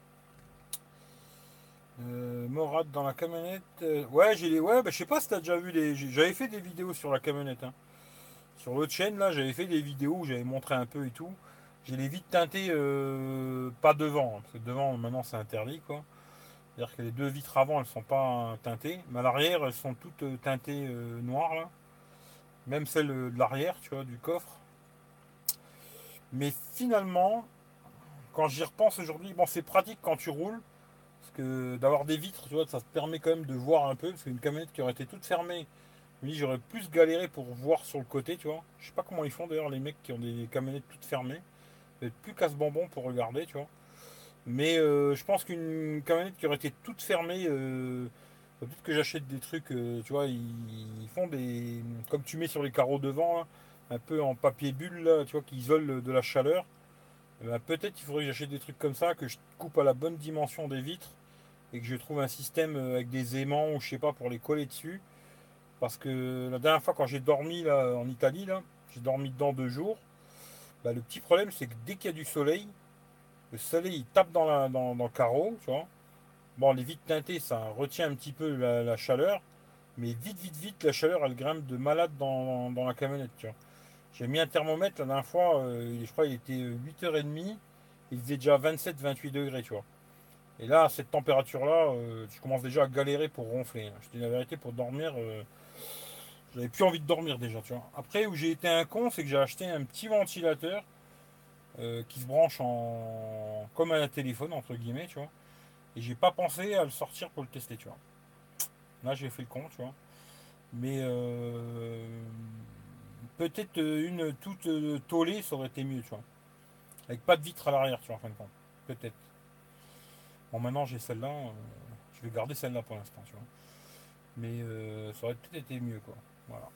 Euh, Morad dans la camionnette. euh, ouais, j'ai les. Ouais, bah, je sais pas si t'as déjà vu les. j'ai- J'avais fait des vidéos sur la camionnette. Hein. Sur l'autre chaîne, là, j'avais fait des vidéos où j'avais montré un peu et tout. J'ai les vitres teintées, euh, pas devant, hein, parce que devant, maintenant, c'est interdit, quoi. C'est-à-dire que les deux vitres avant, elles sont pas teintées, mais à l'arrière, elles sont toutes euh, teintées euh, noires, là. Même celle euh, de l'arrière, tu vois, du coffre. Mais finalement, quand j'y repense aujourd'hui, bon, c'est pratique quand tu roules, parce que d'avoir des vitres, tu vois, ça te permet quand même de voir un peu, parce qu'une camionnette qui aurait été toute fermée, oui, j'aurais plus galéré pour voir sur le côté, tu vois. Je sais pas comment ils font d'ailleurs les mecs qui ont des camionnettes toutes fermées. Être plus casse-bonbon pour regarder, tu vois. Mais euh, je pense qu'une camionnette qui aurait été toute fermée, euh, peut-être que j'achète des trucs, euh, tu vois, ils, ils font des. Comme tu mets sur les carreaux devant, là, un peu en papier bulle, là, tu vois, qui isole de la chaleur. Eh ben, peut-être qu'il faudrait que j'achète des trucs comme ça, que je coupe à la bonne dimension des vitres et que je trouve un système euh, avec des aimants ou je sais pas pour les coller dessus. Parce que la dernière fois quand j'ai dormi là, en Italie, là, j'ai dormi dedans deux jours. Bah, le petit problème, c'est que dès qu'il y a du soleil, le soleil il tape dans, la, dans, dans le carreau, tu vois. Bon, les vitres teintées, ça retient un petit peu la, la chaleur, mais vite, vite, vite, la chaleur, elle grimpe de malade dans, dans la camionnette, tu vois. J'ai mis un thermomètre la dernière fois, euh, je crois qu'il était huit heures trente, il faisait déjà vingt-sept vingt-huit degrés, tu vois. Et là, à cette température-là, euh, je commence déjà à galérer pour ronfler, hein. Je te dis la vérité, pour dormir, euh, j'avais plus envie de dormir déjà, tu vois. Après, où j'ai été un con, c'est que j'ai acheté un petit ventilateur euh, qui se branche en comme un téléphone, entre guillemets, tu vois. Et j'ai pas pensé à le sortir pour le tester, tu vois. Là, j'ai fait le con, tu vois. Mais euh, peut-être une toute euh, tôlée, ça aurait été mieux, tu vois. Avec pas de vitre à l'arrière, tu vois, en fin de compte. Peut-être. Bon, maintenant, j'ai celle-là. euh, je vais garder celle-là pour l'instant, tu vois. Mais euh, ça aurait peut-être été mieux, quoi. Voilà.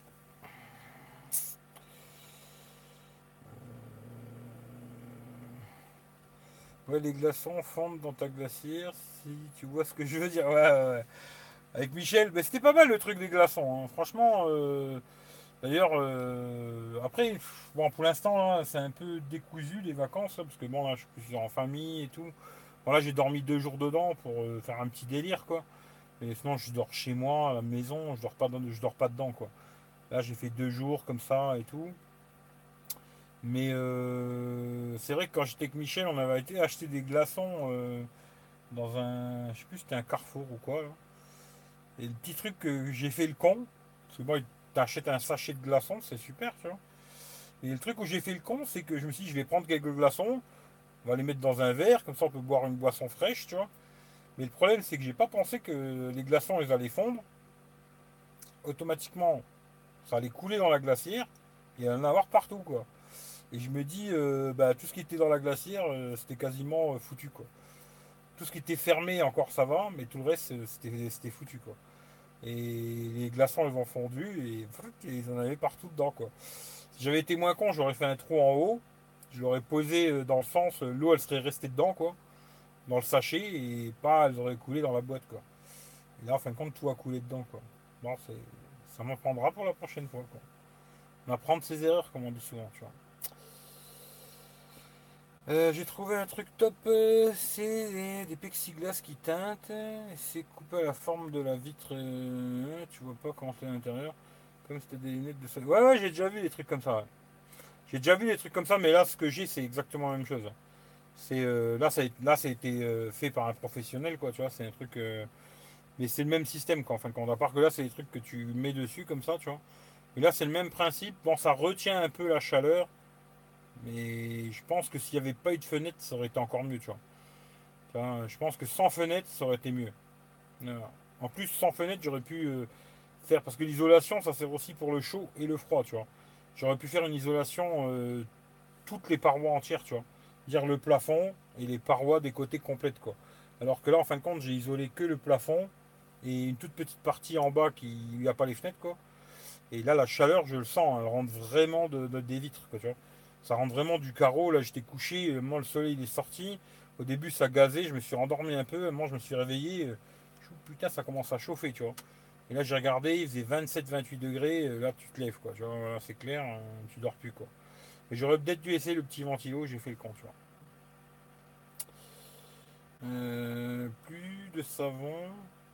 Ouais, les glaçons fondent dans ta glacière, si tu vois ce que je veux dire. Ouais, ouais, ouais. Avec Michel, bah, c'était pas mal le truc des glaçons, hein. Franchement, euh, d'ailleurs, euh, après, pff, bon, pour l'instant, là, c'est un peu décousu les vacances, là, parce que bon, là, je suis en famille et tout. Bon, là, j'ai dormi deux jours dedans pour euh, faire un petit délire, quoi. Et sinon, je dors chez moi, à la maison, je dors pas, dans- je dors pas dedans, quoi. Là, j'ai fait deux jours comme ça et tout. Mais euh, c'est vrai que quand j'étais avec Michel, on avait été acheter des glaçons euh, dans un, je sais plus, si c'était un Carrefour ou quoi, là. Et le petit truc que j'ai fait le con, parce que moi, t'achètes un sachet de glaçons, c'est super, tu vois. Et le truc où j'ai fait le con, c'est que je me suis dit, je vais prendre quelques glaçons, on va les mettre dans un verre, comme ça on peut boire une boisson fraîche, tu vois. Mais le problème, c'est que j'ai pas pensé que les glaçons, ils allaient fondre. Automatiquement, ça allait couler dans la glacière et en avoir partout, quoi. Et je me dis, euh, bah, tout ce qui était dans la glacière, euh, c'était quasiment euh, foutu, quoi. Tout ce qui était fermé, encore ça va, mais tout le reste, euh, c'était c'était foutu, quoi. Et les glaçons, ils ont fondu et pff, ils en avaient partout dedans, quoi. Si j'avais été moins con, j'aurais fait un trou en haut, je l'aurais posé euh, dans le sens, euh, l'eau, elle serait restée dedans, quoi, dans le sachet, et pas, elles auraient coulé dans la boîte, quoi. Et là, en fin de compte, tout a coulé dedans, quoi. Bon, c'est, ça m'apprendra pour la prochaine fois, quoi. On apprendre ses erreurs, comme on dit souvent, tu vois. Euh, j'ai trouvé un truc top, euh, c'est des, des plexiglas qui teintent, et c'est coupé à la forme de la vitre, euh, tu vois pas quand t'es à l'intérieur, comme si c'était des lunettes de soleil. Ouais, ouais, j'ai déjà vu des trucs comme ça, ouais. J'ai déjà vu des trucs comme ça, mais là, ce que j'ai, c'est exactement la même chose. C'est euh, là, ça a, là, ça a été euh, fait par un professionnel, quoi, tu vois, c'est un truc, euh, mais c'est le même système, quoi, en fin de compte, à part que là, c'est des trucs que tu mets dessus, comme ça, tu vois. Et là, c'est le même principe, bon, ça retient un peu la chaleur, mais je pense que s'il n'y avait pas eu de fenêtre, ça aurait été encore mieux, tu vois. Enfin, je pense que sans fenêtre, ça aurait été mieux. Voilà. En plus, sans fenêtre, j'aurais pu euh, faire. Parce que l'isolation, ça sert aussi pour le chaud et le froid, tu vois. J'aurais pu faire une isolation euh, toutes les parois entières, tu vois. Dire le plafond et les parois des côtés complètes, quoi. Alors que là, en fin de compte, j'ai isolé que le plafond et une toute petite partie en bas qui il n'y a pas les fenêtres, quoi. Et là, la chaleur, je le sens, elle rentre vraiment de, de- des vitres, quoi, tu vois. Ça rentre vraiment du carreau. Là, j'étais couché, euh, moi, le soleil il est sorti. Au début, ça gazait, je me suis rendormi un peu. Moi, je me suis réveillé. euh, je me putain, ça commence à chauffer, tu vois. Et là, j'ai regardé, il faisait vingt-sept vingt-huit degrés. euh, Là, tu te lèves, quoi. Tu vois, voilà, c'est clair, hein, tu dors plus, quoi. Mais j'aurais peut-être dû essayer le petit ventilo, j'ai fait le con, tu vois. Euh, plus de savon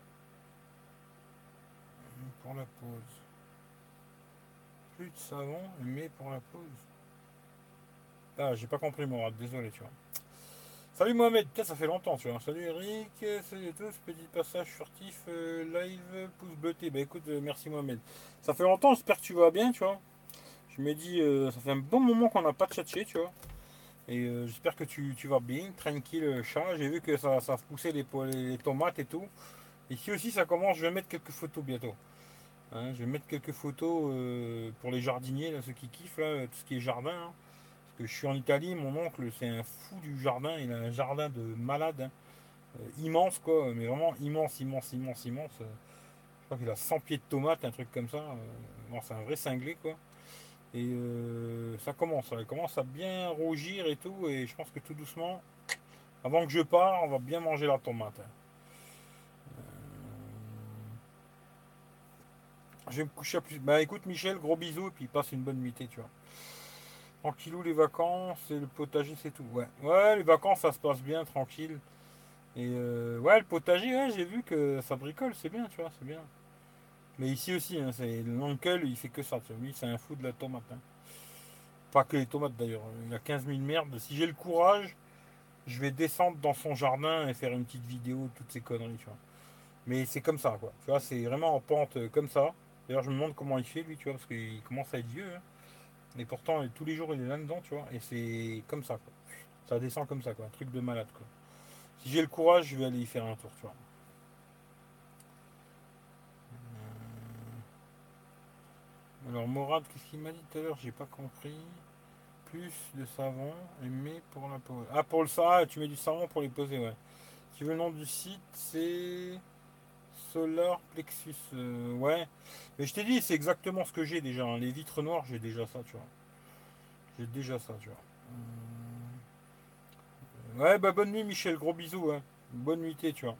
pour la pause. Plus de savon, mais pour la pause. Ah, j'ai pas compris, moi, désolé, tu vois. Salut Mohamed, putain, ça fait longtemps, tu vois. Salut Eric, salut à tous, petit passage furtif, euh, live, pouce bleuté. Bah écoute, euh, merci Mohamed. Ça fait longtemps, j'espère que tu vas bien, tu vois. Je me dis, euh, ça fait un bon moment qu'on n'a pas chatché, tu vois. Et euh, j'espère que tu, tu vas bien, tranquille, euh, chat. J'ai vu que ça, ça poussait les, po- les tomates et tout. Ici aussi, ça commence, je vais mettre quelques photos bientôt. Hein, je vais mettre quelques photos euh, pour les jardiniers, là, ceux qui kiffent, là, tout ce qui est jardin, hein. Parce que je suis en Italie, mon oncle, c'est un fou du jardin, il a un jardin de malade, hein. Euh, immense quoi, mais vraiment immense, immense, immense, immense. Euh, je crois qu'il a cent pieds de tomates, un truc comme ça. Euh, bon, c'est un vrai cinglé quoi. Et euh, ça commence, ça commence à bien rougir et tout, et je pense que tout doucement, avant que je pars, on va bien manger la tomate, hein. Je vais me coucher à plus. Bah écoute Michel, gros bisous, et puis passe une bonne nuitée, tu vois. Tranquillou les vacances et le potager c'est tout. Ouais. Ouais, les vacances ça se passe bien, tranquille. Et euh, ouais, le potager, ouais, j'ai vu que ça bricole, c'est bien, tu vois, c'est bien. Mais ici aussi, hein, c'est l'oncle, il fait que ça, tu vois. Lui, c'est un fou de la tomate, hein. Pas que les tomates d'ailleurs. Il a quinze mille merdes. Si j'ai le courage, je vais descendre dans son jardin et faire une petite vidéo de toutes ces conneries, tu vois. Mais c'est comme ça, quoi. Tu vois, c'est vraiment en pente euh, comme ça. D'ailleurs, je me demande comment il fait, lui, tu vois, parce qu'il commence à être vieux, hein. Et pourtant, tous les jours, il est là-dedans, tu vois. Et c'est comme ça, quoi. Ça descend comme ça, quoi. Un truc de malade, quoi. Si j'ai le courage, je vais aller y faire un tour, tu vois. Alors, Morad, qu'est-ce qu'il m'a dit tout à l'heure? J'ai pas compris. Plus de savon et mais pour la pose. Ah, pour le savon, ah, tu mets du savon pour les poser, ouais. Si tu veux le nom du site, c'est Solar Plexus. Euh, ouais. Mais je t'ai dit, c'est exactement ce que j'ai déjà, hein. Les vitres noires, j'ai déjà ça, tu vois. J'ai déjà ça, tu vois. Euh, Ouais, bah bonne nuit, Michel. Gros bisous, hein. Bonne nuitée, tu vois.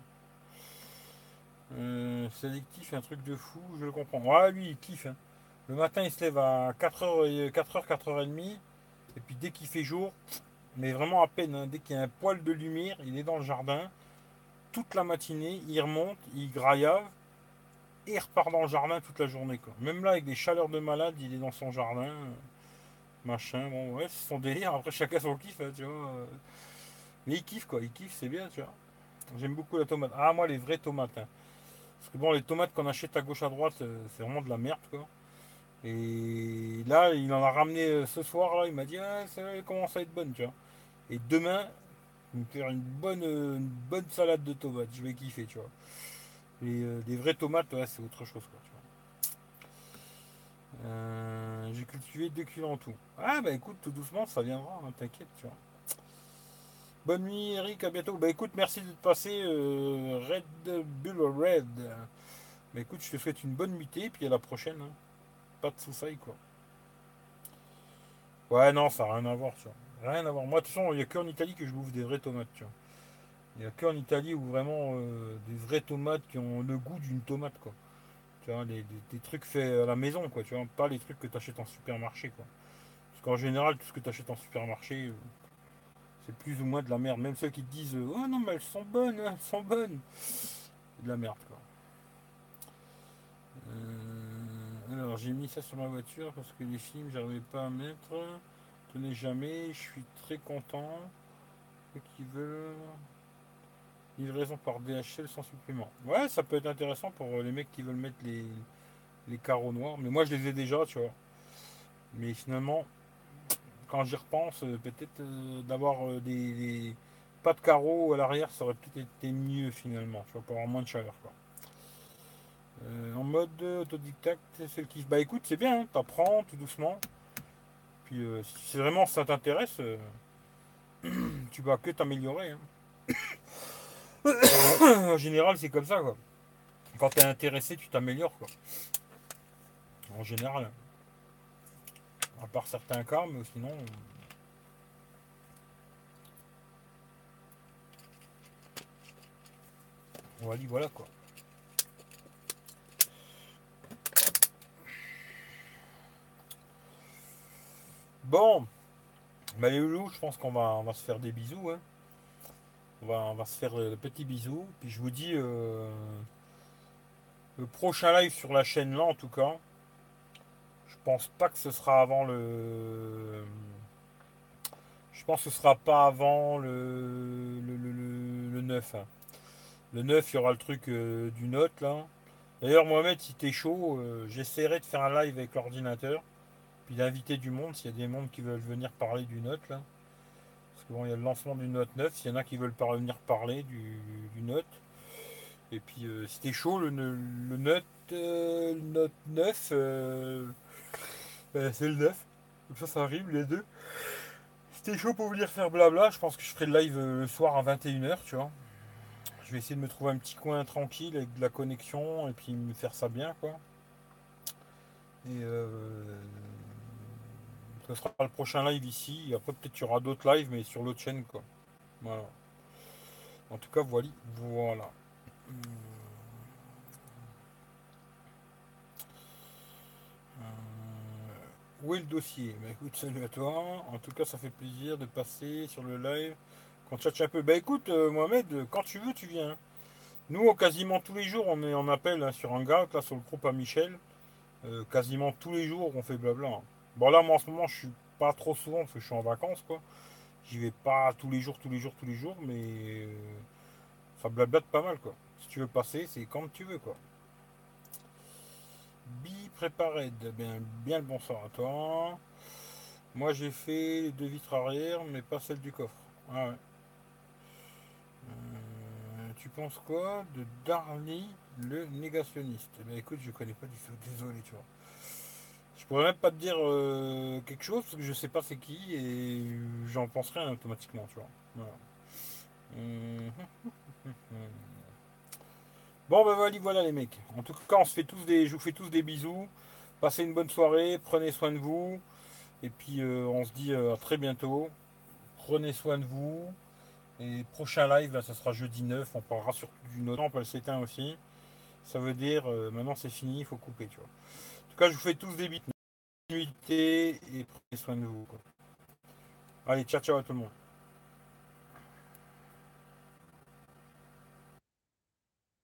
Euh, c'est addictif, un truc de fou, je le comprends. Ouais, lui, il kiffe, hein. Le matin, il se lève à quatre heures, quatre heures, quatre heures trente. Et puis dès qu'il fait jour, mais vraiment à peine, hein, dès qu'il y a un poil de lumière, il est dans le jardin. Toute la matinée, il remonte, il graillave et il repart dans le jardin toute la journée, quoi. Même là, avec des chaleurs de malade, il est dans son jardin, euh, machin. Bon, ouais, c'est son délire. Après, chacun son kiff, hein, tu vois. euh. Mais il kiffe, quoi. Il kiffe, c'est bien, tu vois. J'aime beaucoup la tomate. Ah, moi, les vraies tomates, hein. Parce que bon, les tomates qu'on achète à gauche à droite, euh, c'est vraiment de la merde, quoi. Et là, il en a ramené euh, ce soir, là. Il m'a dit, ah, ça commence à être bonne, tu vois. Et demain, il me faire une bonne, euh, une bonne salade de tomates. Je vais kiffer, tu vois. Les, euh, des vraies tomates, ouais, c'est autre chose, quoi, tu vois. Euh, j'ai cultivé deux kilos en tout. Ah, bah écoute, tout doucement, ça viendra, hein, t'inquiète, tu vois. Bonne nuit, Eric, à bientôt. Bah écoute, merci de te passer, euh, Red Bull Red. Bah écoute, je te souhaite une bonne nuitée, puis à la prochaine, hein. Pas de soucis, quoi. Ouais, non, ça n'a rien à voir, tu vois. Rien à voir. Moi, de toute façon, il n'y a qu'en Italie que je bouffe des vraies tomates, tu vois. Il n'y a qu'en Italie où vraiment euh, des vraies tomates qui ont le goût d'une tomate, quoi. Tu vois, des, des- des trucs faits à la maison, quoi, tu vois. Pas les trucs que tu achètes en supermarché, quoi. Parce qu'en général, tout ce que tu achètes en supermarché, euh, c'est plus ou moins de la merde. Même ceux qui te disent, euh, oh non, mais elles sont bonnes, hein, elles sont bonnes. C'est de la merde, quoi. Euh, alors, j'ai mis ça sur ma voiture parce que les films, j'arrivais pas à mettre. Tenez jamais, je suis très content. Ceux qui veulent. Livraison par D H L sans supplément. Ouais, ça peut être intéressant pour les mecs qui veulent mettre les, les carreaux noirs. Mais moi, je les ai déjà, tu vois. Mais finalement, quand j'y repense, euh, peut-être euh, d'avoir euh, des, des- pas de carreaux à l'arrière, ça aurait peut-être été mieux finalement. Tu vois, pour avoir moins de chaleur, quoi. Euh, en mode autodidacte, c'est le kiff. Bah écoute, c'est bien, hein, t'apprends tout doucement. Puis euh, si vraiment ça t'intéresse, euh, tu vas que t'améliorer, hein. En général, c'est comme ça, quoi. Quand t'es intéressé, tu t'améliores, quoi. En général, hein. À part certains cas, mais sinon, euh, on va dire voilà, quoi. Bon, bah les loulous, je pense qu'on va, on va se faire des bisous, hein. On va, on va se faire euh, de petits bisous. Puis je vous dis, euh, le prochain live sur la chaîne là, en tout cas, je pense pas que ce sera avant le. Je pense que ce sera pas avant le, le, le, le- le neuf, hein. Le neuf, il y aura le truc euh, du note là. D'ailleurs, Mohamed, si t'es chaud, euh, j'essaierai de faire un live avec l'ordinateur. Puis d'inviter du monde, s'il y a des mondes qui veulent venir parler du note là. Parce que bon, il y a le lancement du Note neuf, s'il y en a qui veulent pas venir parler du, du Note. Et puis euh, si t'es chaud, le, le Note, euh, le Note neuf, euh, euh, c'est le neuf. Comme ça, ça arrive les deux. Si t'es chaud pour venir faire blabla, je pense que je ferai le live euh, le soir à vingt et une heures, tu vois. Je vais essayer de me trouver un petit coin tranquille avec de la connexion et puis me faire ça bien, quoi. Et euh, ce sera le prochain live ici. Et après, peut-être qu'il y aura d'autres lives, mais sur l'autre chaîne, quoi. Voilà. En tout cas, voilà. Voilà. où est le dossier? Bah écoute, salut à toi. En tout cas, ça fait plaisir de passer sur le live. Qu'on tchatche un peu. Bah écoute, euh, Mohamed, quand tu veux, tu viens. Nous, quasiment tous les jours, on est en appel hein, sur Hangout, là, sur le groupe à Michel. Euh, quasiment tous les jours, on fait blabla. Hein. Bon, là, moi, en ce moment, je suis pas trop souvent parce que je suis en vacances, quoi. J'y vais pas tous les jours, tous les jours, tous les jours, mais euh, ça blablate pas mal, quoi. Si tu veux passer, c'est quand tu veux, quoi. Be prepared. Bien, bien le bonsoir à toi. Moi, j'ai fait les deux vitres arrière, mais pas celle du coffre. Ah ouais. Euh, tu penses quoi de Darly, le négationniste? Eh ben, écoute, je connais pas du tout. Désolé, tu vois. Je pourrais même pas te dire euh, quelque chose parce que je sais pas c'est qui et j'en pense rien automatiquement, tu vois. Voilà. Hum, hum, hum. Bon, ben voilà, voilà les mecs. En tout cas, on se fait tous des, je vous fais tous des bisous. Passez une bonne soirée, prenez soin de vous. Et puis, euh, on se dit euh, à très bientôt. Prenez soin de vous. Et prochain live, là, ça sera jeudi neuf. On parlera surtout du autre. On peut le s'éteindre aussi. Ça veut dire, euh, maintenant c'est fini, il faut couper, tu vois. En tout cas, je vous fais tous des bisous et prenez soin de vous. Quoi. Allez, ciao, ciao à tout le monde.